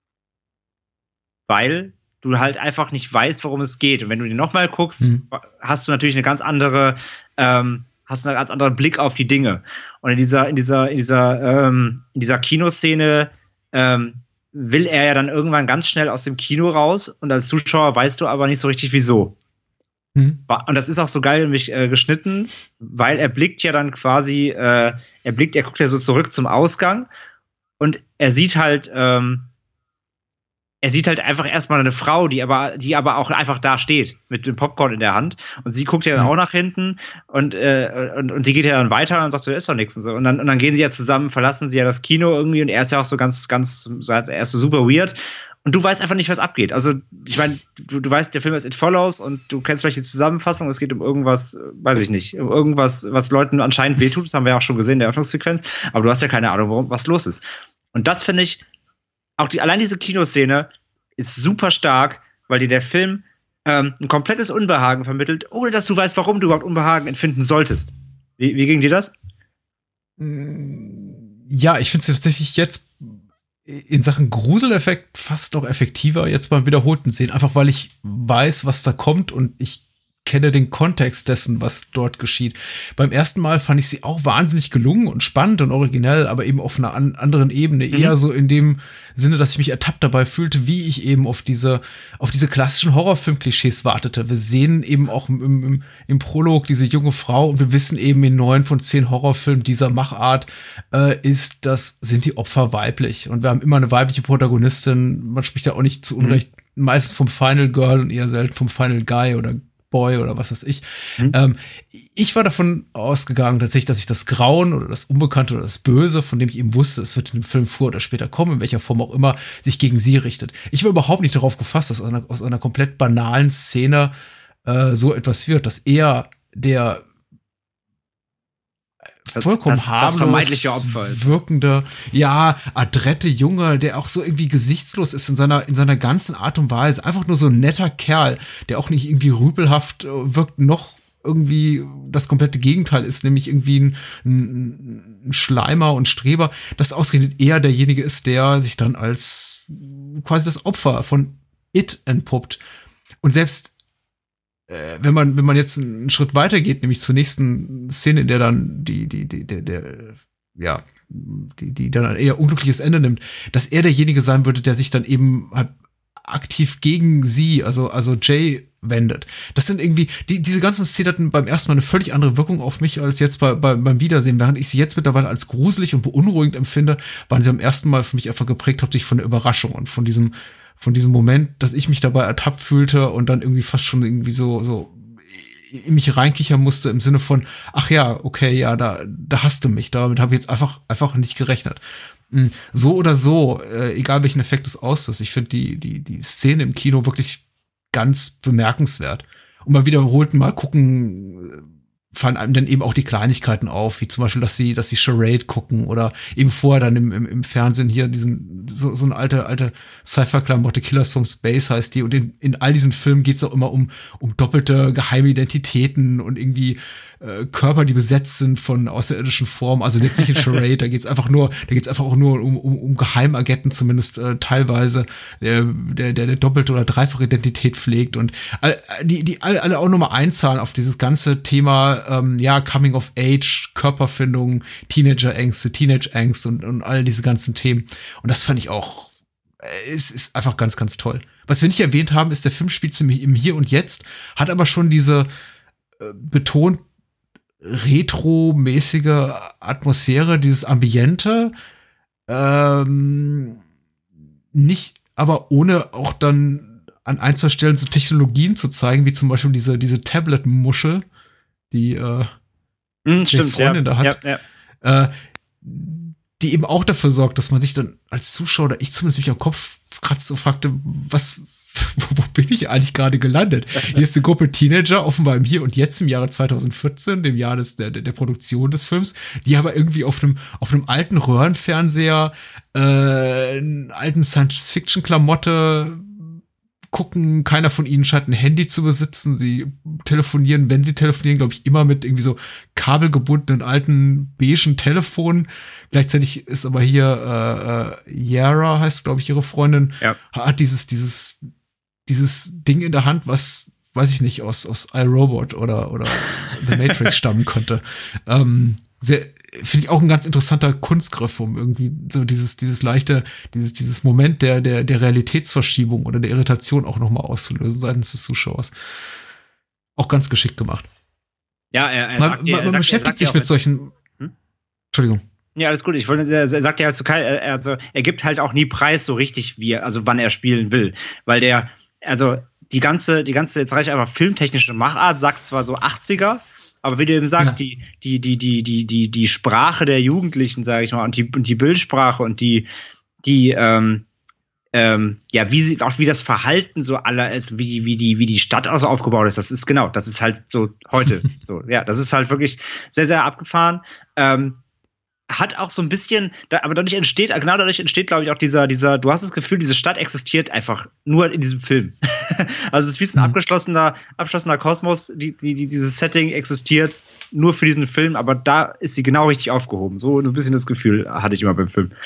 Weil du halt einfach nicht weißt, worum es geht. Und wenn du den nochmal guckst, mhm. hast du natürlich eine ganz andere, ähm, hast einen ganz anderen Blick auf die Dinge. Und in dieser, in dieser, in dieser, ähm, in dieser Kinoszene ähm, will er ja dann irgendwann ganz schnell aus dem Kino raus, und als Zuschauer weißt du aber nicht so richtig, wieso. Mhm. Und das ist auch so geil nämlich äh, geschnitten, weil er blickt ja dann quasi, äh, er blickt, er guckt ja so zurück zum Ausgang. Und er sieht halt, ähm, er sieht halt einfach erstmal eine Frau, die aber, die aber auch einfach da steht, mit dem Popcorn in der Hand. Und sie guckt ja dann auch nach hinten, und, äh, und, und sie geht ja dann weiter und sagt so, da ist doch nichts. Und, so. und, dann, und dann gehen sie ja zusammen, verlassen sie ja das Kino irgendwie, und er ist ja auch so ganz, ganz, er ist so super weird. Und du weißt einfach nicht, was abgeht. Also, ich meine, du, du weißt, der Film ist It Follows, und du kennst vielleicht die Zusammenfassung, es geht um irgendwas, weiß ich nicht, um irgendwas, was Leuten anscheinend wehtut, das haben wir ja auch schon gesehen in der Eröffnungssequenz, aber du hast ja keine Ahnung, warum, was los ist. Und das finde ich, auch die, allein diese Kinoszene ist super stark, weil dir der Film ähm, ein komplettes Unbehagen vermittelt, ohne dass du weißt, warum du überhaupt Unbehagen empfinden solltest. Wie, wie ging dir das?
Ja, ich finde es tatsächlich jetzt in Sachen Gruseleffekt fast noch effektiver jetzt beim wiederholten Sehen, einfach weil ich weiß, was da kommt, und ich kenne den Kontext dessen, was dort geschieht. Beim ersten Mal fand ich sie auch wahnsinnig gelungen und spannend und originell, aber eben auf einer an anderen Ebene, mhm. eher so in dem Sinne, dass ich mich ertappt dabei fühlte, wie ich eben auf diese auf diese klassischen Horrorfilm-Klischees wartete. Wir sehen eben auch im, im, im Prolog diese junge Frau, und wir wissen eben, in neun von zehn Horrorfilmen dieser Machart äh, ist, das sind die Opfer weiblich. Und wir haben immer eine weibliche Protagonistin, man spricht ja auch nicht zu Unrecht, mhm. meistens vom Final Girl und eher selten vom Final Guy oder Boy oder was weiß ich.
Mhm.
Ähm, ich war davon ausgegangen, tatsächlich, dass ich das Grauen oder das Unbekannte oder das Böse, von dem ich eben wusste, es wird in dem Film früher oder später kommen, in welcher Form auch immer, sich gegen sie richtet. Ich war überhaupt nicht darauf gefasst, dass aus einer, aus einer komplett banalen Szene äh, so etwas wird, dass er der vollkommen
das, das
harmlos
vermeintliche Opfer ist.
wirkende, ja, adrette Junge, der auch so irgendwie gesichtslos ist in seiner, in seiner ganzen Art und Weise. Einfach nur so ein netter Kerl, der auch nicht irgendwie rüpelhaft wirkt, noch irgendwie das komplette Gegenteil ist, nämlich irgendwie ein, ein, ein Schleimer und Streber, dass ausgerechnet er derjenige ist, der sich dann als quasi das Opfer von It entpuppt. Und selbst äh, wenn man, wenn man jetzt einen Schritt weiter geht, nämlich zur nächsten Szene, in der dann die, die, die, der, der, ja, die, die dann ein eher unglückliches Ende nimmt, dass er derjenige sein würde, der sich dann eben halt aktiv gegen sie, also, also Jay wendet. Das sind irgendwie, die, diese ganzen Szenen hatten beim ersten Mal eine völlig andere Wirkung auf mich als jetzt bei, bei, beim Wiedersehen. Während ich sie jetzt mittlerweile als gruselig und beunruhigend empfinde, waren sie am ersten Mal für mich einfach geprägt, hauptsächlich von der Überraschung und von diesem, von diesem Moment, dass ich mich dabei ertappt fühlte und dann irgendwie fast schon irgendwie so, so in mich reinkichern musste im Sinne von, ach ja, okay, ja, da, da hast du mich. Damit habe ich jetzt einfach, einfach nicht gerechnet. So oder so, äh, egal welchen Effekt es auslöst, ich finde die, die, die Szene im Kino wirklich ganz bemerkenswert. Und beim wiederholten Mal gucken, fallen einem dann eben auch die Kleinigkeiten auf, wie zum Beispiel, dass sie, dass sie Charade gucken oder eben vorher dann im, im, im Fernsehen hier diesen, so, so eine alte, alte Sci-Fi-Klamotte, Killers from Space heißt die. Und in, in all diesen Filmen geht es auch immer um, um doppelte geheime Identitäten und irgendwie äh, Körper, die besetzt sind von außerirdischen Formen. Also jetzt nicht in Charade, da geht's einfach nur, da geht's einfach auch nur um, um, um Geheimagenten, zumindest äh, teilweise, der, der, der eine doppelte oder dreifache Identität pflegt und all, die, die alle, alle auch nochmal einzahlen auf dieses ganze Thema, ähm, ja, Coming of Age, Körperfindung, Teenager-Ängste, Teenage-Angst und, und all diese ganzen Themen. Und das fand ich auch, es ist einfach ganz, ganz toll. Was wir nicht erwähnt haben, ist, der Film spielt ziemlich im Hier und Jetzt, hat aber schon diese äh, betont retro-mäßige Atmosphäre, dieses Ambiente, ähm, nicht, aber ohne auch dann an ein, zwei Stellen so Technologien zu zeigen, wie zum Beispiel diese, diese Tablet-Muschel, die äh,
mm, stimmt,
Freundin
ja,
da hat,
ja, ja.
Äh, die eben auch dafür sorgt, dass man sich dann als Zuschauer, oder ich zumindest mich am Kopf kratzte und fragte, was, wo, wo bin ich eigentlich gerade gelandet? Hier ist eine Gruppe Teenager, offenbar im Hier und Jetzt im Jahre zwanzig vierzehn, dem Jahr des, der, der Produktion des Films, die aber irgendwie auf einem, auf einem alten Röhrenfernseher, äh, einen alten Science-Fiction-Klamotte gucken, keiner von ihnen scheint ein Handy zu besitzen, sie telefonieren, wenn sie telefonieren, glaube ich, immer mit irgendwie so kabelgebundenen alten beigen Telefonen. Gleichzeitig ist aber hier äh, äh, Yara, heißt glaube ich ihre Freundin,
ja. hat
dieses dieses dieses Ding in der Hand, was, weiß ich nicht, aus aus iRobot oder oder The Matrix stammen könnte. Ähm, sehr, finde ich auch ein ganz interessanter Kunstgriff, um irgendwie so dieses, dieses leichte, dieses, dieses Moment der, der, der Realitätsverschiebung oder der Irritation auch nochmal auszulösen seitens des Zuschauers. Auch ganz geschickt gemacht.
Ja, er, er
man,
sagt, er,
man, man
sagt,
beschäftigt
sagt
sich mit solchen, hm? Entschuldigung.
Ja, alles gut. Ich wollte, er sagt ja, also, also, er gibt halt auch nie Preis so richtig, wie er, also wann er spielen will. Weil der, also die ganze, die ganze, jetzt reicht einfach filmtechnische Machart, sagt zwar so achtziger, aber wie du eben sagst, ja. die, die, die, die, die, die, die Sprache der Jugendlichen, sage ich mal, und die, und die Bildsprache und die, die, ähm, ähm, ja, wie sie, auch wie das Verhalten so aller ist, wie, wie die, wie die Stadt auch so aufgebaut ist, das ist genau, das ist halt so heute, so, ja, das ist halt wirklich sehr, sehr abgefahren. Ähm, hat auch so ein bisschen, da, aber dadurch entsteht, genau dadurch entsteht, glaube ich, auch dieser, dieser, du hast das Gefühl, diese Stadt existiert einfach nur in diesem Film. Also es ist wie so ein abgeschlossener, abgeschlossener Kosmos, die, die, die, dieses Setting existiert nur für diesen Film, aber da ist sie genau richtig aufgehoben. So ein bisschen das Gefühl hatte ich immer beim Film.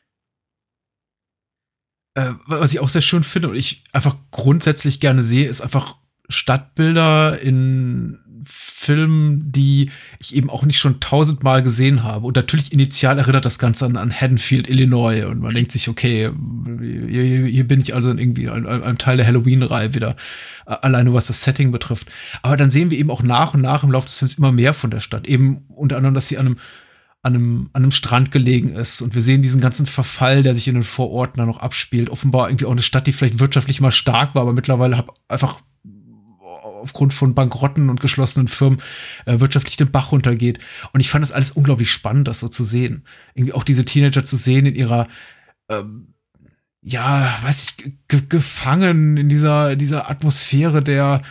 Äh, was ich auch sehr schön finde und ich einfach grundsätzlich gerne sehe, ist einfach Stadtbilder in Filmen, die ich eben auch nicht schon tausendmal gesehen habe. Und natürlich initial erinnert das Ganze an, an Haddonfield, Illinois. Und man denkt sich, okay, hier, hier bin ich also irgendwie ein, ein Teil der Halloween-Reihe wieder. Alleine was das Setting betrifft. Aber dann sehen wir eben auch nach und nach im Laufe des Films immer mehr von der Stadt. Eben unter anderem, dass sie an einem, an einem, an einem Strand gelegen ist. Und wir sehen diesen ganzen Verfall, der sich in den Vororten da noch abspielt. Offenbar irgendwie auch eine Stadt, die vielleicht wirtschaftlich mal stark war, aber mittlerweile hab einfach aufgrund von Bankrotten und geschlossenen Firmen äh, wirtschaftlich den Bach runtergeht. Und ich fand das alles unglaublich spannend, das so zu sehen. Irgendwie auch diese Teenager zu sehen in ihrer ähm, ja, weiß ich, ge- gefangen in dieser, dieser Atmosphäre der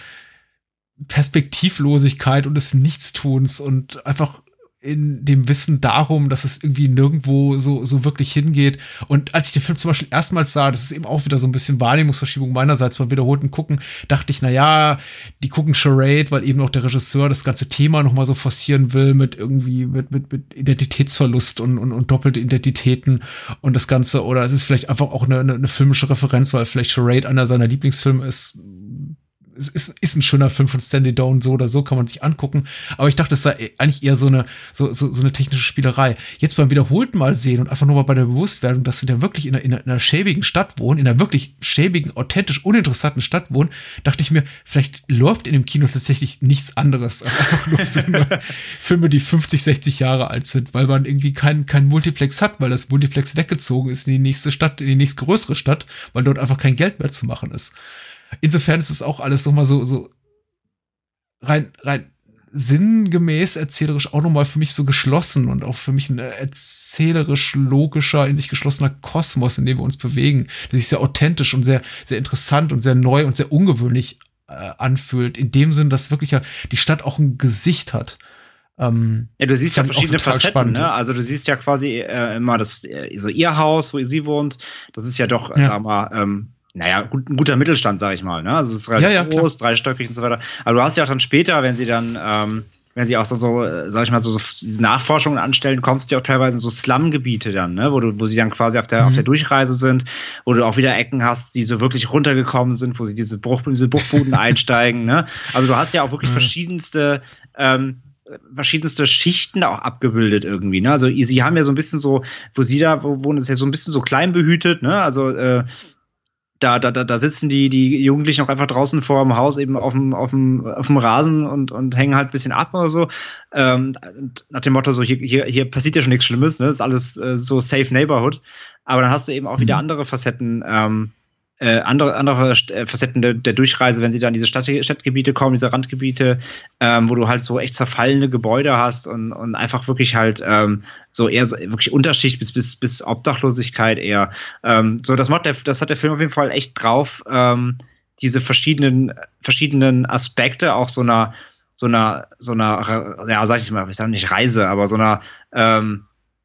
Perspektivlosigkeit und des Nichtstuns und einfach in dem Wissen darum, dass es irgendwie nirgendwo so, so wirklich hingeht. Und als ich den Film zum Beispiel erstmals sah, das ist eben auch wieder so ein bisschen Wahrnehmungsverschiebung meinerseits beim wiederholten Gucken, dachte ich, na ja, die gucken Charade, weil eben auch der Regisseur das ganze Thema nochmal so forcieren will mit irgendwie, mit, mit, mit Identitätsverlust und, und, und doppelte Identitäten und das Ganze. Oder es ist vielleicht einfach auch eine, eine, eine filmische Referenz, weil vielleicht Charade einer seiner Lieblingsfilme ist. Es ist, ist ein schöner Film von Stanley Donen, so oder so kann man sich angucken. Aber ich dachte, es sei eigentlich eher so eine, so, so, so eine technische Spielerei. Jetzt beim wiederholten Mal sehen und einfach nur mal bei der Bewusstwerdung, dass wir da wirklich in einer, in einer schäbigen Stadt wohnen, in einer wirklich schäbigen, authentisch uninteressanten Stadt wohnen, dachte ich mir, vielleicht läuft in dem Kino tatsächlich nichts anderes als einfach nur Filme, Filme, die fünfzig, sechzig Jahre alt sind, weil man irgendwie kein, kein Multiplex hat, weil das Multiplex weggezogen ist in die nächste Stadt, in die nächstgrößere Stadt, weil dort einfach kein Geld mehr zu machen ist. Insofern ist es auch alles nochmal so, so rein, rein sinngemäß erzählerisch auch nochmal für mich so geschlossen und auch für mich ein erzählerisch logischer, in sich geschlossener Kosmos, in dem wir uns bewegen, der sich sehr authentisch und sehr, sehr interessant und sehr neu und sehr ungewöhnlich äh, anfühlt. In dem Sinn, dass wirklich ja die Stadt auch ein Gesicht hat. Ähm,
ja, du siehst ja verschiedene Facetten, ne?
Jetzt.
Also du siehst ja quasi äh, immer das, äh, so ihr Haus, wo sie wohnt, das ist ja doch, ja. sag mal, ähm, naja, gut, ein guter Mittelstand, sag ich mal, ne? Also es ist relativ
ja, ja,
groß, klar. dreistöckig und so weiter. Aber du hast ja auch dann später, wenn sie dann, ähm, wenn sie auch so, so, sag ich mal, so, so diese Nachforschungen anstellen, kommst du ja auch teilweise in so Slum-Gebiete dann, ne? Wo du, wo sie dann quasi auf der, mhm. auf der Durchreise sind, wo du auch wieder Ecken hast, die so wirklich runtergekommen sind, wo sie diese Bruch, diese Bruchbuden einsteigen, ne? Also du hast ja auch wirklich mhm. verschiedenste, ähm, verschiedenste Schichten auch abgebildet irgendwie, ne? Also sie haben ja so ein bisschen so, wo sie da wohnen, ist ja so ein bisschen so klein behütet, ne? Also, äh, Da, da, da, da sitzen die, die Jugendlichen auch einfach draußen vor dem Haus eben auf dem, auf dem, auf dem Rasen und, und hängen halt ein bisschen ab oder so. Ähm, nach dem Motto so, hier, hier, hier passiert ja schon nichts Schlimmes, ne? Das ist alles äh, so safe neighborhood. Aber dann hast du eben auch mhm. wieder andere Facetten, ähm, äh, andere, andere Facetten der, der Durchreise, wenn sie dann in diese Stadt, Stadtgebiete kommen, diese Randgebiete, ähm, wo du halt so echt zerfallene Gebäude hast und, und einfach wirklich halt ähm, so eher so wirklich Unterschicht bis, bis, bis Obdachlosigkeit eher. Ähm, so, das macht der, das hat der Film auf jeden Fall echt drauf, ähm, diese verschiedenen, verschiedenen Aspekte auch so einer, so einer, so einer, ja, sag ich mal, ich sag nicht Reise, aber so einer, ähm,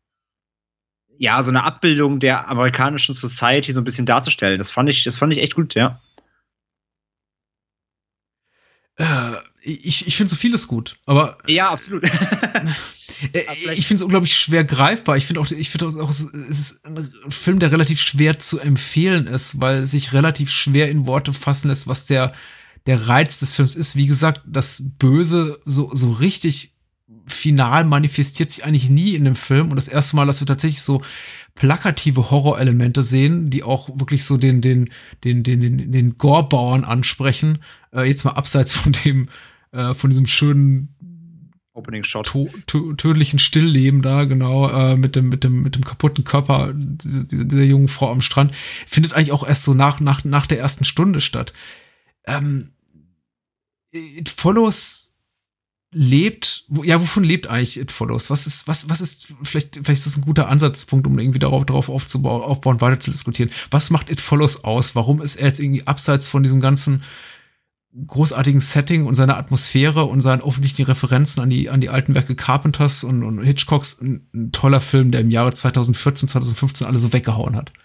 ja, so eine Abbildung der amerikanischen Society so ein bisschen darzustellen. Das fand ich, das fand ich echt gut, ja.
Äh, ich ich finde so vieles gut, aber
ja, absolut.
Ich finde es unglaublich schwer greifbar. Ich finde auch, ich finde auch, es ist ein Film, der relativ schwer zu empfehlen ist, weil sich relativ schwer in Worte fassen lässt, was der der Reiz des Films ist. Wie gesagt, das Böse so so richtig final manifestiert sich eigentlich nie in dem Film und das erste Mal, dass wir tatsächlich so plakative Horrorelemente sehen, die auch wirklich so den den den den den, den Gore-Bauern ansprechen. Äh, jetzt mal abseits von dem äh, von diesem schönen
Opening Shot.
To- to- tödlichen Stillleben da, genau, äh, mit dem, mit dem, mit dem kaputten Körper dieser, dieser jungen Frau am Strand, findet eigentlich auch erst so nach, nach, nach der ersten Stunde statt. Ähm, It Follows lebt, wo, ja, wovon lebt eigentlich It Follows? Was ist, was, was ist, vielleicht, vielleicht ist das ein guter Ansatzpunkt, um irgendwie darauf, darauf aufzubauen, aufbauen, weiter zu diskutieren. Was macht It Follows aus? Warum ist er jetzt irgendwie abseits von diesem ganzen großartigen Setting und seiner Atmosphäre und seinen offensichtlichen Referenzen an die, an die alten Werke Carpenters und, und Hitchcocks ein, ein toller Film, der im Jahre zwanzig vierzehn, zwanzig fünfzehn alle so weggehauen hat?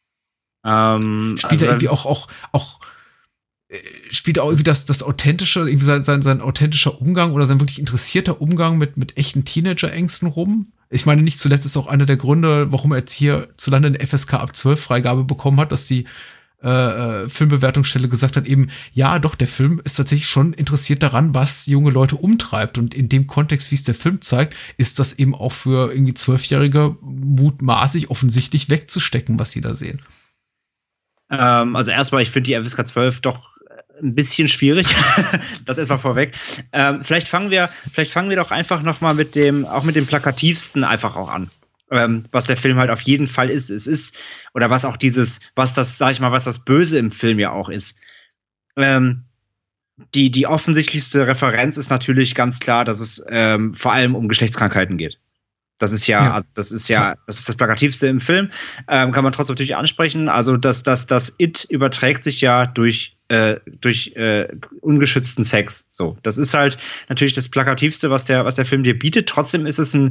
Ähm,
Spielt
also
er irgendwie auch, auch, auch, spielt er auch irgendwie das, das authentische, irgendwie sein, sein, sein authentischer Umgang oder sein wirklich interessierter Umgang mit, mit echten Teenager-Ängsten rum? Ich meine, nicht zuletzt ist auch einer der Gründe, warum er jetzt hier zu Lande eine F S K ab zwölf Freigabe bekommen hat, dass die äh, Filmbewertungsstelle gesagt hat, eben, ja, doch, der Film ist tatsächlich schon interessiert daran, was junge Leute umtreibt. Und in dem Kontext, wie es der Film zeigt, ist das eben auch für irgendwie Zwölfjährige mutmaßlich offensichtlich wegzustecken, was sie da sehen.
Ähm, also erstmal, ich finde die F S K zwölf doch ein bisschen schwierig. Das erstmal vorweg. Ähm, vielleicht fangen wir, vielleicht fangen wir doch einfach noch mal mit dem, auch mit dem plakativsten einfach auch an. Ähm, was der Film halt auf jeden Fall ist. Es ist, oder was auch dieses, was das, sag ich mal, was das Böse im Film ja auch ist. Ähm, die, die offensichtlichste Referenz ist natürlich ganz klar, dass es ähm, vor allem um Geschlechtskrankheiten geht. Das ist ja, ja. Also das ist ja, das ist das Plakativste im Film. Ähm, kann man trotzdem natürlich ansprechen. Also das, das, das It überträgt sich ja durch, äh, durch äh, ungeschützten Sex. So, das ist halt natürlich das Plakativste, was der, was der Film dir bietet. Trotzdem ist es ein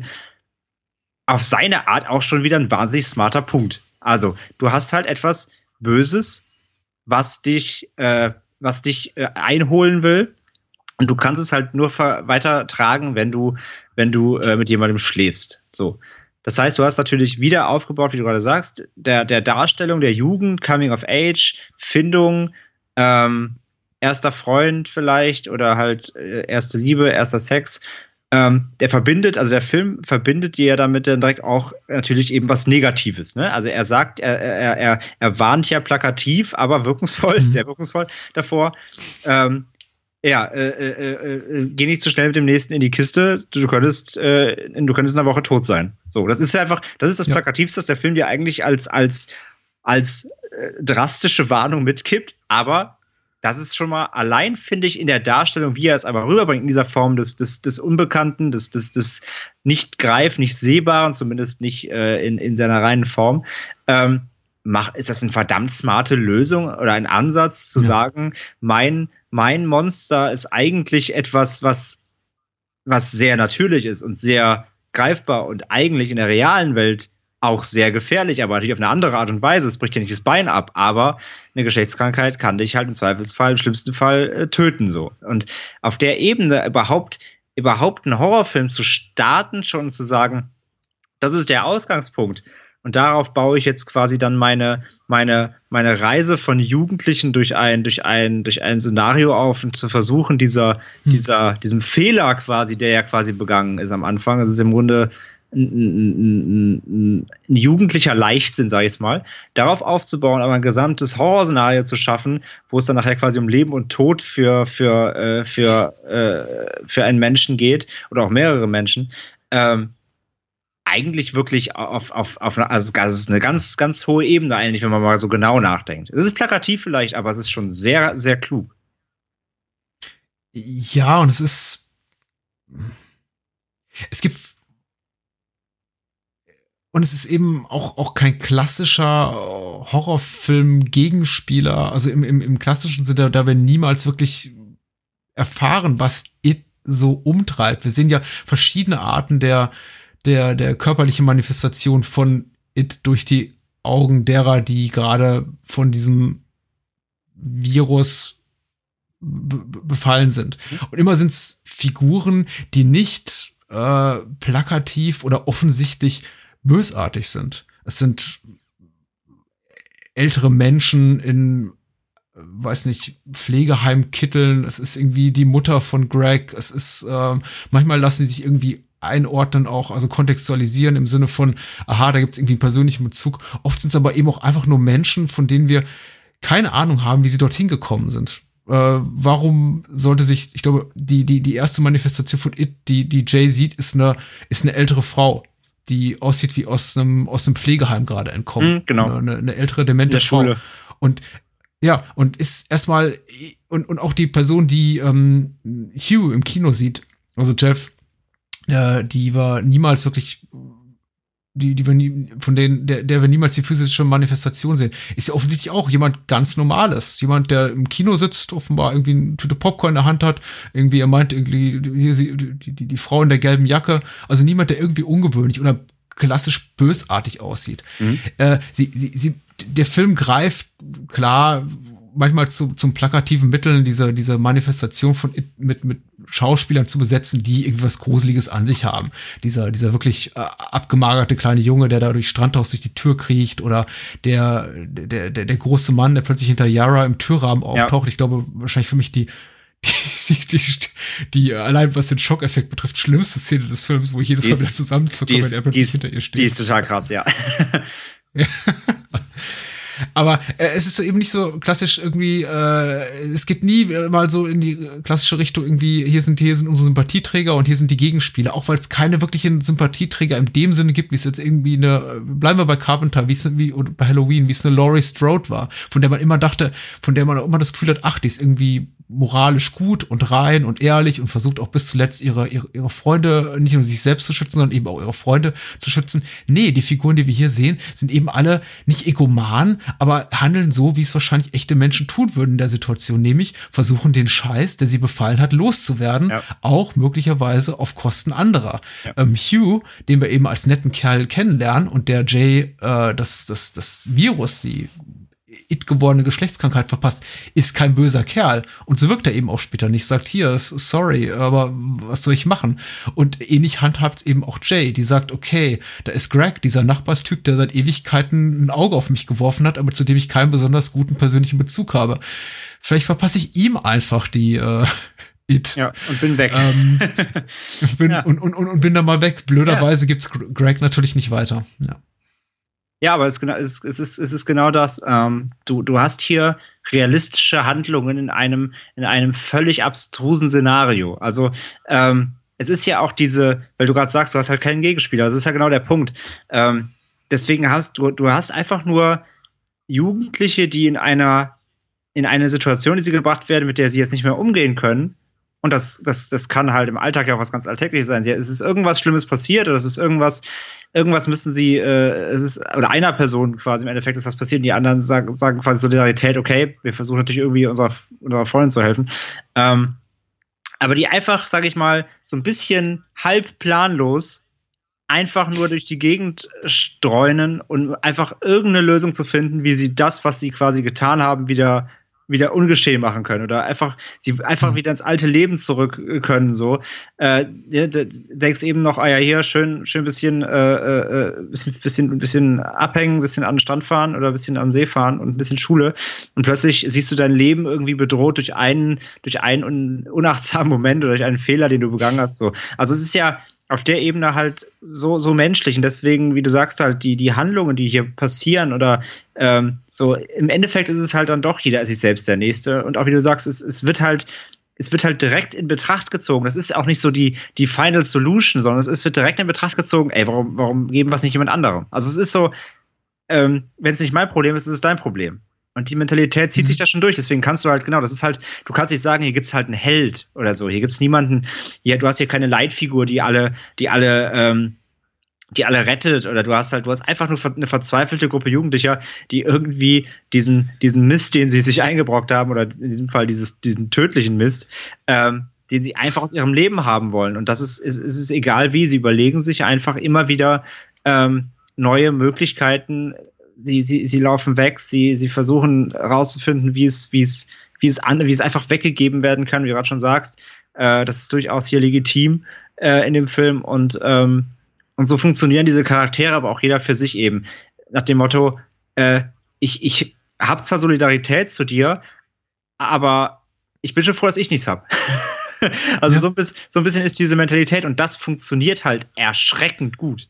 auf seine Art auch schon wieder ein wahnsinnig smarter Punkt. Also du hast halt etwas Böses, was dich, äh, was dich äh, einholen will. Und du kannst es halt nur weiter tragen, wenn du, wenn du äh, mit jemandem schläfst. So. Das heißt, du hast natürlich wieder aufgebaut, wie du gerade sagst, der, der Darstellung der Jugend, Coming of Age, Findung, ähm, erster Freund vielleicht oder halt äh, erste Liebe, erster Sex. Ähm, der verbindet, also der Film verbindet dir ja damit dann direkt auch natürlich eben was Negatives. Ne? Also er sagt, er, er, er, er warnt ja plakativ, aber wirkungsvoll, mhm. sehr wirkungsvoll davor. Ähm, Ja, äh, äh, äh, geh nicht zu schnell mit dem nächsten in die Kiste. Du, du könntest, äh, du könntest in einer Woche tot sein. So, das ist ja einfach, das ist das ja. Plakativste, das der Film dir eigentlich als als als äh, drastische Warnung mitkippt. Aber das ist schon mal allein, finde ich, in der Darstellung, wie er es einfach rüberbringt in dieser Form des des des Unbekannten, des des des nicht greif, nicht sehbaren, zumindest nicht äh, in in seiner reinen Form. Ähm, mach, ist das eine verdammt smarte Lösung oder ein Ansatz zu ja. sagen, mein Mein Monster ist eigentlich etwas, was, was sehr natürlich ist und sehr greifbar und eigentlich in der realen Welt auch sehr gefährlich, aber natürlich auf eine andere Art und Weise. Es bricht ja nicht das Bein ab, aber eine Geschlechtskrankheit kann dich halt im Zweifelsfall, im schlimmsten Fall äh, töten. So. Und auf der Ebene überhaupt, überhaupt einen Horrorfilm zu starten, schon zu sagen, das ist der Ausgangspunkt. Und darauf baue ich jetzt quasi dann meine, meine, meine Reise von Jugendlichen durch ein, durch ein, durch ein Szenario auf und zu versuchen, dieser, hm. dieser, diesem Fehler quasi, der ja quasi begangen ist am Anfang. Es ist im Grunde ein, ein, ein, ein jugendlicher Leichtsinn, sag ich mal, darauf aufzubauen, aber ein gesamtes Horrorszenario zu schaffen, wo es dann nachher quasi um Leben und Tod für, für, äh, für, äh, für einen Menschen geht oder auch mehrere Menschen. Ähm, eigentlich wirklich auf, auf, auf eine, also es ist eine ganz, ganz hohe Ebene eigentlich, wenn man mal so genau nachdenkt. Es ist plakativ vielleicht, aber es ist schon sehr, sehr klug.
Ja, und es ist, es gibt, und es ist eben auch, auch kein klassischer Horrorfilm-Gegenspieler, also im, im, im klassischen Sinne, da wir niemals wirklich erfahren, was It so umtreibt. Wir sehen ja verschiedene Arten der Der, der körperliche Manifestation von It durch die Augen derer, die gerade von diesem Virus be- befallen sind. Und immer sind es Figuren, die nicht äh, plakativ oder offensichtlich bösartig sind. Es sind ältere Menschen in, weiß nicht, Pflegeheimkitteln. Es ist irgendwie die Mutter von Greg. Es ist, äh, manchmal lassen sie sich irgendwie einordnen auch, also kontextualisieren im Sinne von, aha, da gibt es irgendwie einen persönlichen Bezug. Oft sind es aber eben auch einfach nur Menschen, von denen wir keine Ahnung haben, wie sie dorthin gekommen sind. Äh, warum sollte sich, ich glaube, die, die, die erste Manifestation von It, die, die Jay sieht, ist eine, ist eine ältere Frau, die aussieht wie aus einem, aus einem Pflegeheim gerade entkommen.
Mhm, genau.
Eine, eine ältere, demente Frau. Schule. Und ja, und ist erstmal, und, und auch die Person, die ähm, Hugh im Kino sieht, also Jeff, Äh, die war niemals wirklich, die, die wir nie, von denen, der, der wir niemals die physische Manifestation sehen, ist ja offensichtlich auch jemand ganz Normales. Jemand, der im Kino sitzt, offenbar irgendwie eine Tüte Popcorn in der Hand hat, irgendwie, er meint irgendwie, die, die, die, die Frau in der gelben Jacke, also niemand, der irgendwie ungewöhnlich oder klassisch bösartig aussieht. Mhm. Äh, sie, sie, sie, der Film greift, klar, manchmal zu, zum plakativen Mitteln diese, diese Manifestation von It mit, mit Schauspielern zu besetzen, die irgendwas Gruseliges an sich haben. Dieser, dieser wirklich äh, abgemagerte kleine Junge, der da durch Strandhaus durch die Tür kriecht, oder der, der, der, der große Mann, der plötzlich hinter Yara im Türrahmen auftaucht. Ja. Ich glaube, wahrscheinlich für mich die, die, die, die, die allein was den Schockeffekt betrifft, schlimmste Szene des Films, wo ich jedes Mal wieder zusammenzucke, wenn er plötzlich
ist,
hinter ihr steht.
Die ist total krass, ja.
Aber äh, es ist eben nicht so klassisch irgendwie, äh, es geht nie mal so in die klassische Richtung irgendwie, hier sind, hier sind unsere Sympathieträger und hier sind die Gegenspieler, auch weil es keine wirklichen Sympathieträger in dem Sinne gibt, wie es jetzt irgendwie eine, bleiben wir bei Carpenter, wie es wie oder bei Halloween, wie es eine Laurie Strode war, von der man immer dachte, von der man auch immer das Gefühl hat, ach, die ist irgendwie moralisch gut und rein und ehrlich und versucht auch bis zuletzt ihre, ihre, ihre Freunde nicht nur sich selbst zu schützen, sondern eben auch ihre Freunde zu schützen. Nee, die Figuren, die wir hier sehen, sind eben alle nicht egoman, aber handeln so, wie es wahrscheinlich echte Menschen tun würden in der Situation, nämlich versuchen den Scheiß, der sie befallen hat, loszuwerden, ja. Auch möglicherweise auf Kosten anderer. Ja. Ähm, Hugh, den wir eben als netten Kerl kennenlernen und der Jay äh, das, das, das Virus, die it gewordene Geschlechtskrankheit verpasst, ist kein böser Kerl. Und so wirkt er eben auch später nicht. Sagt, hier, sorry, aber was soll ich machen? Und ähnlich handhabt es eben auch Jay, die sagt, okay, da ist Greg, dieser Nachbarstyp, der seit Ewigkeiten ein Auge auf mich geworfen hat, aber zu dem ich keinen besonders guten persönlichen Bezug habe. Vielleicht verpasse ich ihm einfach die äh, It.
Ja, und bin weg.
Ähm, bin, ja. und, und, und bin dann mal weg. Blöderweise ja. Gibt's Greg natürlich nicht weiter. Ja.
Ja, aber es, es, es, ist, es ist genau das. Ähm, du, du hast hier realistische Handlungen in einem, in einem völlig abstrusen Szenario. Also ähm, es ist ja auch diese, weil du gerade sagst, du hast halt keinen Gegenspieler. Das ist ja genau der Punkt. Ähm, deswegen hast du, du hast einfach nur Jugendliche, die in einer, in eine Situation, die sie gebracht werden, mit der sie jetzt nicht mehr umgehen können. Und das, das, das kann halt im Alltag ja auch was ganz Alltägliches sein. Es ist irgendwas Schlimmes passiert oder es ist irgendwas, irgendwas müssen sie, äh, es ist, oder einer Person quasi im Endeffekt ist was passiert und die anderen sagen, sagen quasi Solidarität, okay, wir versuchen natürlich irgendwie unserer, unserer Freundin zu helfen. Ähm, aber die einfach, sage ich mal, so ein bisschen halb planlos einfach nur durch die Gegend streunen und einfach irgendeine Lösung zu finden, wie sie das, was sie quasi getan haben, wieder wieder ungeschehen machen können oder einfach sie einfach wieder ins alte Leben zurück können so äh, denkst eben noch ah ja hier schön schön bisschen äh, äh, bisschen bisschen bisschen abhängen, bisschen an den Strand fahren oder ein bisschen am See fahren und ein bisschen Schule und plötzlich siehst du dein Leben irgendwie bedroht durch einen durch einen unachtsamen Moment oder durch einen Fehler, den du begangen hast so. Also es ist ja auf der Ebene halt so so menschlich und deswegen, wie du sagst, halt die die Handlungen, die hier passieren oder ähm, so im Endeffekt ist es halt dann doch jeder sich selbst der Nächste und auch wie du sagst, es es wird halt es wird halt direkt in Betracht gezogen. Das ist auch nicht so die die Final Solution, sondern es, es wird direkt in Betracht gezogen. Ey, warum warum geben wir es nicht jemand anderem? Also es ist so, ähm, wenn es nicht mein Problem ist, ist es dein Problem. Und die Mentalität zieht mhm. sich da schon durch. Deswegen kannst du halt, genau, das ist halt, du kannst nicht sagen, hier gibt's halt einen Held oder so. Hier gibt's niemanden, hier, du hast hier keine Leitfigur, die alle, die alle, ähm, die alle rettet. Oder du hast halt, du hast einfach nur eine verzweifelte Gruppe Jugendlicher, die irgendwie diesen, diesen Mist, den sie sich eingebrockt haben, oder in diesem Fall dieses, diesen tödlichen Mist, ähm, den sie einfach aus ihrem Leben haben wollen. Und das ist, ist, ist, ist egal wie, sie überlegen sich einfach immer wieder ähm, neue Möglichkeiten. Sie, sie, sie laufen weg, sie, sie versuchen herauszufinden, wie es, wie es, wie es an, wie es einfach weggegeben werden kann, wie du gerade schon sagst. Äh, das ist durchaus hier legitim äh, in dem Film und, ähm, und so funktionieren diese Charaktere, aber auch jeder für sich eben. Nach dem Motto, äh, ich, ich habe zwar Solidarität zu dir, aber ich bin schon froh, dass ich nichts habe. Also ja. so, ein bisschen, so ein bisschen ist diese Mentalität und das funktioniert halt erschreckend gut.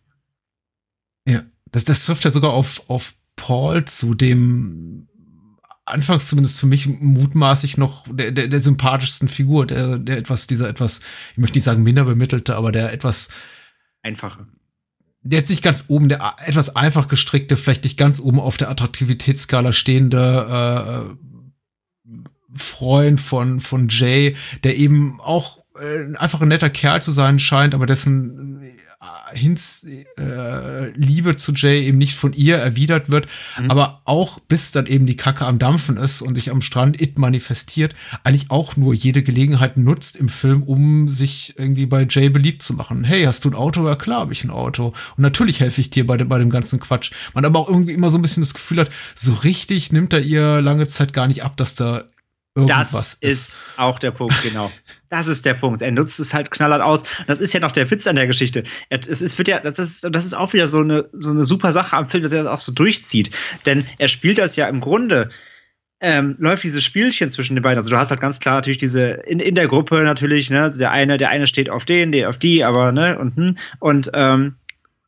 Ja. Das, das trifft ja sogar auf, auf Paul zu, dem anfangs zumindest für mich mutmaßlich noch der, der, der sympathischsten Figur, der, der etwas, dieser etwas, ich möchte nicht sagen minder bemittelte, aber der etwas
einfache.
Der jetzt nicht ganz oben, der etwas einfach gestrickte, vielleicht nicht ganz oben auf der Attraktivitätsskala stehende äh, Freund von, von Jay, der eben auch äh, einfach ein netter Kerl zu sein scheint, aber dessen Hinz äh, Liebe zu Jay eben nicht von ihr erwidert wird, mhm. aber auch bis dann eben die Kacke am Dampfen ist und sich am Strand It manifestiert, eigentlich auch nur jede Gelegenheit nutzt im Film, um sich irgendwie bei Jay beliebt zu machen. Hey, hast du ein Auto? Ja klar, habe ich ein Auto. Und natürlich helfe ich dir bei, de- bei dem ganzen Quatsch. Man aber auch irgendwie immer so ein bisschen das Gefühl hat, so richtig nimmt er ihr lange Zeit gar nicht ab, dass da irgendwas
das ist,
ist
auch der Punkt, genau. Das ist der Punkt. Er nutzt es halt knallhart aus. Das ist ja noch der Witz an der Geschichte. Es, es wird ja, das ist, das ist auch wieder so eine, so eine super Sache am Film, dass er das auch so durchzieht. Denn er spielt das ja im Grunde, ähm, läuft dieses Spielchen zwischen den beiden. Also du hast halt ganz klar natürlich diese, in, in der Gruppe natürlich, ne, also der eine, der eine steht auf den, der auf die, aber, ne, und, und, ähm,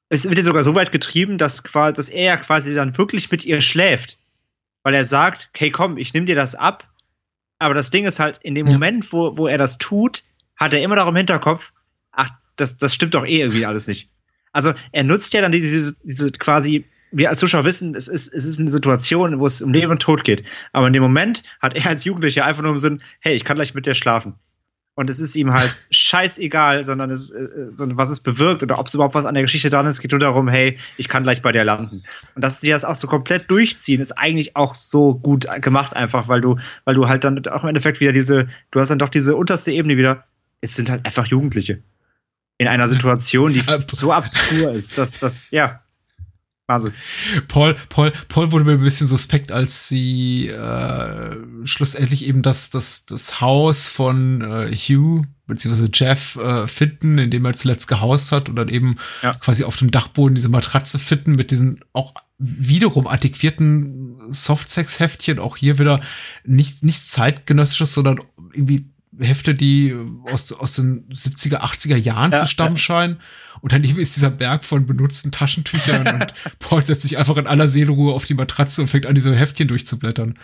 es wird ja sogar so weit getrieben, dass, quasi, dass er ja quasi dann wirklich mit ihr schläft. Weil er sagt, hey komm, ich nehme dir das ab. Aber das Ding ist halt, in dem ja. Moment, wo, wo er das tut, hat er immer noch im Hinterkopf, ach, das, das stimmt doch eh irgendwie alles nicht. Also er nutzt ja dann diese, diese quasi, wir als Zuschauer wissen, es ist, es ist eine Situation, wo es um Leben und Tod geht. Aber in dem Moment hat er als Jugendlicher einfach nur im Sinn, hey, ich kann gleich mit dir schlafen. Und es ist ihm halt scheißegal, sondern es, äh, sondern was es bewirkt oder ob es überhaupt was an der Geschichte dran ist. Es geht nur darum, hey, ich kann gleich bei dir landen. Und dass die das auch so komplett durchziehen, ist eigentlich auch so gut gemacht einfach, weil du, weil du halt dann auch im Endeffekt wieder diese, du hast dann doch diese unterste Ebene wieder, es sind halt einfach Jugendliche. In einer Situation, die so obskur ist, dass das, ja, Wahnsinn.
Paul, Paul, Paul wurde mir ein bisschen suspekt, als sie äh, schlussendlich eben das, das, das Haus von äh, Hugh beziehungsweise Jeff äh, finden, in dem er zuletzt gehaust hat und dann eben ja. quasi auf dem Dachboden diese Matratze finden mit diesen auch wiederum antiquierten Softsex-Heftchen. Auch hier wieder nichts, nichts zeitgenössisches, sondern irgendwie Hefte, die aus, aus den siebziger, achtziger Jahren ja, zu stammen ja. scheinen. Und daneben ist dieser Berg von benutzten Taschentüchern und Paul setzt sich einfach in aller Seelenruhe auf die Matratze und fängt an, diese Heftchen durchzublättern.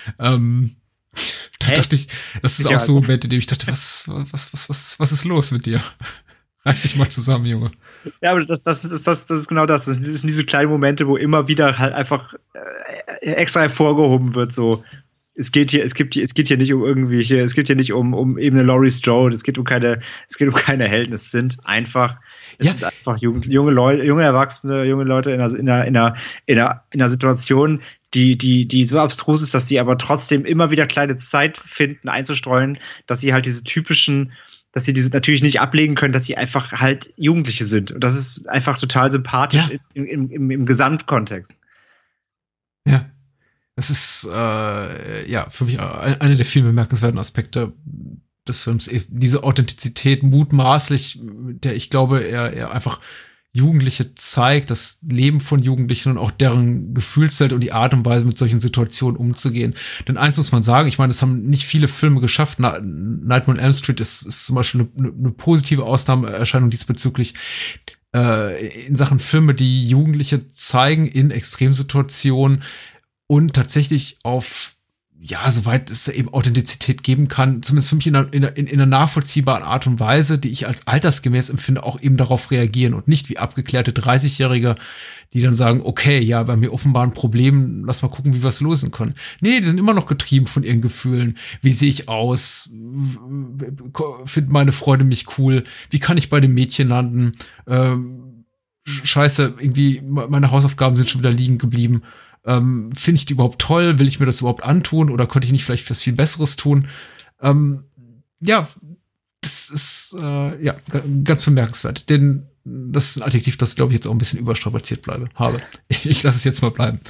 Ähm, da hey. dachte ich, das ist ja, auch so ein Moment, in dem ich dachte, was, was, was, was, was ist los mit dir? Reiß dich mal zusammen, Junge.
Ja, aber das, das, ist, das, das ist genau das. Das sind diese kleinen Momente, wo immer wieder halt einfach äh, extra hervorgehoben wird, so. Es geht hier, es gibt hier, es geht hier nicht um irgendwie hier, es geht hier nicht um, um eben eine Laurie Strode, es geht um keine, es geht um keine Helden, es sind einfach, es ja. sind einfach Jugend, junge Leute, junge Erwachsene, junge Leute in einer, in einer, in einer, in einer, in einer Situation, die, die, die so abstrus ist, dass sie aber trotzdem immer wieder kleine Zeit finden, einzustreuen, dass sie halt diese typischen, dass sie diese natürlich nicht ablegen können, dass sie einfach halt Jugendliche sind. Und das ist einfach total sympathisch ja. im, im, im, im Gesamtkontext.
Ja. Das ist äh, ja für mich einer der vielen bemerkenswerten Aspekte des Films. Diese Authentizität mutmaßlich, mit der ich glaube, er, er einfach Jugendliche zeigt, das Leben von Jugendlichen und auch deren Gefühlswelt und die Art und Weise, mit solchen Situationen umzugehen. Denn eins muss man sagen, ich meine, es haben nicht viele Filme geschafft. Na, Nightmare on Elm Street ist, ist zum Beispiel eine, eine positive Ausnahmeerscheinung diesbezüglich. Äh, in Sachen Filme, die Jugendliche zeigen in Extremsituationen, und tatsächlich auf, ja, soweit es eben Authentizität geben kann, zumindest für mich in einer, in, in einer nachvollziehbaren Art und Weise, die ich als altersgemäß empfinde, auch eben darauf reagieren und nicht wie abgeklärte dreißigjährige, die dann sagen, okay, ja, bei mir offenbar ein Problem, lass mal gucken, wie wir es lösen können. Nee, die sind immer noch getrieben von ihren Gefühlen. Wie sehe ich aus? Findet meine Freunde mich cool? Wie kann ich bei dem Mädchen landen? Ähm, Scheiße, irgendwie, meine Hausaufgaben sind schon wieder liegen geblieben. Ähm, finde ich die überhaupt toll? Will ich mir das überhaupt antun? Oder könnte ich nicht vielleicht was viel Besseres tun? Ähm, ja, das ist äh, ja ganz bemerkenswert. Denn das ist ein Adjektiv, das, glaube ich, jetzt auch ein bisschen überstrapaziert bleibe, habe. Ich lasse es jetzt mal bleiben.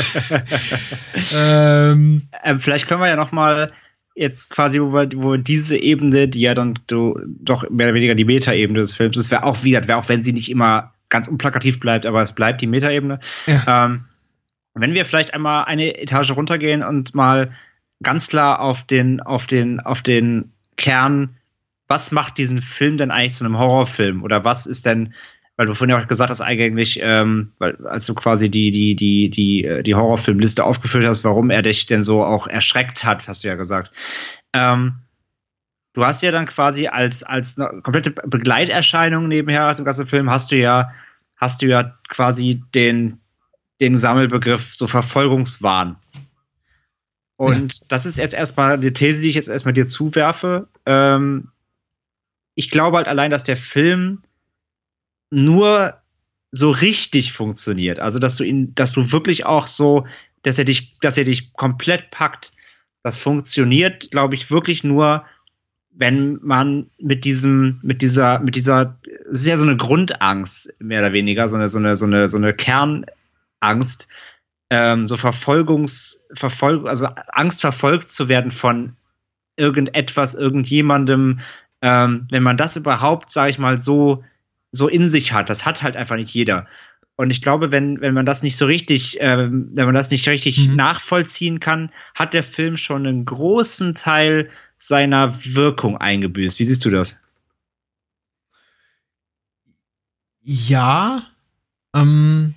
ähm,
ähm, vielleicht können wir ja noch mal jetzt quasi, wo, wir, wo diese Ebene, die ja dann do, doch mehr oder weniger die Meta-Ebene des Films ist, wäre auch wieder, wäre auch wenn sie nicht immer ganz unplakativ bleibt, aber es bleibt die Meta-Ebene. Ja. Ähm, Wenn wir vielleicht einmal eine Etage runtergehen und mal ganz klar auf den, auf den, auf den Kern, was macht diesen Film denn eigentlich zu einem Horrorfilm? Oder was ist denn, weil du vorhin ja auch gesagt hast, eigentlich, ähm, weil, als du quasi die, die, die, die, die Horrorfilmliste aufgeführt hast, warum er dich denn so auch erschreckt hat, hast du ja gesagt. Ähm, du hast ja dann quasi als, als eine komplette Begleiterscheinung nebenher zum ganzen Film hast du ja, hast du ja quasi den, den Sammelbegriff so Verfolgungswahn. Und ja. das ist jetzt erstmal eine These, die ich jetzt erstmal dir zuwerfe. Ähm, ich glaube halt allein, dass der Film nur so richtig funktioniert. Also, dass du ihn, dass du wirklich auch so, dass er dich, dass er dich komplett packt. Das funktioniert, glaube ich, wirklich nur, wenn man mit diesem, mit dieser, mit dieser, es ist ja so eine Grundangst, mehr oder weniger, so eine, so eine, so eine, so eine Kern- Angst, ähm, so Verfolgungs, Verfolg, also Angst verfolgt zu werden von irgendetwas, irgendjemandem, ähm, wenn man das überhaupt, sage ich mal, so, so in sich hat, das hat halt einfach nicht jeder. Und ich glaube, wenn, wenn man das nicht so richtig, ähm, wenn man das nicht richtig mhm. nachvollziehen kann, hat der Film schon einen großen Teil seiner Wirkung eingebüßt. Wie siehst du das?
Ja, Ähm,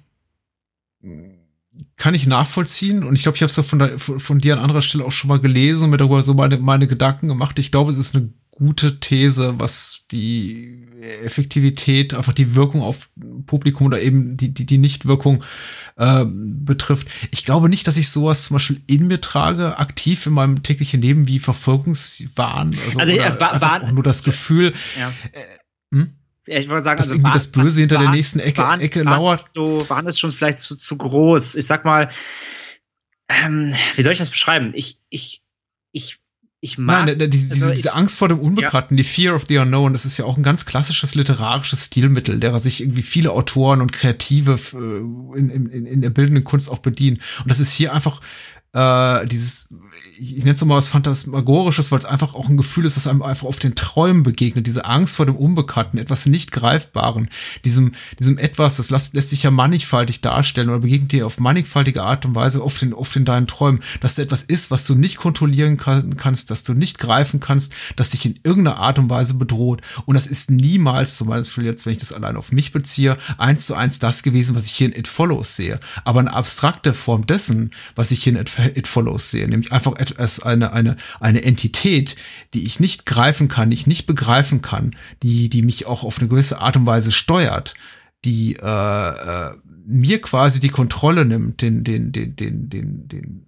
kann ich nachvollziehen und ich glaube, ich habe es von, der, von dir an anderer Stelle auch schon mal gelesen und mir darüber so meine, meine Gedanken gemacht. Ich glaube, es ist eine gute These, was die Effektivität, einfach die Wirkung auf Publikum oder eben die, die, die Nichtwirkung äh, betrifft. Ich glaube nicht, dass ich sowas zum Beispiel in mir trage, aktiv in meinem täglichen Leben wie Verfolgungswahn. Also,
Also,
oder
äh, war,
einfach
war,
auch nur das Gefühl,
ja.
äh, hm?
Ja, ich wollte sagen,
dass
also
irgendwie
war,
das Böse hinter
war,
der nächsten Ecke,
waren,
Ecke
waren
lauert.
So, waren es schon vielleicht zu, zu groß? Ich sag mal, ähm, wie soll ich das beschreiben? Ich, ich, ich, ich mag.
Nein, diese,
also
diese
ich,
Angst vor dem Unbekannten, ja. Die Fear of the Unknown, das ist ja auch ein ganz klassisches literarisches Stilmittel, derer sich irgendwie viele Autoren und Kreative äh, in, in, in der bildenden Kunst auch bedienen. Und das ist hier einfach äh, dieses, ich nenne es mal was Phantasmagorisches, weil es einfach auch ein Gefühl ist, das einem einfach auf den Träumen begegnet, diese Angst vor dem Unbekannten, etwas nicht Greifbaren, diesem, diesem etwas, das lässt, lässt sich ja mannigfaltig darstellen oder begegnet dir auf mannigfaltige Art und Weise oft in, oft in deinen Träumen, dass da etwas ist, was du nicht kontrollieren kann, kannst, dass du nicht greifen kannst, das dich in irgendeiner Art und Weise bedroht. Und das ist niemals, zum Beispiel jetzt, wenn ich das allein auf mich beziehe, eins zu eins das gewesen, was ich hier in It Follows sehe. Aber eine abstrakte Form dessen, was ich hier in It It Follows sehe, nämlich einfach als eine, eine, eine Entität, die ich nicht greifen kann, die ich nicht begreifen kann, die, die mich auch auf eine gewisse Art und Weise steuert, die äh, äh, mir quasi die Kontrolle nimmt, den, den, den, den, den, den,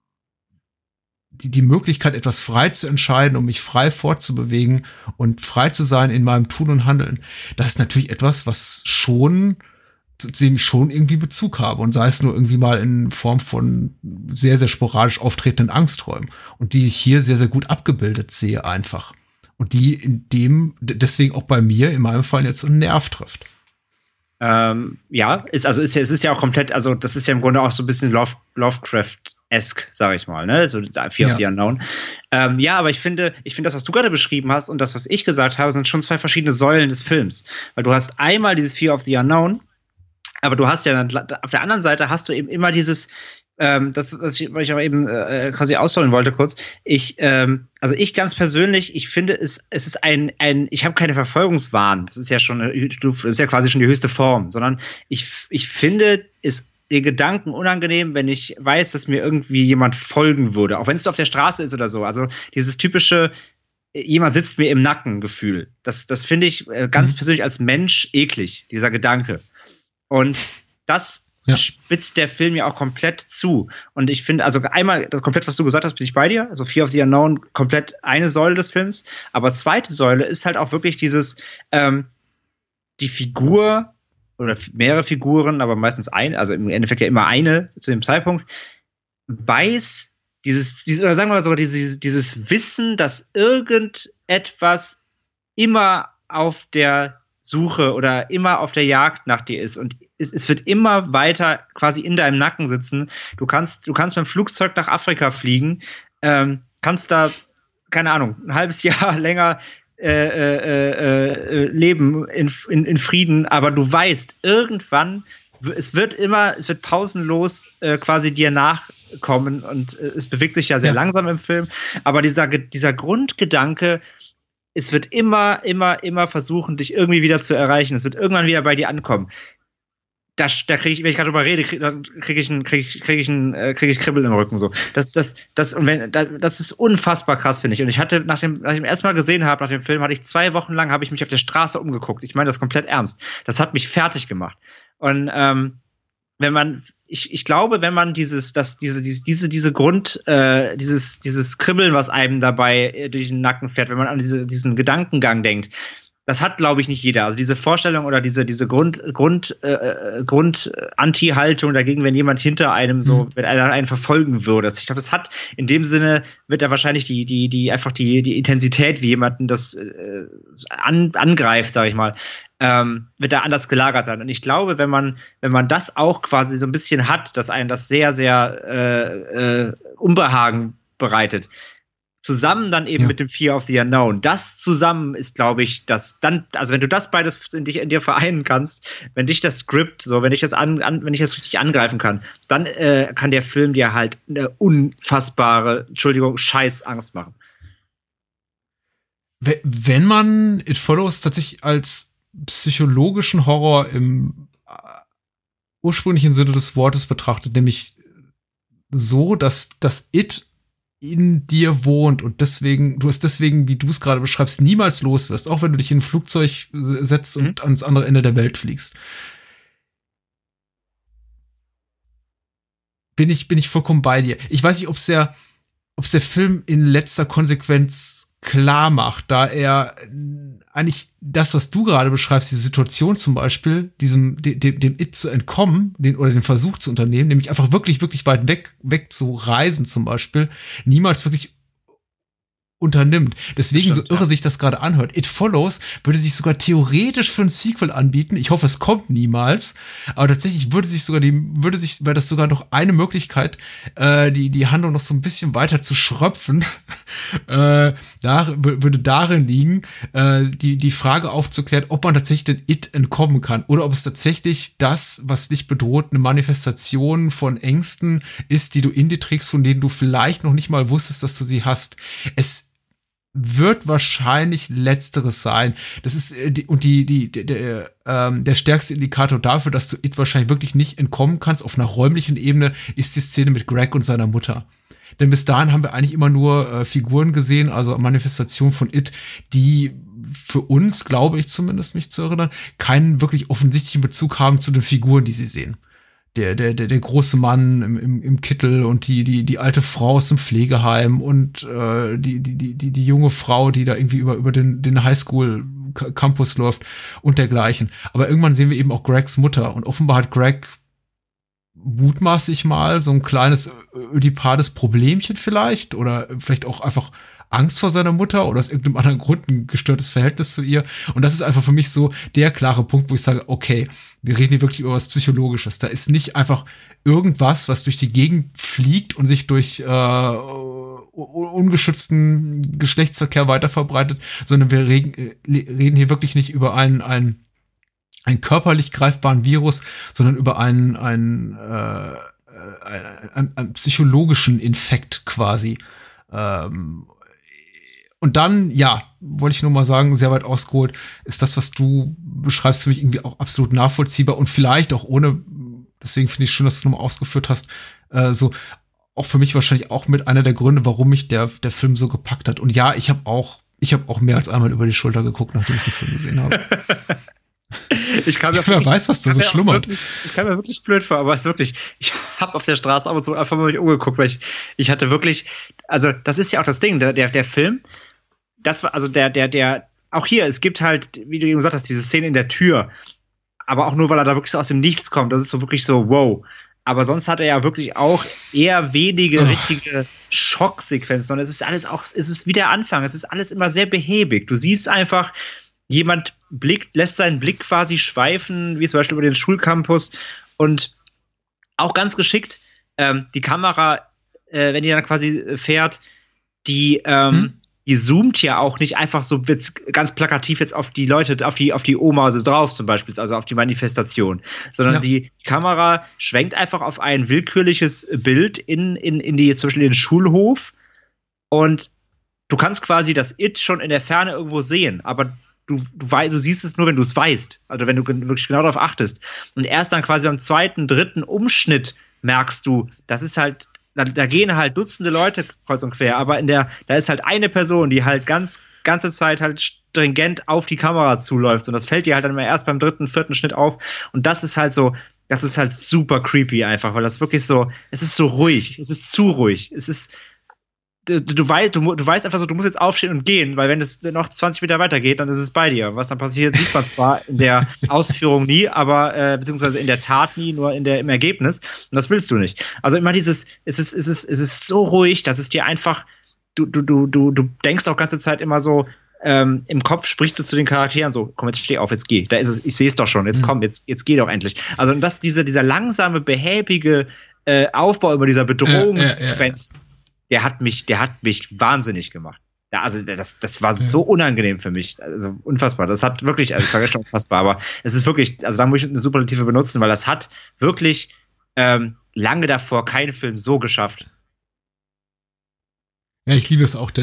die, die Möglichkeit, etwas frei zu entscheiden, um mich frei fortzubewegen und frei zu sein in meinem Tun und Handeln. Das ist natürlich etwas, was schon zu dem ich schon irgendwie Bezug habe und sei es nur irgendwie mal in Form von sehr, sehr sporadisch auftretenden Angstträumen und die ich hier sehr, sehr gut abgebildet sehe einfach und die in dem deswegen auch bei mir in meinem Fall jetzt so einen Nerv trifft.
Ähm, ja, ist, also ist ja, es ist ja auch komplett, also das ist ja im Grunde auch so ein bisschen Love, Lovecraft-esque, sag ich mal, ne, so Fear
ja.
of the Unknown. Ähm, ja, aber ich finde, ich finde das, was du gerade beschrieben hast und das, was ich gesagt habe, sind schon zwei verschiedene Säulen des Films, weil du hast einmal dieses Fear of the Unknown. Aber du hast ja dann, auf der anderen Seite hast du eben immer dieses, ähm, das, was ich, was ich aber eben äh, quasi ausholen wollte kurz. Ich, ähm, also ich ganz persönlich, ich finde es, es ist ein, ein, ich habe keine Verfolgungswahn. Das ist ja schon, eine, das ist ja quasi schon die höchste Form, sondern ich, ich finde es den Gedanken unangenehm, wenn ich weiß, dass mir irgendwie jemand folgen würde, auch wenn es auf der Straße ist oder so. Also dieses typische, jemand sitzt mir im Nacken Gefühl. Das, das finde ich äh, ganz mhm. persönlich als Mensch eklig, dieser Gedanke. Und das ja. spitzt der Film ja auch komplett zu. Und ich finde, also einmal, das komplett, was du gesagt hast, bin ich bei dir. Also Fear of the Unknown, komplett eine Säule des Films. Aber zweite Säule ist halt auch wirklich dieses, ähm, die Figur oder mehrere Figuren, aber meistens eine, also im Endeffekt ja immer eine zu dem Zeitpunkt, weiß dieses, dieses oder sagen wir mal sogar dieses, dieses Wissen, dass irgendetwas immer auf der Suche oder immer auf der Jagd nach dir ist und es, es wird immer weiter quasi in deinem Nacken sitzen. Du kannst, du kannst mit dem Flugzeug nach Afrika fliegen, ähm, kannst da, keine Ahnung, ein halbes Jahr länger äh, äh, äh, leben in, in, in Frieden, aber du weißt, irgendwann, es wird immer, es wird pausenlos äh, quasi dir nachkommen und äh, es bewegt sich ja sehr ja. langsam im Film, aber dieser, dieser Grundgedanke, es wird immer, immer, immer versuchen, dich irgendwie wieder zu erreichen. Es wird irgendwann wieder bei dir ankommen. Da, da kriege ich, wenn ich gerade drüber rede, kriege krieg ich ein, krieg ich, krieg ich ein, krieg ich Kribbeln im Rücken so. Das, das, das, und wenn, das ist unfassbar krass, finde ich. Und ich hatte, nach dem, nach dem ersten Mal gesehen habe, nach dem Film, hatte ich zwei Wochen lang, habe ich mich auf der Straße umgeguckt. Ich meine das komplett ernst. Das hat mich fertig gemacht. Und ähm, wenn man, ich, ich glaube, wenn man dieses, das, diese, diese, diese, diese Grund, äh, dieses, dieses Kribbeln, was einem dabei äh, durch den Nacken fährt, wenn man an diese, diesen Gedankengang denkt, das hat, glaube ich, nicht jeder. Also diese Vorstellung oder diese, diese Grund, Grund, äh, Grund Anti-Haltung dagegen, wenn jemand hinter einem so, mhm. wenn einer einen verfolgen würde. Ich glaube, das hat in dem Sinne wird da wahrscheinlich die, die, die einfach die, die Intensität, wie jemanden das äh, an, angreift, sage ich mal, ähm, wird da anders gelagert sein. Und ich glaube, wenn man, wenn man das auch quasi so ein bisschen hat, dass einen das sehr, sehr äh, äh, Unbehagen bereitet, zusammen dann eben ja. mit dem Fear of the Unknown. Das zusammen ist, glaube ich, das dann, also wenn du das beides in, dich, in dir vereinen kannst, wenn dich das Skript, so, wenn ich das an, an wenn ich das richtig angreifen kann, dann äh, kann der Film dir halt eine unfassbare, Entschuldigung, scheiß Angst machen.
Wenn man It Follows tatsächlich als psychologischen Horror im ursprünglichen Sinne des Wortes betrachtet, nämlich so, dass das It in dir wohnt und deswegen, du es deswegen, wie du es gerade beschreibst, niemals los wirst, auch wenn du dich in ein Flugzeug setzt und mhm. ans andere Ende der Welt fliegst. Bin ich, bin ich vollkommen bei dir. Ich weiß nicht, ob es der, ob es der Film in letzter Konsequenz klar macht, da er eigentlich das, was du gerade beschreibst, die Situation zum Beispiel, diesem, dem, dem It zu entkommen, den, oder den Versuch zu unternehmen, nämlich einfach wirklich, wirklich weit weg, weg zu reisen zum Beispiel, niemals wirklich unternimmt. Deswegen, stimmt, so irre ja. sich das gerade anhört. It Follows würde sich sogar theoretisch für ein Sequel anbieten. Ich hoffe, es kommt niemals. Aber tatsächlich würde sich sogar die, würde sich, wäre das sogar noch eine Möglichkeit, äh, die, die Handlung noch so ein bisschen weiter zu schröpfen. äh, da, würde darin liegen, äh, die, die Frage aufzuklären, ob man tatsächlich den It entkommen kann. Oder ob es tatsächlich das, was dich bedroht, eine Manifestation von Ängsten ist, die du in dir trägst, von denen du vielleicht noch nicht mal wusstest, dass du sie hast. Es wird wahrscheinlich Letzteres sein. Das ist äh, die, und die die der, der, ähm, der stärkste Indikator dafür, dass du It wahrscheinlich wirklich nicht entkommen kannst auf einer räumlichen Ebene, ist die Szene mit Greg und seiner Mutter. Denn bis dahin haben wir eigentlich immer nur äh, Figuren gesehen, also Manifestationen von It, die für uns, glaube ich zumindest, mich zu erinnern, keinen wirklich offensichtlichen Bezug haben zu den Figuren, die sie sehen. Der, der, der, der große Mann im, im, im Kittel und die, die, die alte Frau aus dem Pflegeheim und äh, die, die, die, die, die junge Frau, die da irgendwie über, über den, den Highschool-Campus läuft und dergleichen. Aber irgendwann sehen wir eben auch Gregs Mutter und offenbar hat Greg mutmaßlich mal so ein kleines ödipales Problemchen vielleicht oder vielleicht auch einfach Angst vor seiner Mutter oder aus irgendeinem anderen Grund ein gestörtes Verhältnis zu ihr. Und das ist einfach für mich so der klare Punkt, wo ich sage, okay, wir reden hier wirklich über was Psychologisches. Da ist nicht einfach irgendwas, was durch die Gegend fliegt und sich durch äh, ungeschützten Geschlechtsverkehr weiterverbreitet, sondern wir reden, reden hier wirklich nicht über einen, einen, einen körperlich greifbaren Virus, sondern über einen, einen, äh, einen, einen psychologischen Infekt quasi. Ähm, Und dann, ja, wollte ich nur mal sagen, sehr weit ausgeholt, ist das, was du beschreibst, für mich irgendwie auch absolut nachvollziehbar und vielleicht auch ohne, deswegen finde ich schön, dass du es nochmal ausgeführt hast, äh, so auch für mich wahrscheinlich auch mit einer der Gründe, warum mich der, der Film so gepackt hat. Und ja, ich habe auch, ich habe auch mehr als einmal über die Schulter geguckt, nachdem ich den Film gesehen habe.
Ich kann mir
ja, wer weiß, was da so schlummert.
Wirklich, ich kam mir wirklich blöd vor, aber es ist wirklich, ich habe auf der Straße ab und zu einfach mal mich umgeguckt, weil ich, ich hatte wirklich, also das ist ja auch das Ding, der, der, der Film, das war, also der, der, der, auch hier, es gibt halt, wie du eben gesagt hast, diese Szene in der Tür, aber auch nur, weil er da wirklich so aus dem Nichts kommt, das ist so wirklich so, wow. Aber sonst hat er ja wirklich auch eher wenige richtige Schocksequenzen, sondern es ist alles auch, es ist wie der Anfang, es ist alles immer sehr behäbig. Du siehst einfach, jemand blickt, lässt seinen Blick quasi schweifen, wie zum Beispiel über den Schulcampus und auch ganz geschickt, ähm, die Kamera, äh, wenn die dann quasi fährt, die, ähm, hm? die zoomt ja auch nicht einfach so ganz plakativ jetzt auf die Leute, auf die, auf die Oma so drauf zum Beispiel, also auf die Manifestation, sondern ja. die Kamera schwenkt einfach auf ein willkürliches Bild in, in, in die, zum Beispiel den Schulhof und du kannst quasi das It schon in der Ferne irgendwo sehen, aber Du, du, weißt, du siehst es nur, wenn du es weißt. Also wenn du wirklich genau darauf achtest. Und erst dann quasi beim zweiten, dritten Umschnitt merkst du, das ist halt, da, da gehen halt Dutzende Leute kreuz und quer, aber in der, da ist halt eine Person, die halt ganz, ganze Zeit halt stringent auf die Kamera zuläuft. Und das fällt dir halt dann immer erst beim dritten, vierten Schnitt auf. Und das ist halt so, das ist halt super creepy einfach, weil das wirklich so, es ist so ruhig, es ist zu ruhig, es ist, Du, du, weißt, du, du weißt einfach so, du musst jetzt aufstehen und gehen, weil wenn es noch zwanzig Meter weitergeht, dann ist es bei dir. Was dann passiert, sieht man zwar in der Ausführung nie, aber äh, beziehungsweise in der Tat nie, nur in der, im Ergebnis. Und das willst du nicht. Also immer dieses, es ist, es ist, es ist so ruhig, dass es dir einfach, du, du, du, du, du denkst auch ganze Zeit immer so, ähm, im Kopf sprichst du zu den Charakteren so, komm, jetzt steh auf, jetzt geh. Da ist es, ich sehe es doch schon, jetzt mhm. komm, jetzt, jetzt geh doch endlich. Also das, diese, dieser langsame, behäbige äh, Aufbau über dieser Bedrohungssequenz, ja, ja, ja. Der hat mich, der hat mich wahnsinnig gemacht. Ja, also das, das war so unangenehm für mich. Also unfassbar. Das hat wirklich, also das war schon unfassbar, aber es ist wirklich, also da muss ich eine Superlative benutzen, weil das hat wirklich ähm, lange davor kein Film so geschafft.
Ja, ich liebe es auch, denn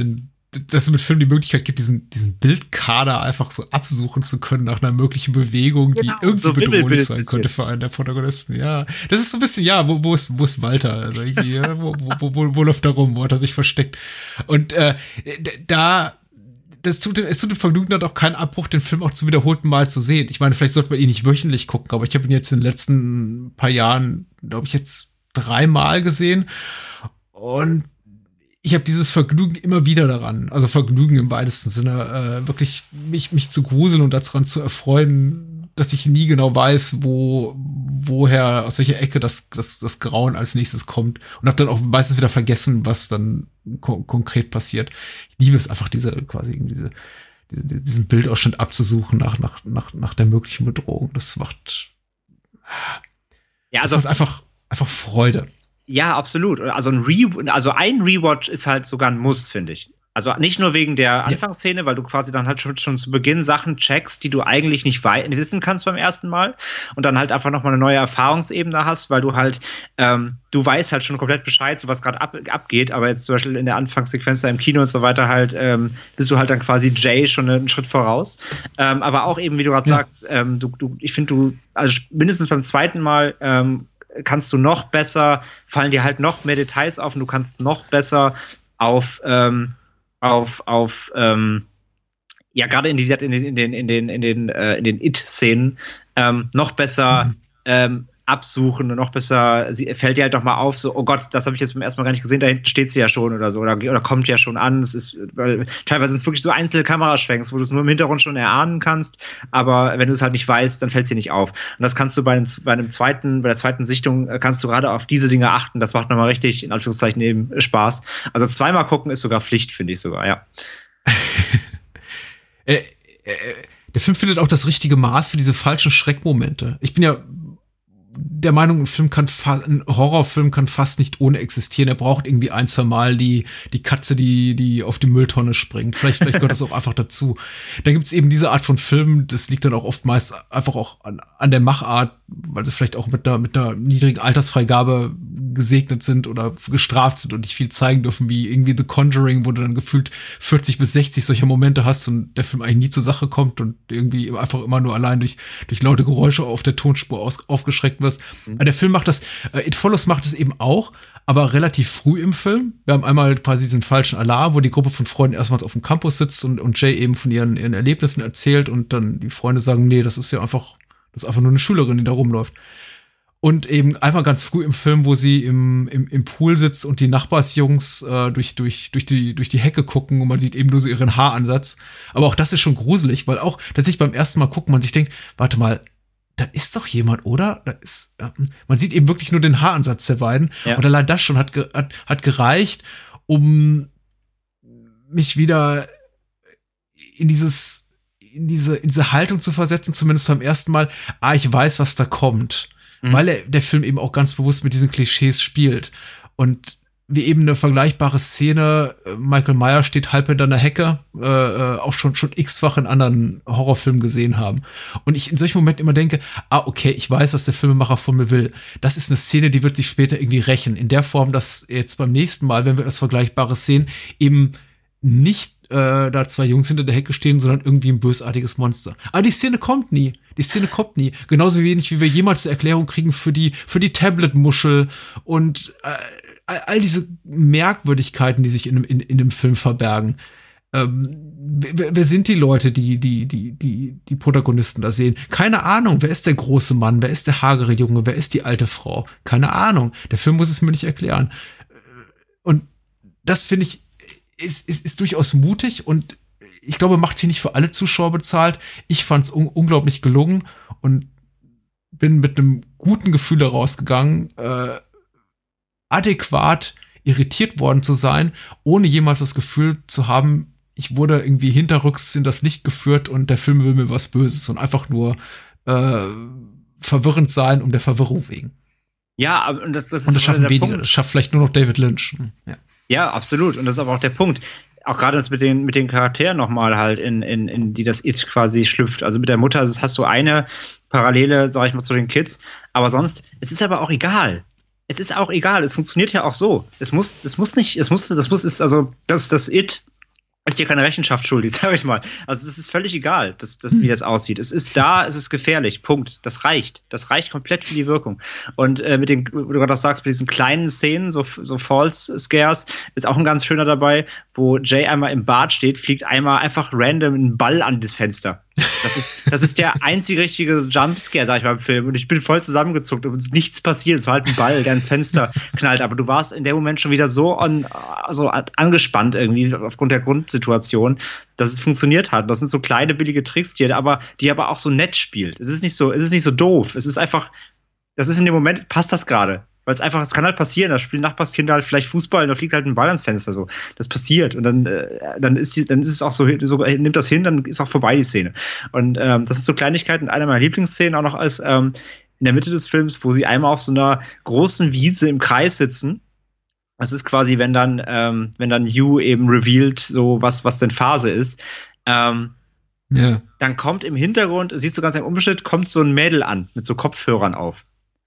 dass es mit Filmen die Möglichkeit gibt, diesen, diesen Bildkader einfach so absuchen zu können nach einer möglichen Bewegung,
Genau,
die irgendwie
so
bedrohlich sein
bisschen.
könnte für einen der Protagonisten. Ja, das ist so ein bisschen, ja, wo, wo ist, wo ist Walter? Also irgendwie, ja, wo, wo, wo, wo läuft er rum? Wo hat er sich versteckt? Und äh, da, das tut, es tut dem Vergnügen dann auch keinen Abbruch, den Film auch zum wiederholten Mal zu sehen. Ich meine, vielleicht sollte man ihn nicht wöchentlich gucken, aber ich habe ihn jetzt in den letzten paar Jahren, glaube ich, jetzt dreimal gesehen. Und ich habe dieses Vergnügen immer wieder daran, also Vergnügen im weitesten Sinne, äh, wirklich mich, mich zu gruseln und daran zu erfreuen, dass ich nie genau weiß, wo, woher, aus welcher Ecke das, das, das Grauen als nächstes kommt. Und habe dann auch meistens wieder vergessen, was dann ko- konkret passiert. Ich liebe es einfach, diese, quasi diese, diese, diesen Bildausschnitt abzusuchen nach, nach, nach, nach der möglichen Bedrohung. Das macht,
Ja,
das
also
macht einfach, einfach Freude.
Ja, absolut. Also ein, Re also ein Rewatch ist halt sogar ein Muss, finde ich. Also nicht nur wegen der Anfangsszene, weil du quasi dann halt schon, schon zu Beginn Sachen checkst, die du eigentlich nicht wissen kannst beim ersten Mal und dann halt einfach nochmal eine neue Erfahrungsebene hast, weil du halt, ähm, du weißt halt schon komplett Bescheid, so was gerade ab, abgeht, aber jetzt zum Beispiel in der Anfangssequenz da im Kino und so weiter halt, ähm, bist du halt dann quasi Jay schon einen Schritt voraus. Ähm, aber auch eben, wie du gerade ja. sagst, ähm, du, du, ich finde, du, also mindestens beim zweiten Mal, ähm, kannst du noch besser, fallen dir halt noch mehr Details auf und du kannst noch besser auf, ähm, auf, auf, ähm, ja, gerade in, die, in den, in den, in den, in den, äh, in den It-Szenen ähm, noch besser mhm. ähm, absuchen und noch besser, sie fällt dir halt doch mal auf, so, oh Gott, das habe ich jetzt beim ersten Mal gar nicht gesehen, da hinten steht sie ja schon oder so, oder, oder kommt ja schon an. Es ist, weil teilweise sind es wirklich so einzelne Kameraschwenks, wo du es nur im Hintergrund schon erahnen kannst, aber wenn du es halt nicht weißt, dann fällt es dir nicht auf. Und das kannst du bei einem, bei einem zweiten, bei der zweiten Sichtung, kannst du gerade auf diese Dinge achten, das macht nochmal richtig, in Anführungszeichen, eben Spaß. Also zweimal gucken ist sogar Pflicht, finde ich sogar, ja.
äh, äh, der Film findet auch das richtige Maß für diese falschen Schreckmomente. Ich bin ja der Meinung, ein Film kann fa- ein Horrorfilm kann fast nicht ohne existieren. Er braucht irgendwie ein, zwei Mal die, die Katze, die, die auf die Mülltonne springt. Vielleicht, vielleicht gehört das auch einfach dazu. Dann gibt's eben diese Art von Filmen, das liegt dann auch oft meist einfach auch an, an der Machart, weil sie vielleicht auch mit einer, mit einer niedrigen Altersfreigabe gesegnet sind oder gestraft sind und nicht viel zeigen dürfen, wie irgendwie The Conjuring, wo du dann gefühlt vierzig bis sechzig solcher Momente hast und der Film eigentlich nie zur Sache kommt und irgendwie einfach immer nur allein durch, durch laute Geräusche auf der Tonspur aus, aufgeschreckt wirst. Mhm. Der Film macht das, äh, It Follows macht es eben auch, aber relativ früh im Film. Wir haben einmal quasi diesen falschen Alarm, wo die Gruppe von Freunden erstmals auf dem Campus sitzt und, und Jay eben von ihren, ihren Erlebnissen erzählt und dann die Freunde sagen, nee, das ist ja einfach, das ist einfach nur eine Schülerin, die da rumläuft. Und eben einmal ganz früh im Film, wo sie im, im, im Pool sitzt und die Nachbarsjungs äh, durch, durch, durch, die, durch die Hecke gucken und man sieht eben nur so ihren Haaransatz. Aber auch das ist schon gruselig, weil auch tatsächlich beim ersten Mal gucken man sich denkt, warte mal, da ist doch jemand, oder? Da ist, äh, man sieht eben wirklich nur den Haaransatz der beiden. Ja. Und allein das schon hat, ge- hat, hat gereicht, um mich wieder in dieses, in diese, in diese Haltung zu versetzen, zumindest beim ersten Mal. Ah, ich weiß, was da kommt. Mhm. Weil er, der Film eben auch ganz bewusst mit diesen Klischees spielt. Und wie eben eine vergleichbare Szene, Michael Myers steht halb hinter einer Hecke, äh, auch schon schon x-fach in anderen Horrorfilmen gesehen haben. Und ich in solchen Momenten immer denke, ah, okay, ich weiß, was der Filmemacher von mir will. Das ist eine Szene, die wird sich später irgendwie rächen. In der Form, dass jetzt beim nächsten Mal, wenn wir das Vergleichbare sehen, eben nicht äh, da zwei Jungs hinter der Hecke stehen, sondern irgendwie ein bösartiges Monster. Aber die Szene kommt nie. Die Szene kommt nie. Genauso wenig, wie wir jemals eine Erklärung kriegen für die, für die Tablet-Muschel und äh, all diese Merkwürdigkeiten, die sich in, in, in dem Film verbergen. Ähm, wer, wer sind die Leute, die, die, die, die, die Protagonisten da sehen? Keine Ahnung. Wer ist der große Mann? Wer ist der hagere Junge? Wer ist die alte Frau? Keine Ahnung. Der Film muss es mir nicht erklären. Und das finde ich, ist, ist, ist durchaus mutig und ich glaube, macht sie nicht für alle Zuschauer bezahlt. Ich fand es un- unglaublich gelungen und bin mit einem guten Gefühl herausgegangen, äh, adäquat irritiert worden zu sein, ohne jemals das Gefühl zu haben, ich wurde irgendwie hinterrücks in das Licht geführt und der Film will mir was Böses und einfach nur äh, verwirrend sein um der Verwirrung wegen.
Ja, und das, das ist
und das schaffen wenige.
Punkt.
Das schafft vielleicht nur noch David Lynch. Ja.
Ja, absolut. Und das ist aber auch der Punkt. Auch gerade das mit den, mit den Charakteren nochmal halt, in, in, in die das It quasi schlüpft. Also mit der Mutter hast du eine Parallele, sag ich mal, zu den Kids. Aber sonst, es ist aber auch egal. Es ist auch egal. Es funktioniert ja auch so. Es muss, das muss nicht, es muss, das muss, ist, also, das, das It ist dir keine Rechenschaft schuldig, sag ich mal. Also es ist völlig egal, dass, dass, wie das aussieht. Es ist da, es ist gefährlich, Punkt. Das reicht. Das reicht komplett für die Wirkung. Und äh, mit den, wo du gerade sagst, mit diesen kleinen Szenen, so, so False Scares, ist auch ein ganz schöner dabei, wo Jay einmal im Bad steht, fliegt einmal einfach random ein Ball an das Fenster. Das ist, das ist der einzige richtige Jumpscare, sag ich mal, im Film. Und ich bin voll zusammengezuckt und es ist nichts passiert. Es war halt ein Ball, der ins Fenster knallt. Aber du warst in dem Moment schon wieder so, on, so angespannt irgendwie aufgrund der Grundsituation, dass es funktioniert hat. Das sind so kleine, billige Tricks, die aber, die aber auch so nett spielt. Es ist nicht so, es ist nicht so doof. Es ist einfach, das ist in dem Moment, passt das gerade. Weil es einfach, es kann halt passieren, da spielen Nachbarskinder halt vielleicht Fußball und da fliegt halt ein Ball ans Fenster so. Das passiert und dann, äh, dann, ist, die, dann ist es auch so, so, nimmt das hin, dann ist auch vorbei die Szene. Und ähm, das sind so Kleinigkeiten. Eine meiner Lieblingsszenen auch noch ist ähm, in der Mitte des Films, wo sie einmal auf so einer großen Wiese im Kreis sitzen. Das ist quasi, wenn dann, ähm, wenn dann Hugh eben revealed, so was, was denn Phase ist. Ähm,
ja. Dann
kommt im Hintergrund, siehst du ganz im Umschnitt, kommt so ein Mädel an mit so Kopfhörern auf.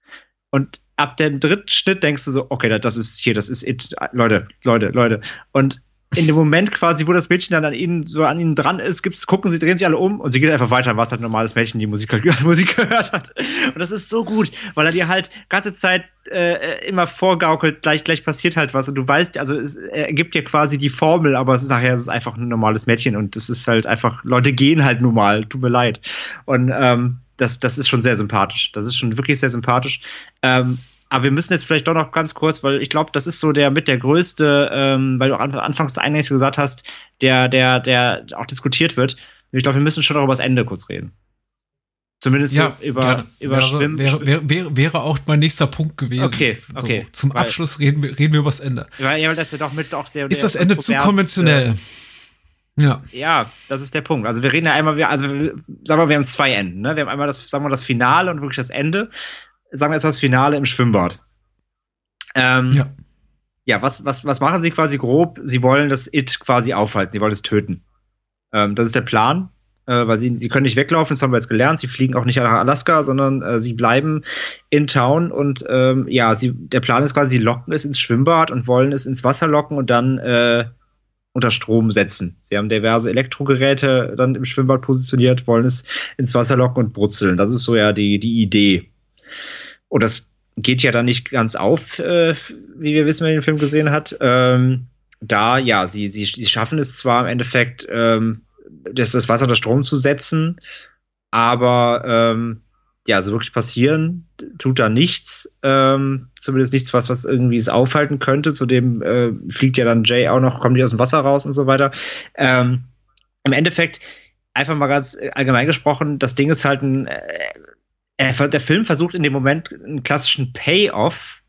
Und ab dem dritten Schnitt denkst du so, okay, das ist hier, das ist it, Leute, Leute, Leute. Und in dem Moment quasi, wo das Mädchen dann an ihnen so an ihnen dran ist, gibt's, gucken sie, drehen sich alle um und sie geht einfach weiter, was halt ein normales Mädchen die Musik, Musik gehört hat. Und das ist so gut, weil er dir halt ganze Zeit äh, immer vorgaukelt, gleich, gleich passiert halt was und du weißt, also es, er gibt dir quasi die Formel, aber es ist nachher es ist einfach ein normales Mädchen und es ist halt einfach, Leute gehen halt normal, tut mir leid. Und ähm, das, das ist schon sehr sympathisch. Das ist schon wirklich sehr sympathisch. Ähm, Aber wir müssen jetzt vielleicht doch noch ganz kurz, weil ich glaube, das ist so der mit der größte, ähm, weil du anfangs eingangs gesagt hast, der, der, der auch diskutiert wird. Ich glaube, wir müssen schon noch über das Ende kurz reden. Zumindest
ja,
so über,
gerne.
über
wäre,
Schwimmen.
Wäre, wäre, wäre, wäre auch mein nächster Punkt gewesen.
Okay, okay.
So, zum
weil,
Abschluss reden wir, reden wir über das Ende.
Ja, weil das ja doch mit auch der,
ist
der
das Ende zu konventionell? Ja.
Ja, das ist der Punkt. Also wir reden ja einmal, also sagen wir, wir haben zwei Enden. Ne? Wir haben einmal das, sagen wir, das Finale und wirklich das Ende. Sagen wir jetzt das Finale im Schwimmbad. Ähm, ja. Ja, was, was, was machen sie quasi grob? Sie wollen das It quasi aufhalten. Sie wollen es töten. Ähm, das ist der Plan. Äh, weil sie, sie können nicht weglaufen, das haben wir jetzt gelernt. Sie fliegen auch nicht nach Alaska, sondern äh, sie bleiben in Town und ähm, ja, sie, der Plan ist quasi, sie locken es ins Schwimmbad und wollen es ins Wasser locken und dann äh, unter Strom setzen. Sie haben diverse Elektrogeräte dann im Schwimmbad positioniert, wollen es ins Wasser locken und brutzeln. Das ist so ja die, die Idee. Und das geht ja dann nicht ganz auf, äh, wie wir wissen, wer den Film gesehen hat. Ähm, da, ja, sie, sie, sie schaffen es zwar im Endeffekt, ähm, das, das Wasser unter Strom zu setzen, aber ähm, ja, so wirklich passieren tut da nichts. Ähm, zumindest nichts, was, was irgendwie es aufhalten könnte. Zudem äh, fliegt ja dann Jay auch noch, kommt die aus dem Wasser raus und so weiter. Ähm, im Endeffekt, einfach mal ganz allgemein gesprochen, das Ding ist halt ein äh, der Film versucht in dem Moment einen klassischen Payoff,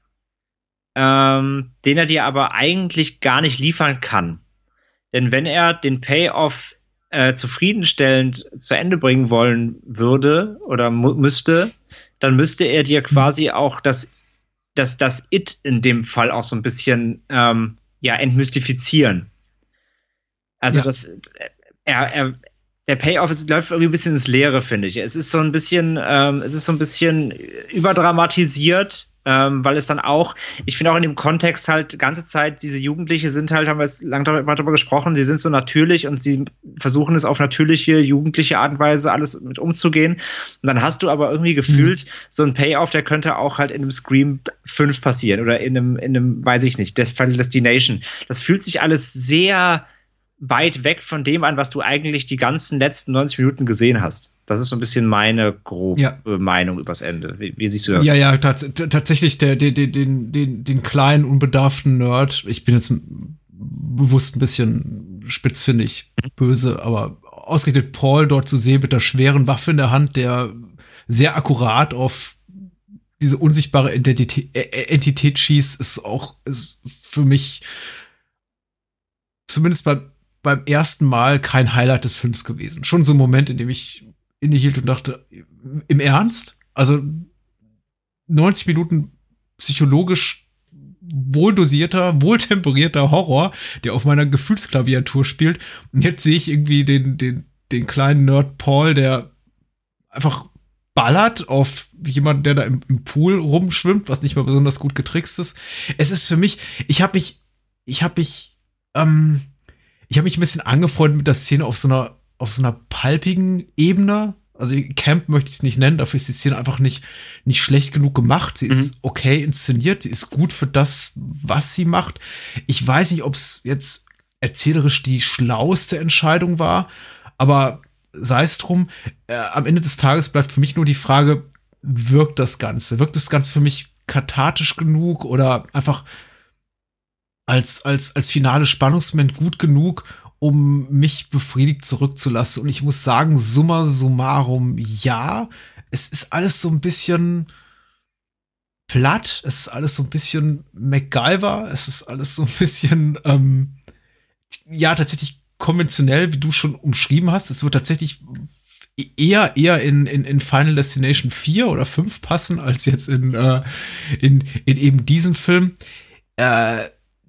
ähm, den er dir aber eigentlich gar nicht liefern kann. Denn wenn er den Payoff äh, zufriedenstellend zu Ende bringen wollen würde oder mu- müsste, dann müsste er dir quasi auch das, das, das It in dem Fall auch so ein bisschen ähm, ja, entmystifizieren. Also ja. das er, er Der Payoff ist, läuft irgendwie ein bisschen ins Leere, finde ich. Es ist so ein bisschen, ähm, es ist so ein bisschen überdramatisiert, ähm, weil es dann auch, ich finde auch in dem Kontext halt, die ganze Zeit, diese Jugendliche sind halt, haben wir jetzt lange darüber, darüber gesprochen, sie sind so natürlich und sie versuchen es auf natürliche, jugendliche Art und Weise alles mit umzugehen. Und dann hast du aber irgendwie gefühlt, mhm. so ein Payoff, der könnte auch halt in einem Scream fünf passieren oder in einem, in einem, weiß ich nicht, Death Final Destination. Das fühlt sich alles sehr weit weg von dem an, was du eigentlich die ganzen letzten neunzig Minuten gesehen hast. Das ist so ein bisschen meine grobe ja. Meinung übers Ende. Wie, wie siehst du das?
Ja, ja, tats- tatsächlich der, der, den, den, den, den kleinen, unbedarften Nerd. Ich bin jetzt bewusst ein bisschen spitzfindig, mhm. böse, aber ausgerechnet Paul dort zu sehen mit der schweren Waffe in der Hand, der sehr akkurat auf diese unsichtbare Identität, äh, Entität schießt, ist auch ist für mich zumindest beim beim ersten Mal kein Highlight des Films gewesen. Schon so ein Moment, in dem ich innehielt und dachte, im Ernst? Also neunzig Minuten psychologisch wohldosierter, wohltemperierter Horror, der auf meiner Gefühlsklaviatur spielt. Und jetzt sehe ich irgendwie den, den, den kleinen Nerd Paul, der einfach ballert auf jemanden, der da im, im Pool rumschwimmt, was nicht mal besonders gut getrickst ist. Es ist für mich, ich habe mich, ich habe mich, ähm, ich habe mich ein bisschen angefreundet mit der Szene auf so einer, auf so einer palpigen Ebene. Also Camp möchte ich es nicht nennen, dafür ist die Szene einfach nicht, nicht schlecht genug gemacht. Sie ist mhm. okay inszeniert, sie ist gut für das, was sie macht. Ich weiß nicht, ob es jetzt erzählerisch die schlauste Entscheidung war, aber sei es drum, äh, am Ende des Tages bleibt für mich nur die Frage, wirkt das Ganze? Wirkt das Ganze für mich kathartisch genug oder einfach als, als, als finale Spannungsmoment gut genug, um mich befriedigt zurückzulassen? Und ich muss sagen, summa summarum, ja. Es ist alles so ein bisschen platt. Es ist alles so ein bisschen MacGyver. Es ist alles so ein bisschen, ähm, ja, tatsächlich konventionell, wie du schon umschrieben hast. Es wird tatsächlich eher, eher in, in, in Final Destination vier oder fünf passen, als jetzt in, äh, in, in eben diesem Film. Äh,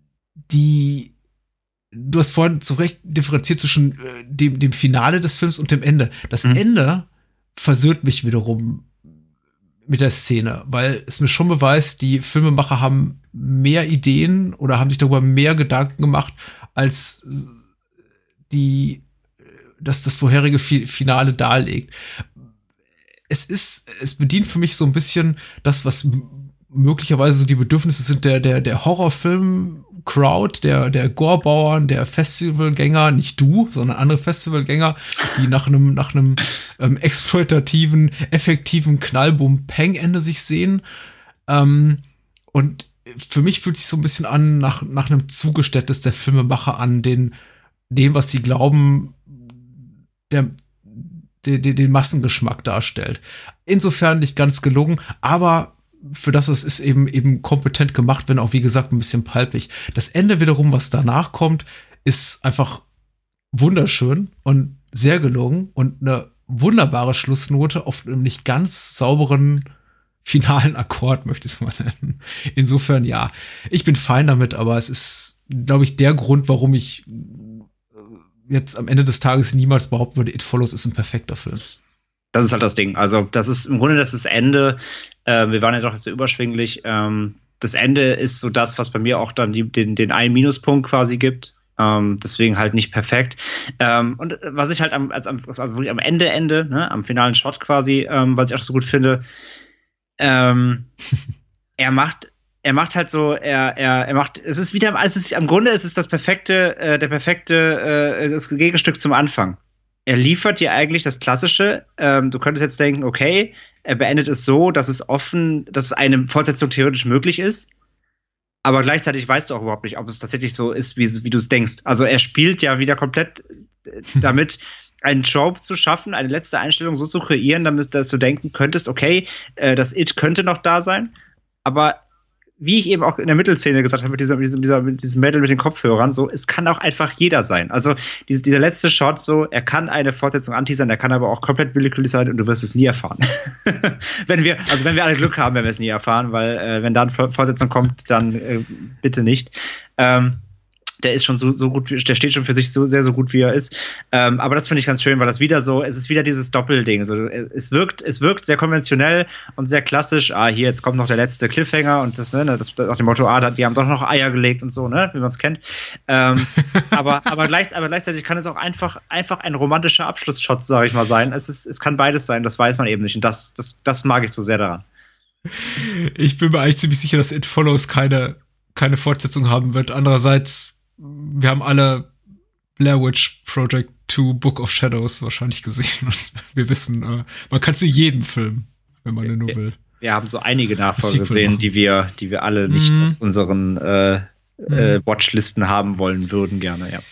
die Du hast vorhin zu Recht differenziert zwischen äh, dem, dem Finale des Films und dem Ende. Das mhm. Ende versöhnt mich wiederum mit der Szene, weil es mir schon beweist, die Filmemacher haben mehr Ideen oder haben sich darüber mehr Gedanken gemacht, als die, dass das vorherige Fi- Finale darlegt. Es ist, es bedient für mich so ein bisschen das, was m- möglicherweise so die Bedürfnisse sind der, der, der Horrorfilm- Crowd, der, der Gorebauern, der Festivalgänger, nicht du, sondern andere Festivalgänger, die nach einem, nach einem ähm, exploitativen, effektiven Knallbum-Peng-Ende sich sehen. Ähm, und für mich fühlt sich so ein bisschen an, nach, nach einem Zugeständnis der Filmemacher an, den, dem, was sie glauben, der, der, der den Massengeschmack darstellt. Insofern nicht ganz gelungen, aber für das es ist eben eben kompetent gemacht, wenn auch, wie gesagt, ein bisschen palpig. Das Ende wiederum, was danach kommt, ist einfach wunderschön und sehr gelungen und eine wunderbare Schlussnote auf einem nicht ganz sauberen finalen Akkord, möchte ich es mal nennen. Insofern, ja, ich bin fein damit, aber es ist, glaube ich, der Grund, warum ich jetzt am Ende des Tages niemals behaupten würde, It Follows ist ein perfekter Film.
Das ist halt das Ding. Also, das ist im Grunde das, ist das Ende. Äh, wir waren ja doch so überschwinglich. Ähm, das Ende ist so das, was bei mir auch dann die, den, den einen Minuspunkt quasi gibt. Ähm, deswegen halt nicht perfekt. Ähm, und was ich halt am, also, also wirklich am Ende, Ende, ne, am finalen Shot quasi, ähm, was ich auch so gut finde, ähm, er macht, er macht halt so, er, er, er macht, es ist wieder, es ist, im Grunde ist es das perfekte, äh, der perfekte, äh, das Gegenstück zum Anfang. Er liefert dir eigentlich das Klassische. Ähm, du könntest jetzt denken, okay, er beendet es so, dass es offen, dass eine Fortsetzung theoretisch möglich ist. Aber gleichzeitig weißt du auch überhaupt nicht, ob es tatsächlich so ist, wie, wie du es denkst. Also er spielt ja wieder komplett damit, einen Trope zu schaffen, eine letzte Einstellung so zu kreieren, damit dass du denken könntest, okay, äh, das It könnte noch da sein. Aber wie ich eben auch in der Mittelszene gesagt habe, mit diesem, mit diesem, dieser, mit diesem Mädel mit den Kopfhörern, so, es kann auch einfach jeder sein. Also, diese, dieser letzte Shot, so, er kann eine Fortsetzung anteasern, der kann aber auch komplett willkürlich sein und du wirst es nie erfahren. wenn wir, also, wenn wir alle Glück haben, werden wir es nie erfahren, weil, äh, wenn da eine Fortsetzung kommt, dann äh, bitte nicht. Ähm, der ist schon so, so gut, der steht schon für sich so sehr, so gut, wie er ist. Ähm, aber das finde ich ganz schön, weil das wieder so, es ist wieder dieses Doppelding. So, es wirkt, es wirkt sehr konventionell und sehr klassisch. Ah, hier, jetzt kommt noch der letzte Cliffhanger und das, ne, das, das nach dem Motto, ah, die haben doch noch Eier gelegt und so, ne, wie man es kennt. Ähm, aber, aber, gleich, aber gleichzeitig kann es auch einfach, einfach ein romantischer Abschlussshot, sage ich mal, sein. Es ist, es kann beides sein, das weiß man eben nicht. Und das, das, das mag ich so sehr daran.
Ich bin mir eigentlich ziemlich sicher, dass It Follows keine, keine Fortsetzung haben wird. Andererseits, wir haben alle Blair Witch Project zwei Book of Shadows wahrscheinlich gesehen und wir wissen, äh, man kann zu jedem Film, wenn man nur will.
Wir haben so einige Nachfolger gesehen, die wir, die wir alle nicht mhm. aus unseren äh, äh, Watchlisten haben wollen würden, gerne, ja.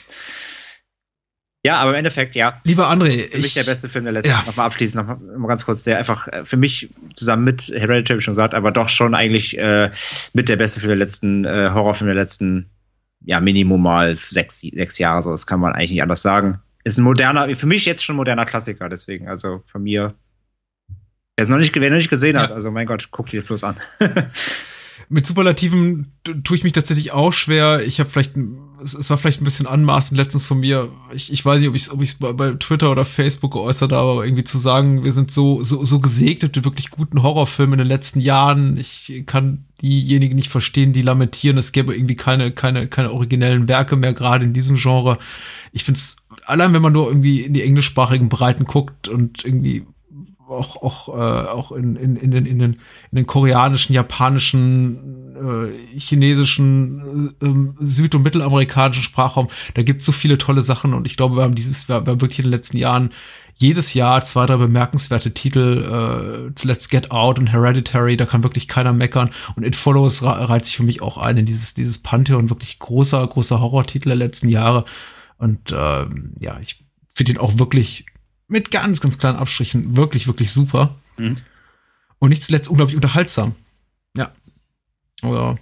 Ja, aber im Endeffekt, ja.
Lieber André,
für mich ich, der beste Film der letzten, ja. nochmal abschließend, nochmal noch mal ganz kurz, der einfach für mich zusammen mit Hereditary, wie schon gesagt, aber doch schon eigentlich äh, mit der beste Film der letzten, äh, Horrorfilm der letzten, ja, Minimum mal sechs, sechs Jahre, so, das kann man eigentlich nicht anders sagen. Ist ein moderner, für mich jetzt schon ein moderner Klassiker, deswegen, also von mir, wer es noch nicht, wer noch nicht gesehen ja. hat, also mein Gott, guck dir bloß an.
Mit Superlativen tue ich mich tatsächlich auch schwer. Ich habe vielleicht, es, es war vielleicht ein bisschen anmaßend letztens von mir. Ich, ich weiß nicht, ob ich es ob ich's bei, bei Twitter oder Facebook geäußert habe, aber irgendwie zu sagen, wir sind so, so, so gesegnet mit wirklich guten Horrorfilmen in den letzten Jahren. Ich kann diejenigen nicht verstehen, die lamentieren, es gäbe irgendwie keine, keine, keine originellen Werke mehr, gerade in diesem Genre. Ich finde es, allein wenn man nur irgendwie in die englischsprachigen Breiten guckt und irgendwie auch, auch, äh, auch in, in, in, den, in, den, in den koreanischen, japanischen, äh, chinesischen, äh, süd- und mittelamerikanischen Sprachraum, da gibt es so viele tolle Sachen und ich glaube, wir haben dieses, wir, wir haben wirklich in den letzten Jahren jedes Jahr zwei, drei bemerkenswerte Titel, äh, zuletzt Get Out und Hereditary, da kann wirklich keiner meckern. Und It Follows reiht sich für mich auch ein in dieses, dieses Pantheon, wirklich großer, großer Horrortitel der letzten Jahre. Und ähm, ja, ich finde ihn auch wirklich mit ganz, ganz kleinen Abstrichen wirklich, wirklich super. Mhm. Und nicht zuletzt unglaublich unterhaltsam. Ja. Oder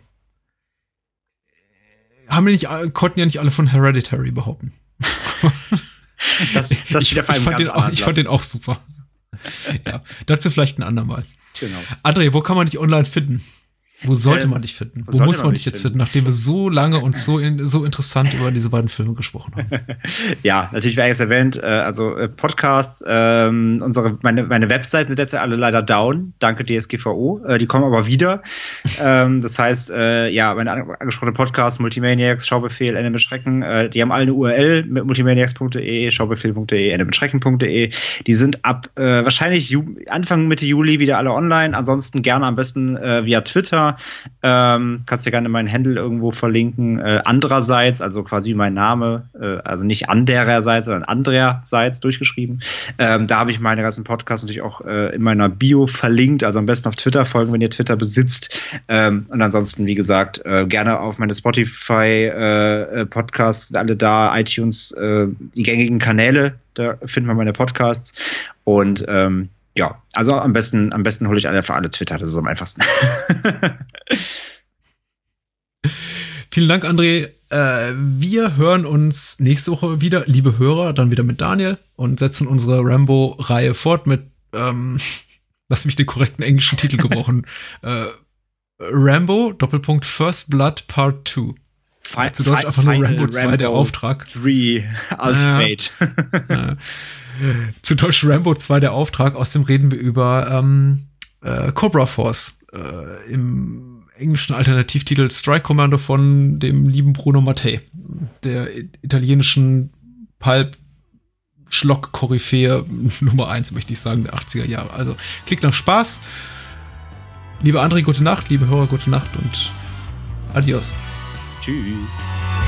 haben wir nicht, konnten ja nicht alle von Hereditary behaupten.
Das, das
ich, ich, fand den auch, ich fand den auch super. Ja, dazu vielleicht ein andermal.
Genau.
André, wo kann man dich online finden? Wo sollte ähm, man dich finden? Wo muss man, man dich jetzt finden, nachdem wir so lange und so, in, so interessant über diese beiden Filme gesprochen haben?
Ja, natürlich, wie eigentlich erwähnt, äh, also äh, Podcasts, ähm, unsere, meine, meine Webseiten sind jetzt alle leider down, danke D S G V O, äh, die kommen aber wieder. ähm, das heißt, äh, ja, meine angesprochenen Podcasts, Multimaniacs, Schaubefehl, Ende mit Schrecken, äh, die haben alle eine U R L mit multimaniacs punkt de, schaubefehl punkt de, ende mit schrecken punkt de. Die sind ab äh, wahrscheinlich Ju- Anfang, Mitte Juli wieder alle online, ansonsten gerne am besten äh, via Twitter. Ähm, kannst ja gerne meinen Handle irgendwo verlinken. Äh, andererseits, also quasi mein Name, äh, also nicht andererseits, sondern andererseits durchgeschrieben. Ähm, da habe ich meine ganzen Podcasts natürlich auch äh, in meiner Bio verlinkt. Also am besten auf Twitter folgen, wenn ihr Twitter besitzt. Ähm, und ansonsten, wie gesagt, äh, gerne auf meine Spotify-Podcasts, äh, alle da, iTunes, äh, die gängigen Kanäle, da findet man meine Podcasts. Und ähm, ja, also am besten, am besten hole ich alle für alle Twitter, das ist am einfachsten.
Vielen Dank, André. Äh, wir hören uns nächste Woche wieder, liebe Hörer, dann wieder mit Daniel und setzen unsere Rambo-Reihe fort mit, ähm, lass mich den korrekten englischen Titel gebrauchen, äh, Rambo, Doppelpunkt, First Blood Part zwei.
Fi-
Zu Deutsch einfach nur Rambo zwei, Rambo der Auftrag.
drei Ultimate.
Ja. Zu Deutsch Rambo zwei, der Auftrag. Außerdem reden wir über ähm, äh, Cobra Force. Äh, Im englischen Alternativtitel Strike Commando von dem lieben Bruno Mattei. Der italienischen Pulp-Schlock-Koryphäe Nummer eins, möchte ich sagen, der achtziger Jahre. Also klickt nach Spaß. Liebe André, gute Nacht. Liebe Hörer, gute Nacht und adios.
Tschüss.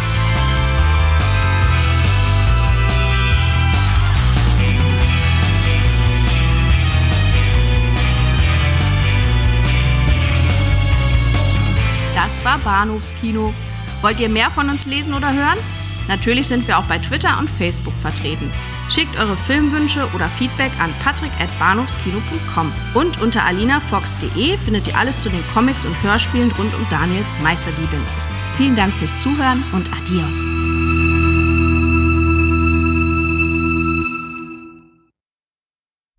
Das war Bahnhofskino. Wollt ihr mehr von uns lesen oder hören? Natürlich sind wir auch bei Twitter und Facebook vertreten. Schickt eure Filmwünsche oder Feedback an patrick at bahnhofskino punkt com. Und unter alinafox punkt de findet ihr alles zu den Comics und Hörspielen rund um Daniels Meisterliebe. Vielen Dank fürs Zuhören und adios.